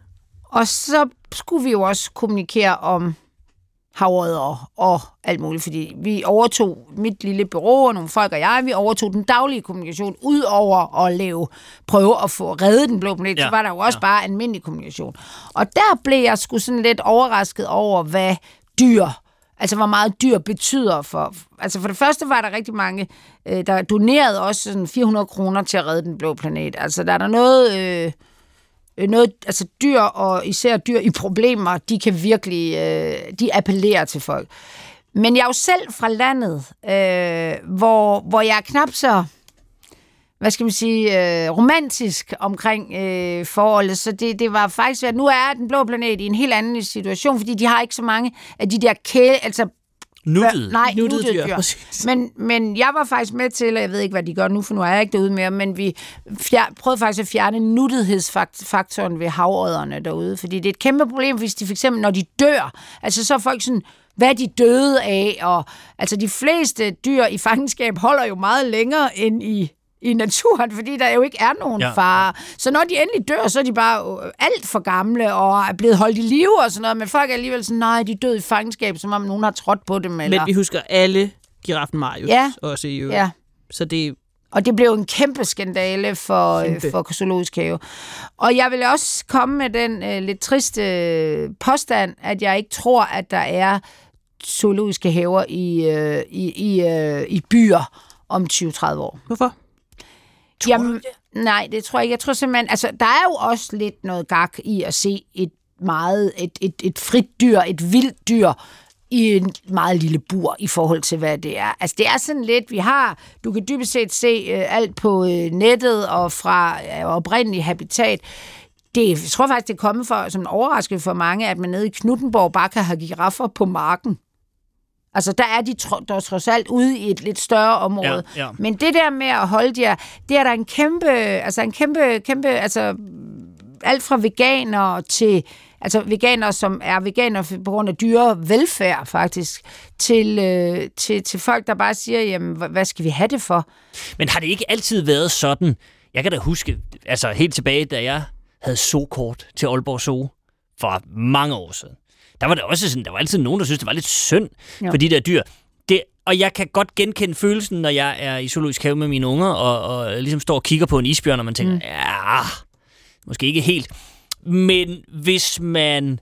Og så skulle vi jo også kommunikere om havredder og alt muligt, fordi vi overtog mit lille bureau, og nogle folk og jeg, vi overtog den daglige kommunikation, ud over at lave, prøve at få reddet Den Blå Planet, ja. Så var der jo også ja. bare almindelig kommunikation. Og der blev jeg sgu sådan lidt overrasket over, hvad dyr, altså hvor meget dyr betyder for... Altså for det første var der rigtig mange, øh, der donerede også sådan fire hundrede kroner til at redde Den Blå Planet. Altså der er der noget... Øh, Noget, altså dyr, og især dyr i problemer, de kan virkelig, øh, de appellerer til folk. Men jeg er jo selv fra landet, øh, hvor, hvor jeg er knap så, hvad skal man sige, øh, romantisk omkring øh, forholdet. Så det, det var faktisk, at nu er Den Blå Planet i en helt anden situation, fordi de har ikke så mange af de der kæle, altså Nuttede. Nej, nuttede dyr. dyr. Men, men jeg var faktisk med til, og jeg ved ikke, hvad de gør nu, for nu er jeg ikke derude mere, men vi fjer, prøvede faktisk at fjerne nuttighedsfaktoren ved havodderne derude, fordi det er et kæmpe problem, hvis de for eksempel, når de dør, altså så er folk sådan, hvad er de døde af? Og altså de fleste dyr i fangenskab holder jo meget længere end i i naturen, fordi der jo ikke er nogen ja. fare. Så når de endelig dør, så er de bare alt for gamle og er blevet holdt i live og sådan noget, men folk er alligevel sådan, nej, de er døde i fangenskab, som om nogen har trådt på dem. Eller... Men vi husker alle giraffen Marius ja. også i øvrigt. Ja. Så det... Og det blev en kæmpe skandale for, kæmpe. for Zoologisk Have. Og jeg vil også komme med den øh, lidt triste øh, påstand, at jeg ikke tror, at der er zoologiske haver i, øh, i, i, øh, i byer om tyve til tredive år. Hvorfor? Tror Jamen, det? Nej, det tror jeg ikke. Jeg tror simpelthen, altså, der er jo også lidt noget gak i at se et meget, et, et, et frit dyr, et vildt dyr, i en meget lille bur i forhold til, hvad det er. Altså, det er sådan lidt, vi har, du kan dybest set se øh, alt på øh, nettet og fra øh, oprindelig habitat. Det, jeg tror faktisk, det er kommet for, som en overraskelse for mange, at man nede i Knuthenborg bare kan have giraffer på marken. Altså, der er de tro, der er trods alt ude i et lidt større område. Ja, ja. Men det der med at holde de her, det er der en kæmpe, altså en kæmpe, kæmpe, altså alt fra veganer til, altså veganer, som er veganer på grund af dyrevelfærd faktisk, til, øh, til, til folk, der bare siger, jamen, hvad skal vi have det for? Men har det ikke altid været sådan? Jeg kan da huske, altså helt tilbage, da jeg havde zookort til Aalborg Zoo for mange år siden. Der var der også sådan, der var altid nogen, der synes det var lidt synd jo. for de der dyr. Det, og jeg kan godt genkende følelsen, når jeg er i Zoologisk Have med mine unger, og, og ligesom står og kigger på en isbjørn, og man tænker, mm. ja, måske ikke helt. Men hvis man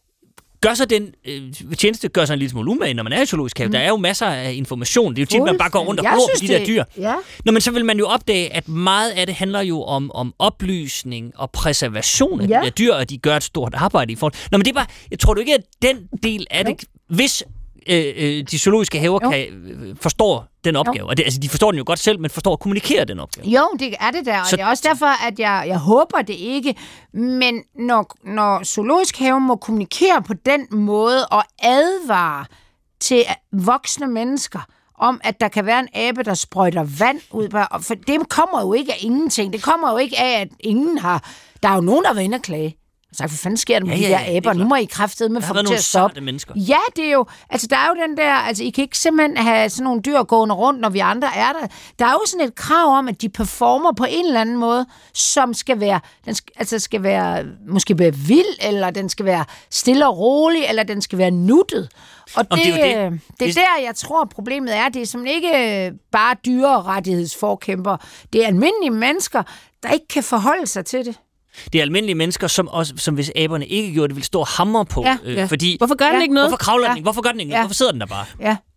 gør sig den øh, tjeneste, gør sig en lille smule umage, når man er i Zoologisk Have, mm. der er jo masser af information. Det er jo tit, man bare går rundt og glor på de der dyr. Ja. Nå, men så vil man jo opdage, at meget af det handler jo om, om oplysning og preservation af ja. de der dyr, og de gør et stort arbejde i forhold. Nå, men det er bare, jeg tror du ikke, at den del af det, hvis øh, øh, de zoologiske haver jo. kan øh, forstå den opgave, og det, altså de forstår den jo godt selv, men forstår at kommunikere den opgave. Jo, det er det der, og så det er også derfor, at jeg, jeg håber det ikke, men når, når Zoologisk Have må kommunikere på den måde og advare til voksne mennesker om, at der kan være en abe, der sprøjter vand ud på, for det kommer jo ikke af ingenting. Det kommer jo ikke af, at ingen har... Der er jo nogen, der vil ind og klage. Så hvad fanden sker der med ja, ja, ja, de der aber? Nu må I kraftedeme få dem til at stoppe. Ja, det er jo, altså der er jo den der, altså I kan ikke simpelthen have sådan nogle dyr gående rundt, når vi andre er der. Der er jo sådan et krav om, at de performer på en eller anden måde, som skal være, den skal, altså skal være, måske være vild, eller den skal være stille og rolig, eller den skal være nuttet. Og det, det, er det. det er der, jeg tror, problemet er. Det er som ikke bare dyrerettighedsforkæmper. Det er almindelige mennesker, der ikke kan forholde sig til det. Det er almindelige mennesker, som, også, som hvis aberne ikke gjorde det, vil stå og hamre på. Ja, øh, ja. Fordi, hvorfor gør den ja. ikke noget? Hvorfor kravler den ja. ikke? Hvorfor gør den ikke noget? Ja. Hvorfor sidder den der bare? Ja.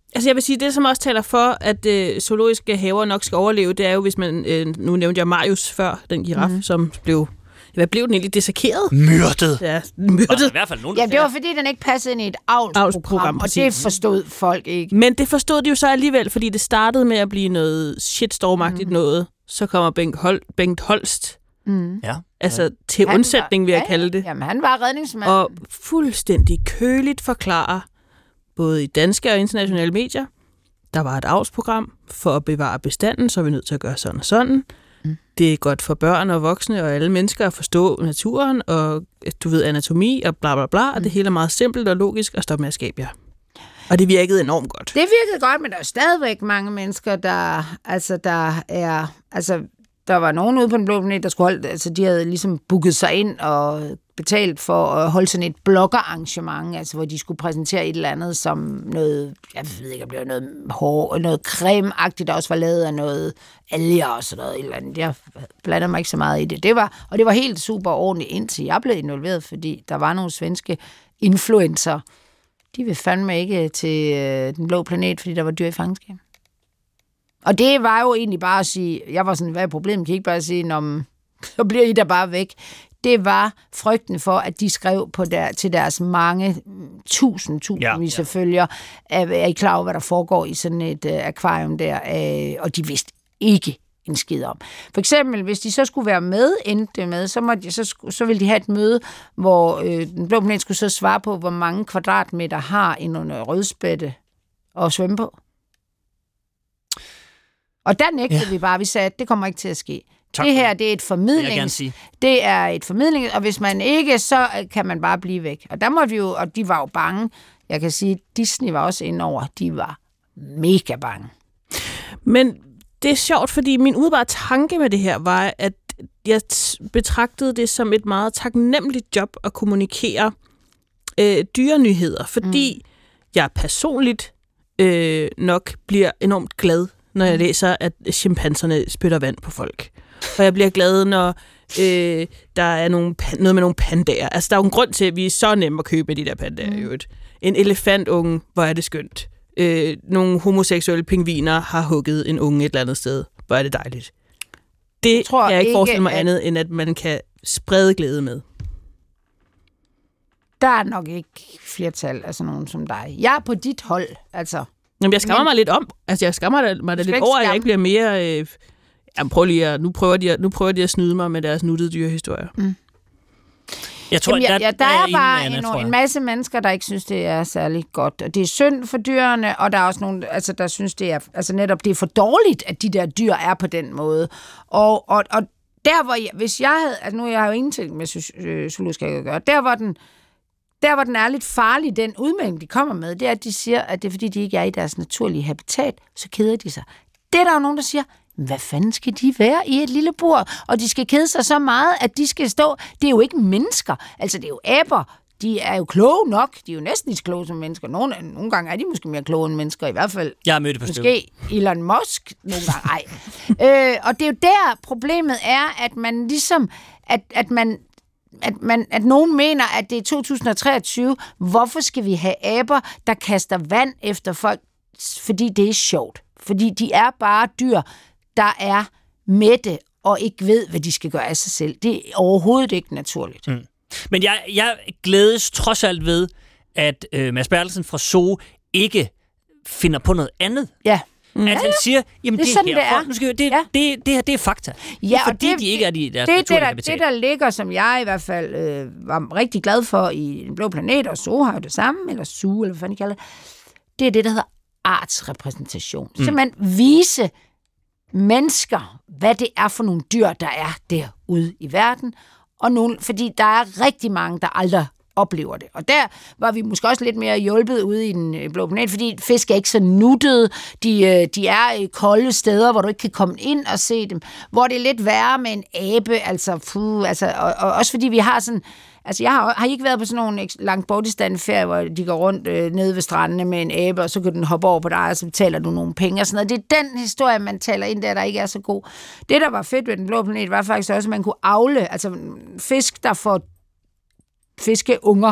Altså jeg vil sige, det som også taler for, at øh, zoologiske haver nok skal overleve, det er jo, hvis man, øh, nu nævnte jeg Marius før, den giraf, mm. som blev, hvad blev den egentlig, dissekeret? Myrdet. Ja, myrdet. I hvert fald nogen, ja, det var fordi, den ikke passede ind i et avlsprogram, avlsprogram og det forstod folk ikke. Men det forstod de jo så alligevel, fordi det startede med at blive noget shitstormagtigt mm. noget. Så kommer Bengt, Hol- Bengt Holst, mm. ja. altså til han undsætning, vil jeg ja, kalde det. Jamen, han var redningsmand. Og fuldstændig køligt forklarer, både i danske og internationale medier, der var et avlsprogram for at bevare bestanden, så er vi nødt til at gøre sådan og sådan. Mm. Det er godt for børn og voksne og alle mennesker at forstå naturen, og du ved, anatomi og bla bla bla, mm. og det hele er meget simpelt og logisk at stoppe med at skabe jer. Og det virkede enormt godt. Det virkede godt, men der er stadigvæk mange mennesker, der, altså, der er... Altså, der var nogen ude på den blå planet, der skulle holde... Altså, de havde ligesom booket sig ind og betalt for at holde sådan et bloggerarrangement, altså, hvor de skulle præsentere et eller andet som noget... Jeg ved ikke, om det var noget hår, noget cremeagtigt, der også var lavet af noget alger og sådan noget. Eller andet. Jeg blandede mig ikke så meget i det. det var, og det var helt super ordentligt, indtil jeg blev involveret, fordi der var nogle svenske influencer. De vil fandme ikke til øh, den blå planet, fordi der var dyr i fangenskab. Og det var jo egentlig bare at sige, jeg var sådan, hvad er problemet? Kan I ikke bare sige, når så bliver I der bare væk. Det var frygten for, at de skrev på der, til deres mange tusind, tusindvis af følgere, er I klar over, hvad der foregår i sådan et uh, akvarium der, uh, og de vidste ikke en skid om. For eksempel, hvis de så skulle være med, endte med, så, måtte de, så, så ville de have et møde, hvor øh, den blå planet skulle så svare på, hvor mange kvadratmeter har en rødspætte at svømme på. Og der nægtede ja. vi bare, vi sagde, at det kommer ikke til at ske. Tak. Det her, det er et formidlings... Det er et formidling, og hvis man ikke, så kan man bare blive væk. Og der måtte vi jo, og de var jo bange. Jeg kan sige, Disney var også inde over. De var mega bange. Men det er sjovt, fordi min udebare tanke med det her var, at jeg betragtede det som et meget taknemmeligt job at kommunikere øh, dyrenyheder, fordi mm. jeg personligt øh, nok bliver enormt glad, når jeg læser, at chimpanserne spytter vand på folk. Og jeg bliver glad, når øh, der er nogle, noget med nogle pandaer. Altså, der er jo en grund til, at vi er så nemme at købe de der pandaer. Mm. En elefantunge, hvor er det skønt. Øh, nogle homoseksuelle pingviner har hugget en unge et eller andet sted. Hvor er det dejligt. Det jeg tror kan jeg ikke forestille mig at... andet, end at man kan sprede glæde med. Der er nok ikke flertal af sådan nogen som dig. Jeg er på dit hold, altså. Jamen, jeg skammer Men... mig lidt om. Altså, jeg skammer mig da lidt over, at jeg ikke bliver mere... Øh... Jamen, prøv lige at... Nu prøver, de at... nu prøver de at snyde mig med deres nuttede dyrehistorier. Mm. Jeg tror, Jamen, ja, der, ja, der, der er, er bare en, en, en masse mennesker, der ikke synes, det er særlig godt. Og det er synd for dyrene, og der er også nogen, altså, der synes, det er, altså, netop, det er for dårligt, at de der dyr er på den måde. Og, og, og der, hvor jeg, hvis jeg havde... Altså, nu jeg har jeg jo ingenting med zoologisk at gøre. Der, hvor den, der, hvor den er lidt farlig, den udmelding, de kommer med, det er, at de siger, at det er, fordi de ikke er i deres naturlige habitat, så keder de sig. Det er der jo nogen, der siger... Hvad fanden skal de være i et lille bur? Og de skal kede sig så meget, at de skal stå... Det er jo ikke mennesker. Altså, det er jo aber. De er jo kloge nok. De er jo næsten lige så kloge som mennesker. Nogle, nogle gange er de måske mere kloge end mennesker. I hvert fald... Jeg har mødt det på Måske Elon Musk nogle gange. Ej. øh, og det er jo der, problemet er, at man ligesom... At, at man... At, man, at nogen mener, at det er to tusind treogtyve. Hvorfor skal vi have aber, der kaster vand efter folk? Fordi det er sjovt. Fordi de er bare dyr, der er mætte og ikke ved, hvad de skal gøre af sig selv. Det er overhovedet ikke naturligt. Mm. Men jeg, jeg glædes trods alt ved, at øh, Mads Bertelsen fra Zoo ikke finder på noget andet. Ja. Mm. At han siger, jamen det, det er sådan, her, det er. Nu skal vi, det, ja. det, det her, det er fakta. Ja, det er, fordi det, de ikke er i deres det, naturlige det, habitat. Det, der ligger, som jeg i hvert fald øh, var rigtig glad for i Den Blå Planet, og Zoo har jo det samme, eller Zoo, eller hvad fanden I kalder det, det er det, der hedder artsrepræsentation. Mm. Simpelthen vise mennesker, hvad det er for nogle dyr, der er derude i verden, og nogle, fordi der er rigtig mange, der aldrig oplever det. Og der var vi måske også lidt mere hjulpet ude i Den Blå Planet, fordi fisk er ikke så nuttede, de, de er i kolde steder, hvor du ikke kan komme ind og se dem, hvor det er lidt værre med en abe, altså, puh, altså og, og også fordi vi har sådan, altså jeg har, har ikke været på sådan nogle langt bortdistande-ferier, hvor de går rundt øh, nede ved strandene med en abe, og så kan den hoppe over på dig, og så betaler du nogle penge og sådan noget. Det er den historie, man taler ind der, der ikke er så god. Det, der var fedt ved Den Blå Planet, var faktisk også, at man kunne avle, altså fisk, der får fiskeunger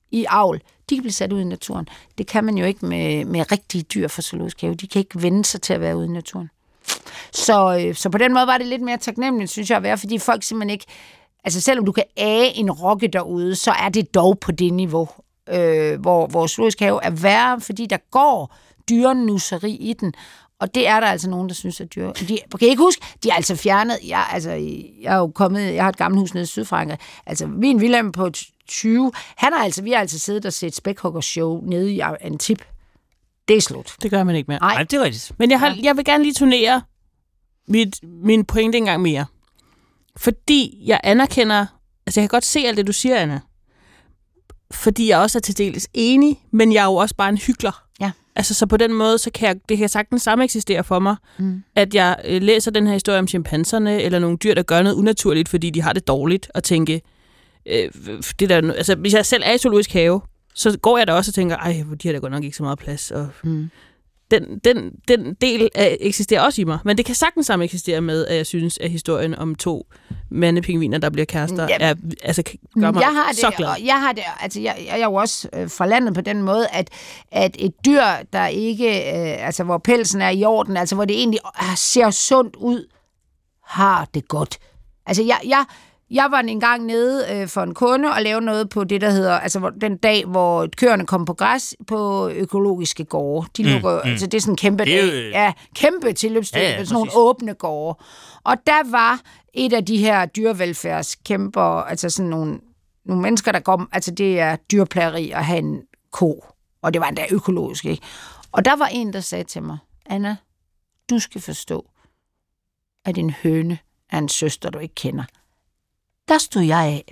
i avl, de kan blive sat ud i naturen. Det kan man jo ikke med, med rigtige dyr for zoologisk have. De kan ikke vende sig til at være ude i naturen. Så, øh, så på den måde var det lidt mere taknemmeligt, synes jeg, at være, fordi folk simpelthen ikke... Altså selvom du kan age en rokke derude, så er det dog på det niveau, øh, hvor vores zoologisk have er værre, fordi der går dyrenusseri i den. Og det er der altså nogen, der synes er dyr. De, kan I ikke huske? De er altså fjernet. Jeg, altså, jeg er jo kommet... Jeg har et gammelt hus nede i Sydfrankrig. Altså, min Wilhelm på tyve, han har altså... Vi har altså siddet og set spækhugger-show nede i Antip. Det er slut. Det gør man ikke mere. Nej, Nej det er rigtigt. Men jeg, har, jeg vil gerne lige turnere mit, min pointe en gang mere. Fordi jeg anerkender... Altså, jeg kan godt se alt det, du siger, Anna. Fordi jeg også er til dels enig, men jeg er jo også bare en hykler. Ja. Altså, så på den måde, så kan jeg, det kan sagtens samme eksistere for mig, mm. at jeg øh, læser den her historie om chimpanserne, eller nogle dyr, der gør noget unaturligt, fordi de har det dårligt, og tænke, øh, det der, altså, hvis jeg selv er i zoologisk have, så går jeg da også og tænker, ej, de har da godt nok ikke så meget plads, og mm. den, den, den del af, eksisterer også i mig, men det kan sagtens samme eksistere med, at jeg synes, at historien om to mandepingviner, der bliver kærester, ja. er, altså, gør mig jeg har så det, glad. Jeg har det, altså, jeg, jeg er jo også øh, fra landet på den måde, at, at et dyr, der ikke, øh, altså, hvor pelsen er i orden, altså, hvor det egentlig øh, ser sundt ud, har det godt. Altså, jeg, jeg, jeg var en gang nede øh, for en kunde og lavede noget på det, der hedder, altså den dag, hvor køerne kom på græs på økologiske gårde. De lukker, mm, mm. altså det er sådan en kæmpe dag. Jo... Ja, kæmpe tilløbsstød, ja, ja, sådan nogle åbne gårde. Og der var et af de her dyrevelfærdskæmper, altså sådan nogle, nogle mennesker, der kom, altså det er dyrplageri at have en ko. Og det var endda økologisk, ikke? Og der var en, der sagde til mig, Anna, du skal forstå, at din høne er en søster, du ikke kender. Der stod jeg af.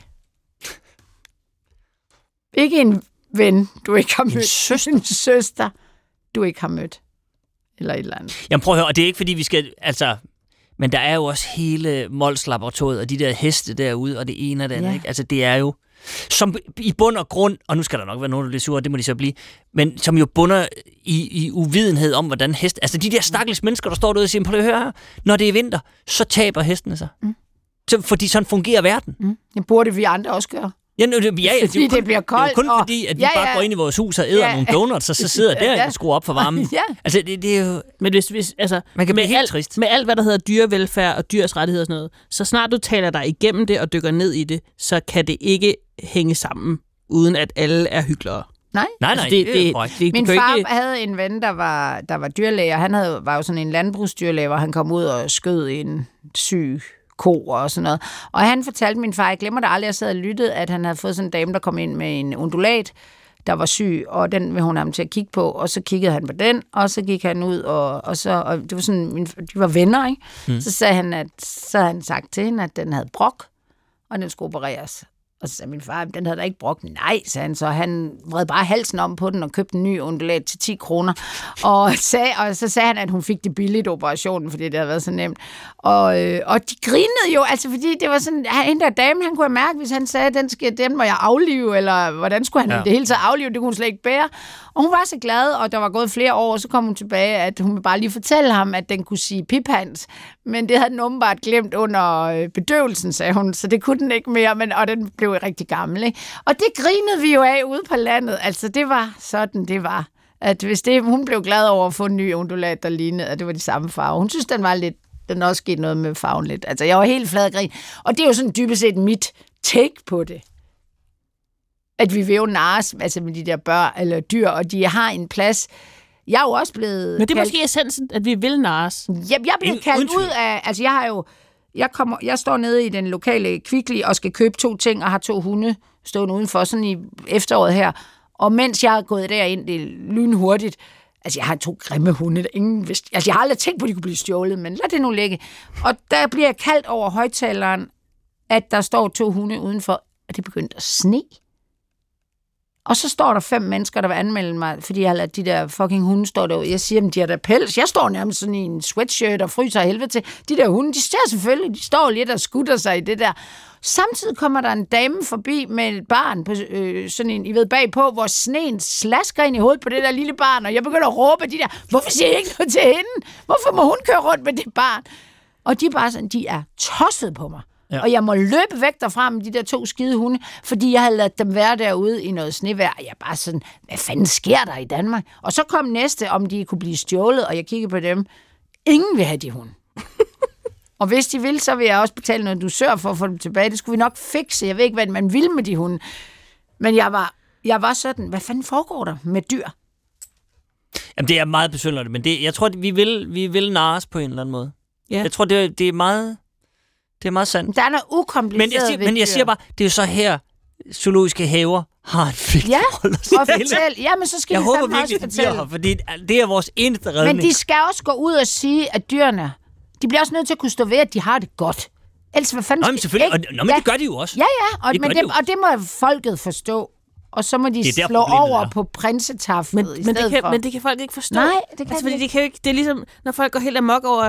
Ikke en ven, du ikke har mødt. En søster. En søster, du ikke har mødt. Eller et eller andet. Jamen prøv at høre, og det er ikke fordi, vi skal... Altså, men der er jo også hele Mols-laboratoriet, og de der heste derude, og det ene og det andet. Ja. Ikke? Altså, det er jo... Som i bund og grund, og nu skal der nok være nogen, der bliver sure, det må de så blive, men som jo bunder i, i uvidenhed om, hvordan heste... Altså, de der stakkels mennesker, der står derude og siger, prøv at høre, når det er vinter, så taber hestene sig. Mm. Så, fordi sådan fungerer verden. Mm. Det burde vi andre også gøre. Ja, nu, det, ja, ja, fordi det, kun, det bliver koldt. Det er kun og... fordi, at vi ja, ja. bare går ind i vores hus og æder ja. nogle donuts, og så sidder der ja. og skruer op for varmen. ja. Altså, det, det er jo... Men hvis, hvis, altså, man kan blive helt alt, trist. Med alt, hvad der hedder dyrevelfærd og dyrs rettigheder og sådan noget, så snart du taler dig igennem det og dykker ned i det, så kan det ikke hænge sammen, uden at alle er hyklere. Nej, nej, nej. Altså, det, det, det, det, Min far ikke... havde en ven, der var, der var dyrlæge, han havde, var jo sådan en landbrugsdyrlæge, hvor han kom ud og skød en syg ko og sådan noget. Og han fortalte min far, jeg glemmer det aldrig, jeg sad og lyttede, at han havde fået sådan en dame, der kom ind med en undulat, der var syg, og den ville hun ham til at kigge på, og så kiggede han på den, og så gik han ud, og, og så, og det var sådan, de var venner, ikke? Hmm. Så sagde han, at, så havde han sagt til hende, at den havde brok, og den skulle opereres. Og så sagde min far, den havde da ikke brok. Nej, sagde han så. Han vred bare halsen om på den og købte en ny undulat til ti kroner. Og, sag, og så sagde han, at hun fik det billigt operationen, fordi det havde været så nemt. Og, øh, og de grinede jo, altså fordi det var sådan, en der dame, han kunne have mærket, hvis han sagde, at den, skal, den må jeg aflive, eller hvordan skulle han ja. det hele taget aflive, det kunne hun slet ikke bære. Og hun var så glad, og der var gået flere år, og så kom hun tilbage, at hun ville bare lige fortælle ham, at den kunne sige piphans. Men det havde den åbenbart glemt under bedøvelsen, sagde hun, så det kunne den ikke mere, men, og den blev rigtig gammel. Ikke? Og det grinede vi jo af ude på landet. Altså, det var sådan, det var. At hvis det, hun blev glad over at få en ny undulat, der lignede, at det var de samme farver. Hun synes, den var lidt, den også skete noget med farven lidt. Altså, jeg var helt flad grin. Og det er jo sådan dybest set mit take på det. At vi vil jo narres, altså med de der børn eller dyr, og de har en plads. Jeg er jo også blevet... Men det er kaldt... måske essensen, at vi vil narres. Ja, jeg bliver kaldt ud af... Altså, jeg har jo... Jeg, kommer, jeg står nede i den lokale Kvickly og skal købe to ting, og har to hunde stående udenfor, sådan i efteråret her. Og mens jeg er gået derind, det er lynhurtigt. Altså, jeg har to grimme hunde, der ingen vidste... Altså, jeg har aldrig tænkt på, at de kunne blive stjålet, men lad det nu ligge. Og der bliver jeg kaldt over højtaleren, at der står to hunde udenfor, og det begyndte at sne. Og så står der fem mennesker, der vil anmelde mig, fordi jeg har ladet de der fucking hunde stå derude. Jeg siger dem, de har da pels. Jeg står nærmest sådan i en sweatshirt og fryser af helvede til. De der hunde, de ser selvfølgelig, de står lidt og skutter sig i det der. Samtidig kommer der en dame forbi med et barn, på, øh, sådan en, I ved, bagpå, hvor sneen slasker ind i hovedet på det der lille barn, og jeg begynder at råbe de der, hvorfor siger jeg ikke noget til hende? Hvorfor må hun køre rundt med det barn? Og de er bare sådan, de er tosset på mig. Ja. Og jeg må løbe væk derfra med de der to skide hunde, fordi jeg havde ladet dem være derude i noget snevejr. Jeg bare sådan, hvad fanden sker der i Danmark? Og så kom næste, om de kunne blive stjålet, og jeg kiggede på dem. Ingen vil have de hunde. Og hvis de vil, så vil jeg også betale noget dusør for at få dem tilbage. Det skulle vi nok fikse. Jeg ved ikke, hvad man vil med de hunde. Men jeg var, jeg var sådan, hvad fanden foregår der med dyr? Jamen, det er meget besynderligt, men det, jeg tror, vi vil, vi vil narres på en eller anden måde. Ja. Jeg tror, det, det er meget... Det er meget sandt. Der er noget ukompliceret men jeg siger, men jeg siger bare, det er jo så her, zoologiske haver har en vigtig ja, rolle. og fortæl. Ja, men så skal jeg de håber fandme virkelig, også fortælle. Her, fordi det er vores eneste redning. Men de skal også gå ud og sige, at dyrene, de bliver også nødt til at kunne stå ved, at de har det godt. Ellers hvad fanden Nå, men selvfølgelig. ikke? Og, nå, men ja. Det gør de jo også. Ja, ja, og det, men det, og det må folket forstå. Og så må de det slå over er. på prinsetaflet men, i men det kan, for. Men det kan folk ikke forstå. Nej, det kan altså, de fordi de kan jo ikke. Det er ligesom, når folk går helt amok over...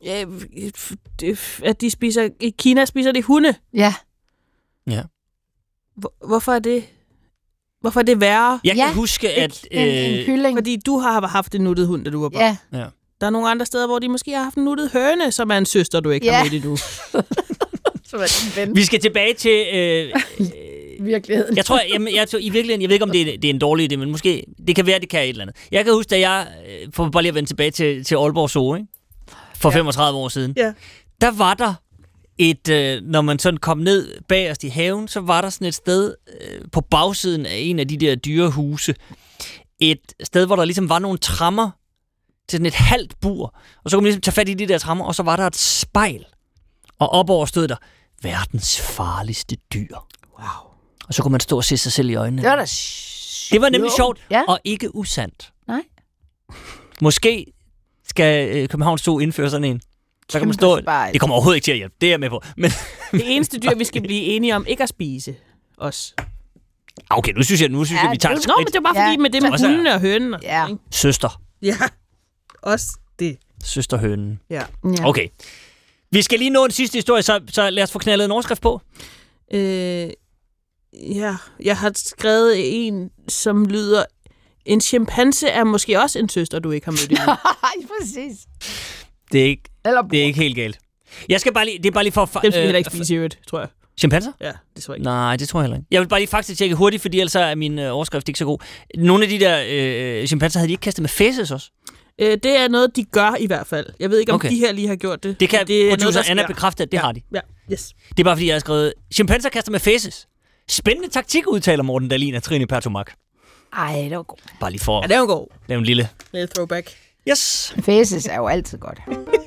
at de spiser... I Kina spiser de hunde. Ja. Ja. Hvor, hvorfor er det... Hvorfor er det værre? Jeg kan ja. huske, at... En, en kylling. Fordi du har haft en nuttet hund, da du var barn. Ja. ja. Der er nogle andre steder, hvor de måske har haft en nuttet høne, som er en søster, du ikke ja. har mødt endnu. Så er det en Vi skal tilbage til... Øh, virkeligheden. Jeg tror, jeg, jeg, jeg, i virkeligheden, jeg ved ikke, om det er, det er en dårlig idé, men måske... Det kan være, det kan et eller andet. Jeg kan huske, da jeg... For bare lige at vende tilbage til, til Aalborg Zoo, ikke? For ja. femogtredive år siden. Ja. Der var der et, øh, når man sådan kom ned bagerst i haven, så var der sådan et sted øh, på bagsiden af en af de der dyrehuse. Et sted, hvor der ligesom var nogle trammer til sådan et halvt bur. Og så kunne man ligesom tage fat i de der trammer, og så var der et spejl. Og opover stod der, verdens farligste dyr. Wow. Og så kunne man stå og se sig selv i øjnene. Det var da Det var nemlig sjovt, ja. og ikke usandt. Nej. Måske skal øh, Københavns Zoo indføre sådan en. Så kan man stå... Det kommer overhovedet ikke til at hjælpe. Det er jeg med på. Men det eneste dyr, vi skal blive enige om, ikke at spise os. Okay, nu synes jeg, nu synes ja, jeg vi tager det, et skridt. Nå, men det er bare fordi ja. med det med også hundene og hønen. Ja. Søster. Ja, også det. Søsterhønen. Ja. Okay. Vi skal lige nå en sidste historie, så, så lad os få knaldet en overskrift på. Øh, ja, jeg har skrevet en, som lyder... En chimpanse er måske også en søster, du ikke har mødt endnu. Nej, præcis. Det er ikke, det er ikke helt galt. Jeg skal bare lige... Det er bare lige for... Dem skal vi heller ikke spise i øvrigt, tror jeg. Chimpanser? Ja, det tror jeg ikke. Nej, det tror jeg heller ikke. Jeg vil bare lige faktisk tjekke hurtigt, fordi ellers er min øh, overskrift ikke så god. Nogle af de der øh, chimpanser, havde de ikke kastet med fæses også? Øh, det er noget, de gør i hvert fald. Jeg ved ikke, om okay. de her lige har gjort det. Det kan det producer Anna bekræfte, at det ja. har de. Ja, yes. Det er bare, fordi jeg har skrevet, chimpanser kaster med fæses. Spændende taktik, udtaler Morten Dahlin og Trine Pertumak. Ej, det var god. Bare lige for... Ja, det var god. Det er en lille... Lille throwback. Yes. Fæses er jo altid godt.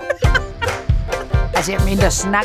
Altså, jeg mindre snak.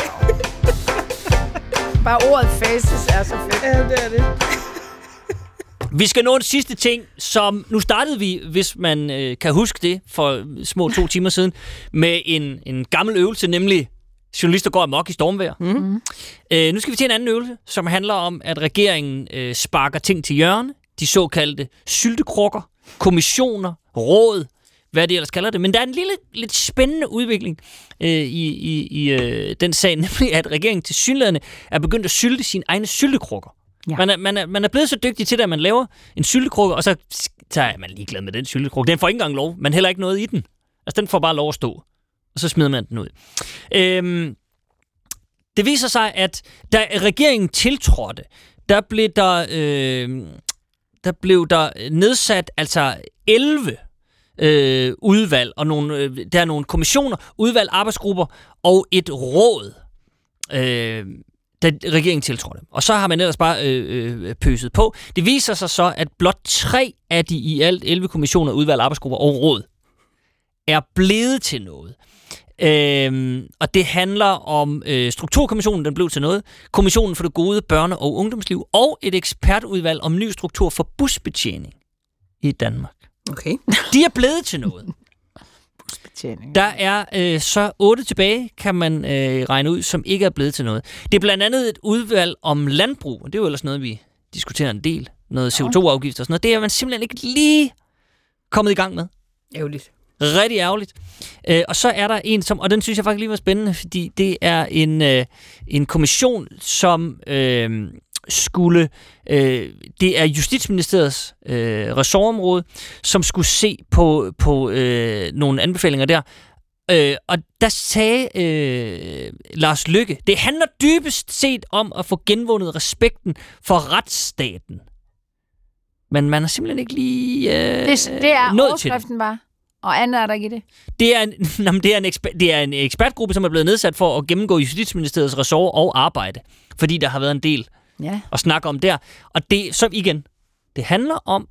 Bare ordet faces er så fedt. Ja, det er det. Vi skal nå en sidste ting, som... Nu startede vi, hvis man øh, kan huske det, for små to timer siden, med en, en gammel øvelse, nemlig journalister går amok i stormvejr. Mm-hmm. Øh, nu skal vi til en anden øvelse, som handler om, at regeringen øh, sparker ting til hjørne. De såkaldte syltekrukker, kommissioner, råd, hvad det ellers kalder det. Men der er en lille, lidt spændende udvikling øh, i, i, i øh, den sag, nemlig at regeringen til synlædende er begyndt at sylte sine egne syltekrukker. Ja. Man, er, man, er, man er blevet så dygtig til det, at man laver en syltekrukke, og så, så er man ligeglad med den syltekrukke. Den får ikke engang lov. Man heller ikke noget i den. Altså, den får bare lov at stå. Og så smider man den ud. Øhm, det viser sig, at da regeringen tiltrådte, der blev der, øh, der, blev der nedsat altså elleve øh, udvalg, og nogle, øh, der er nogle kommissioner, udvalg, arbejdsgrupper og et råd, øh, da regeringen tiltrådte. Og så har man ellers bare øh, øh, pøset på. Det viser sig så, at blot tre af de i alt elleve kommissioner, udvalg, arbejdsgrupper og råd er blevet til noget. Øhm, og det handler om øh, Strukturkommissionen, den blev til noget, Kommissionen for det gode børne- og ungdomsliv, og et ekspertudvalg om ny struktur for busbetjening i Danmark. Okay. De er blevet til noget. Busbetjening. Der er øh, så otte tilbage, kan man øh, regne ud, som ikke er blevet til noget. Det er blandt andet et udvalg om landbrug, og det er jo ellers noget, vi diskuterer en del. Noget C O to afgift og sådan noget. Det er man simpelthen ikke lige kommet i gang med. Ærgerligt. Rigtig ærgerligt. Øh, og så er der en, som, og den synes jeg faktisk lige var spændende, fordi det er en, øh, en kommission, som øh, skulle, øh, det er Justitsministeriets øh, ressortområde, som skulle se på, på øh, nogle anbefalinger der, Øh, og der sagde øh, Lars Løkke, det handler dybest set om at få genvundet respekten for retsstaten. Men man har simpelthen ikke lige øh, det, det er nået overskriften til bare, og andet er der ikke i det. Det er, en, jamen, det, er en eksper, det er en ekspertgruppe, som er blevet nedsat for at gennemgå Justitsministeriets ressort og arbejde, fordi der har været en del ja. at snakke om der. Og det, så igen, det handler om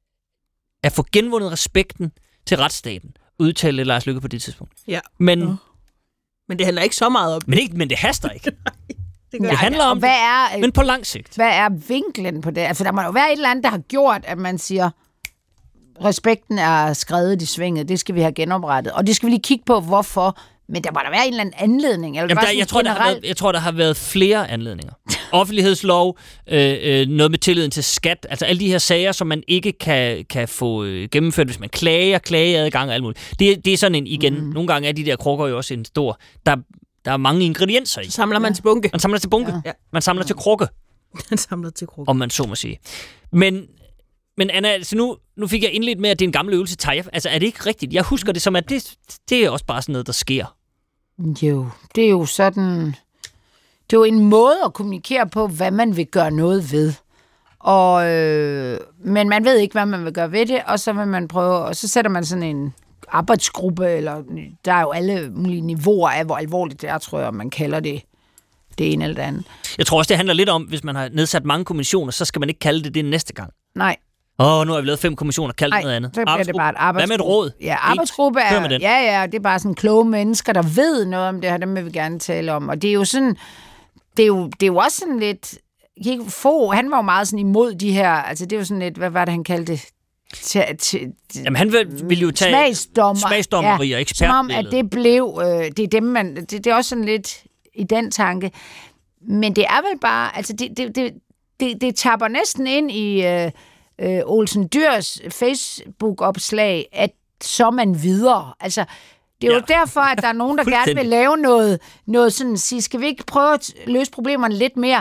at få genvundet respekten til retsstaten, udtalte Lars Løkke på det tidspunkt. Ja. Men, ja. men det handler ikke så meget om men, ikke, men det haster ikke. det, det handler om hvad er, det, men på lang sigt. Hvad er vinklen på det? Altså, der må jo være et eller andet, der har gjort, at man siger, respekten er skredet i svinget, det skal vi have genoprettet. Og det skal vi lige kigge på, hvorfor. Men der må der være en eller anden anledning. Eller Jamen, der, jeg, tror, der har været, jeg tror, der har været flere anledninger. Offentlighedslov, øh, øh, noget med tilliden til skat, altså alle de her sager, som man ikke kan, kan få øh, gennemført, hvis man klager, klageadgang og alt muligt. Det, det er sådan en, igen, mm. nogle gange er de der krukker jo også en stor, der, der er mange ingredienser i. Så samler man til bunke. Man samler til bunke. Ja. Man samler ja. til krukke. Man samler til krukke. Om man så må sige. Men, men Anna, altså nu, nu fik jeg indledt med, at det er en gammel øvelse. Altså er det ikke rigtigt? Jeg husker det som, at det, det er også bare sådan noget, der sker. Jo, det er jo sådan... Det er jo en måde at kommunikere på, hvad man vil gøre noget ved. Og, øh, men man ved ikke, hvad man vil gøre ved det, og så vil man prøve, og så sætter man sådan en arbejdsgruppe, eller der er jo alle mulige niveauer af, hvor alvorligt det er, tror jeg, man kalder det det ene eller det andet. Jeg tror også, det handler lidt om, hvis man har nedsat mange kommissioner, så skal man ikke kalde det det næste gang. Nej. Åh, oh, nu har vi lavet fem kommissioner, kaldt noget andet. Så bliver det bare et arbejdsgruppe. Hvad med et råd? Ja, arbejdsgruppe er, ja, ja, det er bare sådan kloge mennesker, der ved noget om det her, dem vil vi gerne tale om. Og det er jo sådan, det er jo, det er jo også sådan lidt, få, han var jo meget sådan imod de her, altså det er jo sådan lidt, hvad var det, han kaldte det? Til, til, Jamen han vil, vil jo tage smagsdommer, smagsdommeri ja, og ekspertbillede. Som om, at det blev, øh, det er dem, man, det, det er også sådan lidt i den tanke. Men det er vel bare, altså det, det, det, det, det tapper næsten ind i øh, øh, Olsen Dyrs Facebook-opslag, at så er man videre. Altså, det er ja. jo derfor, at der er nogen, der gerne vil lave noget, noget sådan, sige, skal vi ikke prøve at løse problemerne lidt mere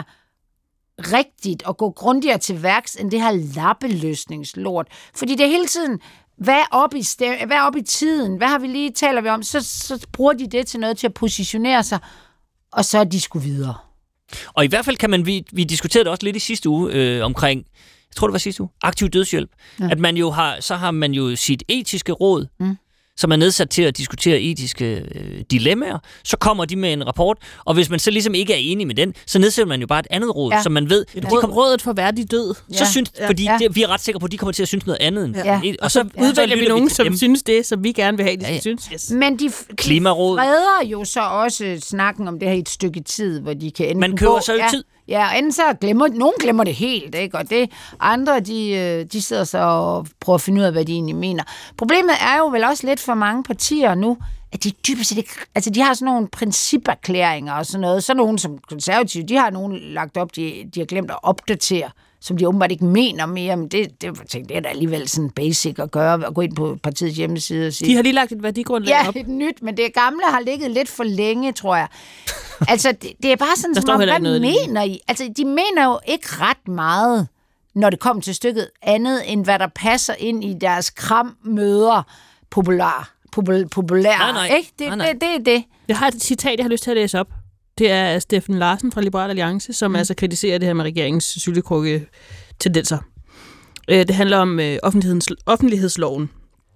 rigtigt og gå grundigere til værks, end det her lappeløsningslort. Fordi det er hele tiden, hvad er op i, stem- hvad er op i tiden? Hvad har vi lige, taler vi om? Så, så bruger de det til noget til at positionere sig, og så er de sgu videre. Og i hvert fald kan man, vi, vi diskuterede det også lidt i sidste uge, øh, omkring, jeg tror det var sidste uge, aktiv dødshjælp, ja. At man jo har, så har man jo sit etiske råd, mm. som er nedsat til at diskutere etiske øh, dilemmaer, så kommer de med en rapport, og hvis man så ligesom ikke er enig med den, så nedsætter man jo bare et andet råd, ja. Som man ved... Et råd, kom, rådet for værdig død. Så ja. Synes, fordi ja. det, vi er ret sikre på, at de kommer til at synes noget andet. End, ja. et, og, og så, så udvælger vi nogen, som synes det, som vi gerne vil have, de ja, ja. Synes. Yes. Men de, de freder jo så også snakken om det her i et stykke tid, hvor de kan ende... Man køber så ja. tid. Ja, og enten så glemmer, nogen glemmer det helt, ikke? Og det andre, de, de sidder så og prøver at finde ud af, hvad de egentlig mener. Problemet er jo vel også lidt for mange partier nu, at de dybest set ikke, altså de har sådan nogle principerklæringer og sådan noget. Så nogen som konservative, de har nogen lagt op, de, de har glemt at opdatere, som de åbenbart ikke mener mere, men det, det, det, det er da alligevel sådan basic at gøre, at gå ind på partiets hjemmeside og sige... De har lige lagt et værdigrundlag op. Ja, et nyt, men det gamle har ligget lidt for længe, tror jeg. Altså, det, det er bare sådan, som om, hvad mener I? Altså, de mener jo ikke ret meget, når det kommer til stykket, andet end hvad der passer ind i deres krammøder populær, popul, populære. Nej, nej. Ikke? Det, nej, nej. Det, det er det. Jeg har et citat, jeg har lyst til at læse op. Det er Steffen Larsen fra Liberal Alliance, som mm. altså kritiserer det her med regeringens syltekrukke tendenser. Det handler om offentlighedsloven.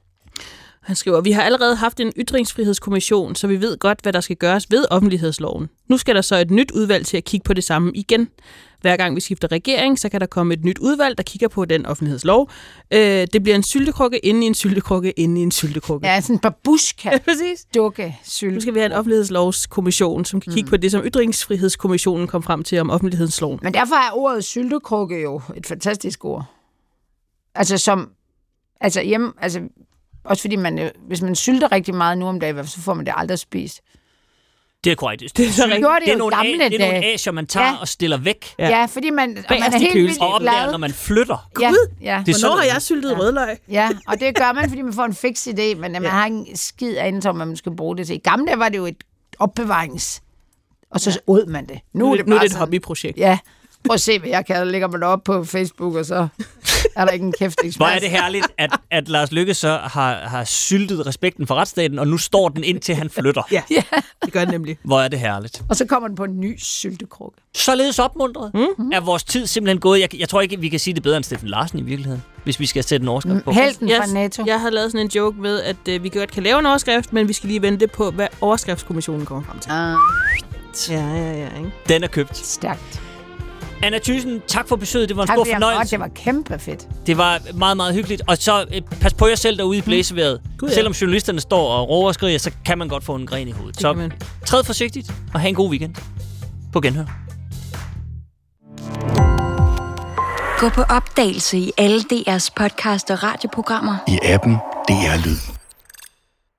Han skriver, vi har allerede haft en ytringsfrihedskommission, så vi ved godt, hvad der skal gøres ved offentlighedsloven. Nu skal der så et nyt udvalg til at kigge på det samme igen. Hver gang vi skifter regering, så kan der komme et nyt udvalg, der kigger på den offentlighedslov. Øh, det bliver en syltekrukke inde i en syltekrukke inde i en syltekrukke. Ja, sådan en babushka. Ja, præcis. Dukke syltekrukke. Nu skal vi have en offentlighedslovskommission, som kan kigge mm. på det, som ytringsfrihedskommissionen kom frem til om offentlighedsloven. Men derfor er ordet syltekrukke jo et fantastisk ord. Altså som, altså hjemme, altså også fordi man, hvis man sylter rigtig meget nu om dagen, så får man det aldrig spist. Det er korrekt. Det, det, er, det, det er nogle, a, det er nogle asier, man tager ja. Og stiller væk. Ja, ja fordi man, og man er helt vildt og opdager, når man flytter. Ja. Gud, ja. Det er hvornår har jeg syltet ja. Rødløg? Ja, og det gør man, fordi man får en fix idé, men man ja. Har en skid af som man skal bruge det til. I gamle dage var det jo et opbevarings, og så ja. Åd man det. Nu, nu er det, nu er det et hobbyprojekt. Ja. Prøv at se, hvad jeg kan. Lægger man op på Facebook, og så er der ikke en kæft ekspres. Hvor er det herligt, at, at Lars Løkke så har, har syltet respekten for retsstaten, og nu står den indtil han flytter. Ja, ja, det gør det nemlig. Hvor er det herligt. Og så kommer den på en ny syltekrukke. Således opmuntret mm-hmm. er vores tid simpelthen gået. Jeg, jeg tror ikke, vi kan sige det bedre end Steffen Larsen i virkeligheden, hvis vi skal sætte en overskrift på. Helten fra yes, NATO. Jeg har lavet sådan en joke med, at øh, vi godt kan lave en overskrift, men vi skal lige vente på, hvad overskriftskommissionen kommer frem til. Ah. Ja, ja, ja. Ikke? Den er købt. Stærkt. Anna Thyssen, tak for besøget. Det var en tak, stor fornøjelse. Det var kæmpe fedt. Det var meget, meget hyggeligt. Og så øh, pas på jer selv derude i blæsevejret. Mm. Gud, ja. Selvom journalisterne står og råber og skriger, så kan man godt få en gren i hovedet. Det så træd forsigtigt og have en god weekend. På genhør. Gå på opdagelse i alle D R's podcast og radioprogrammer. I appen D R Lyd.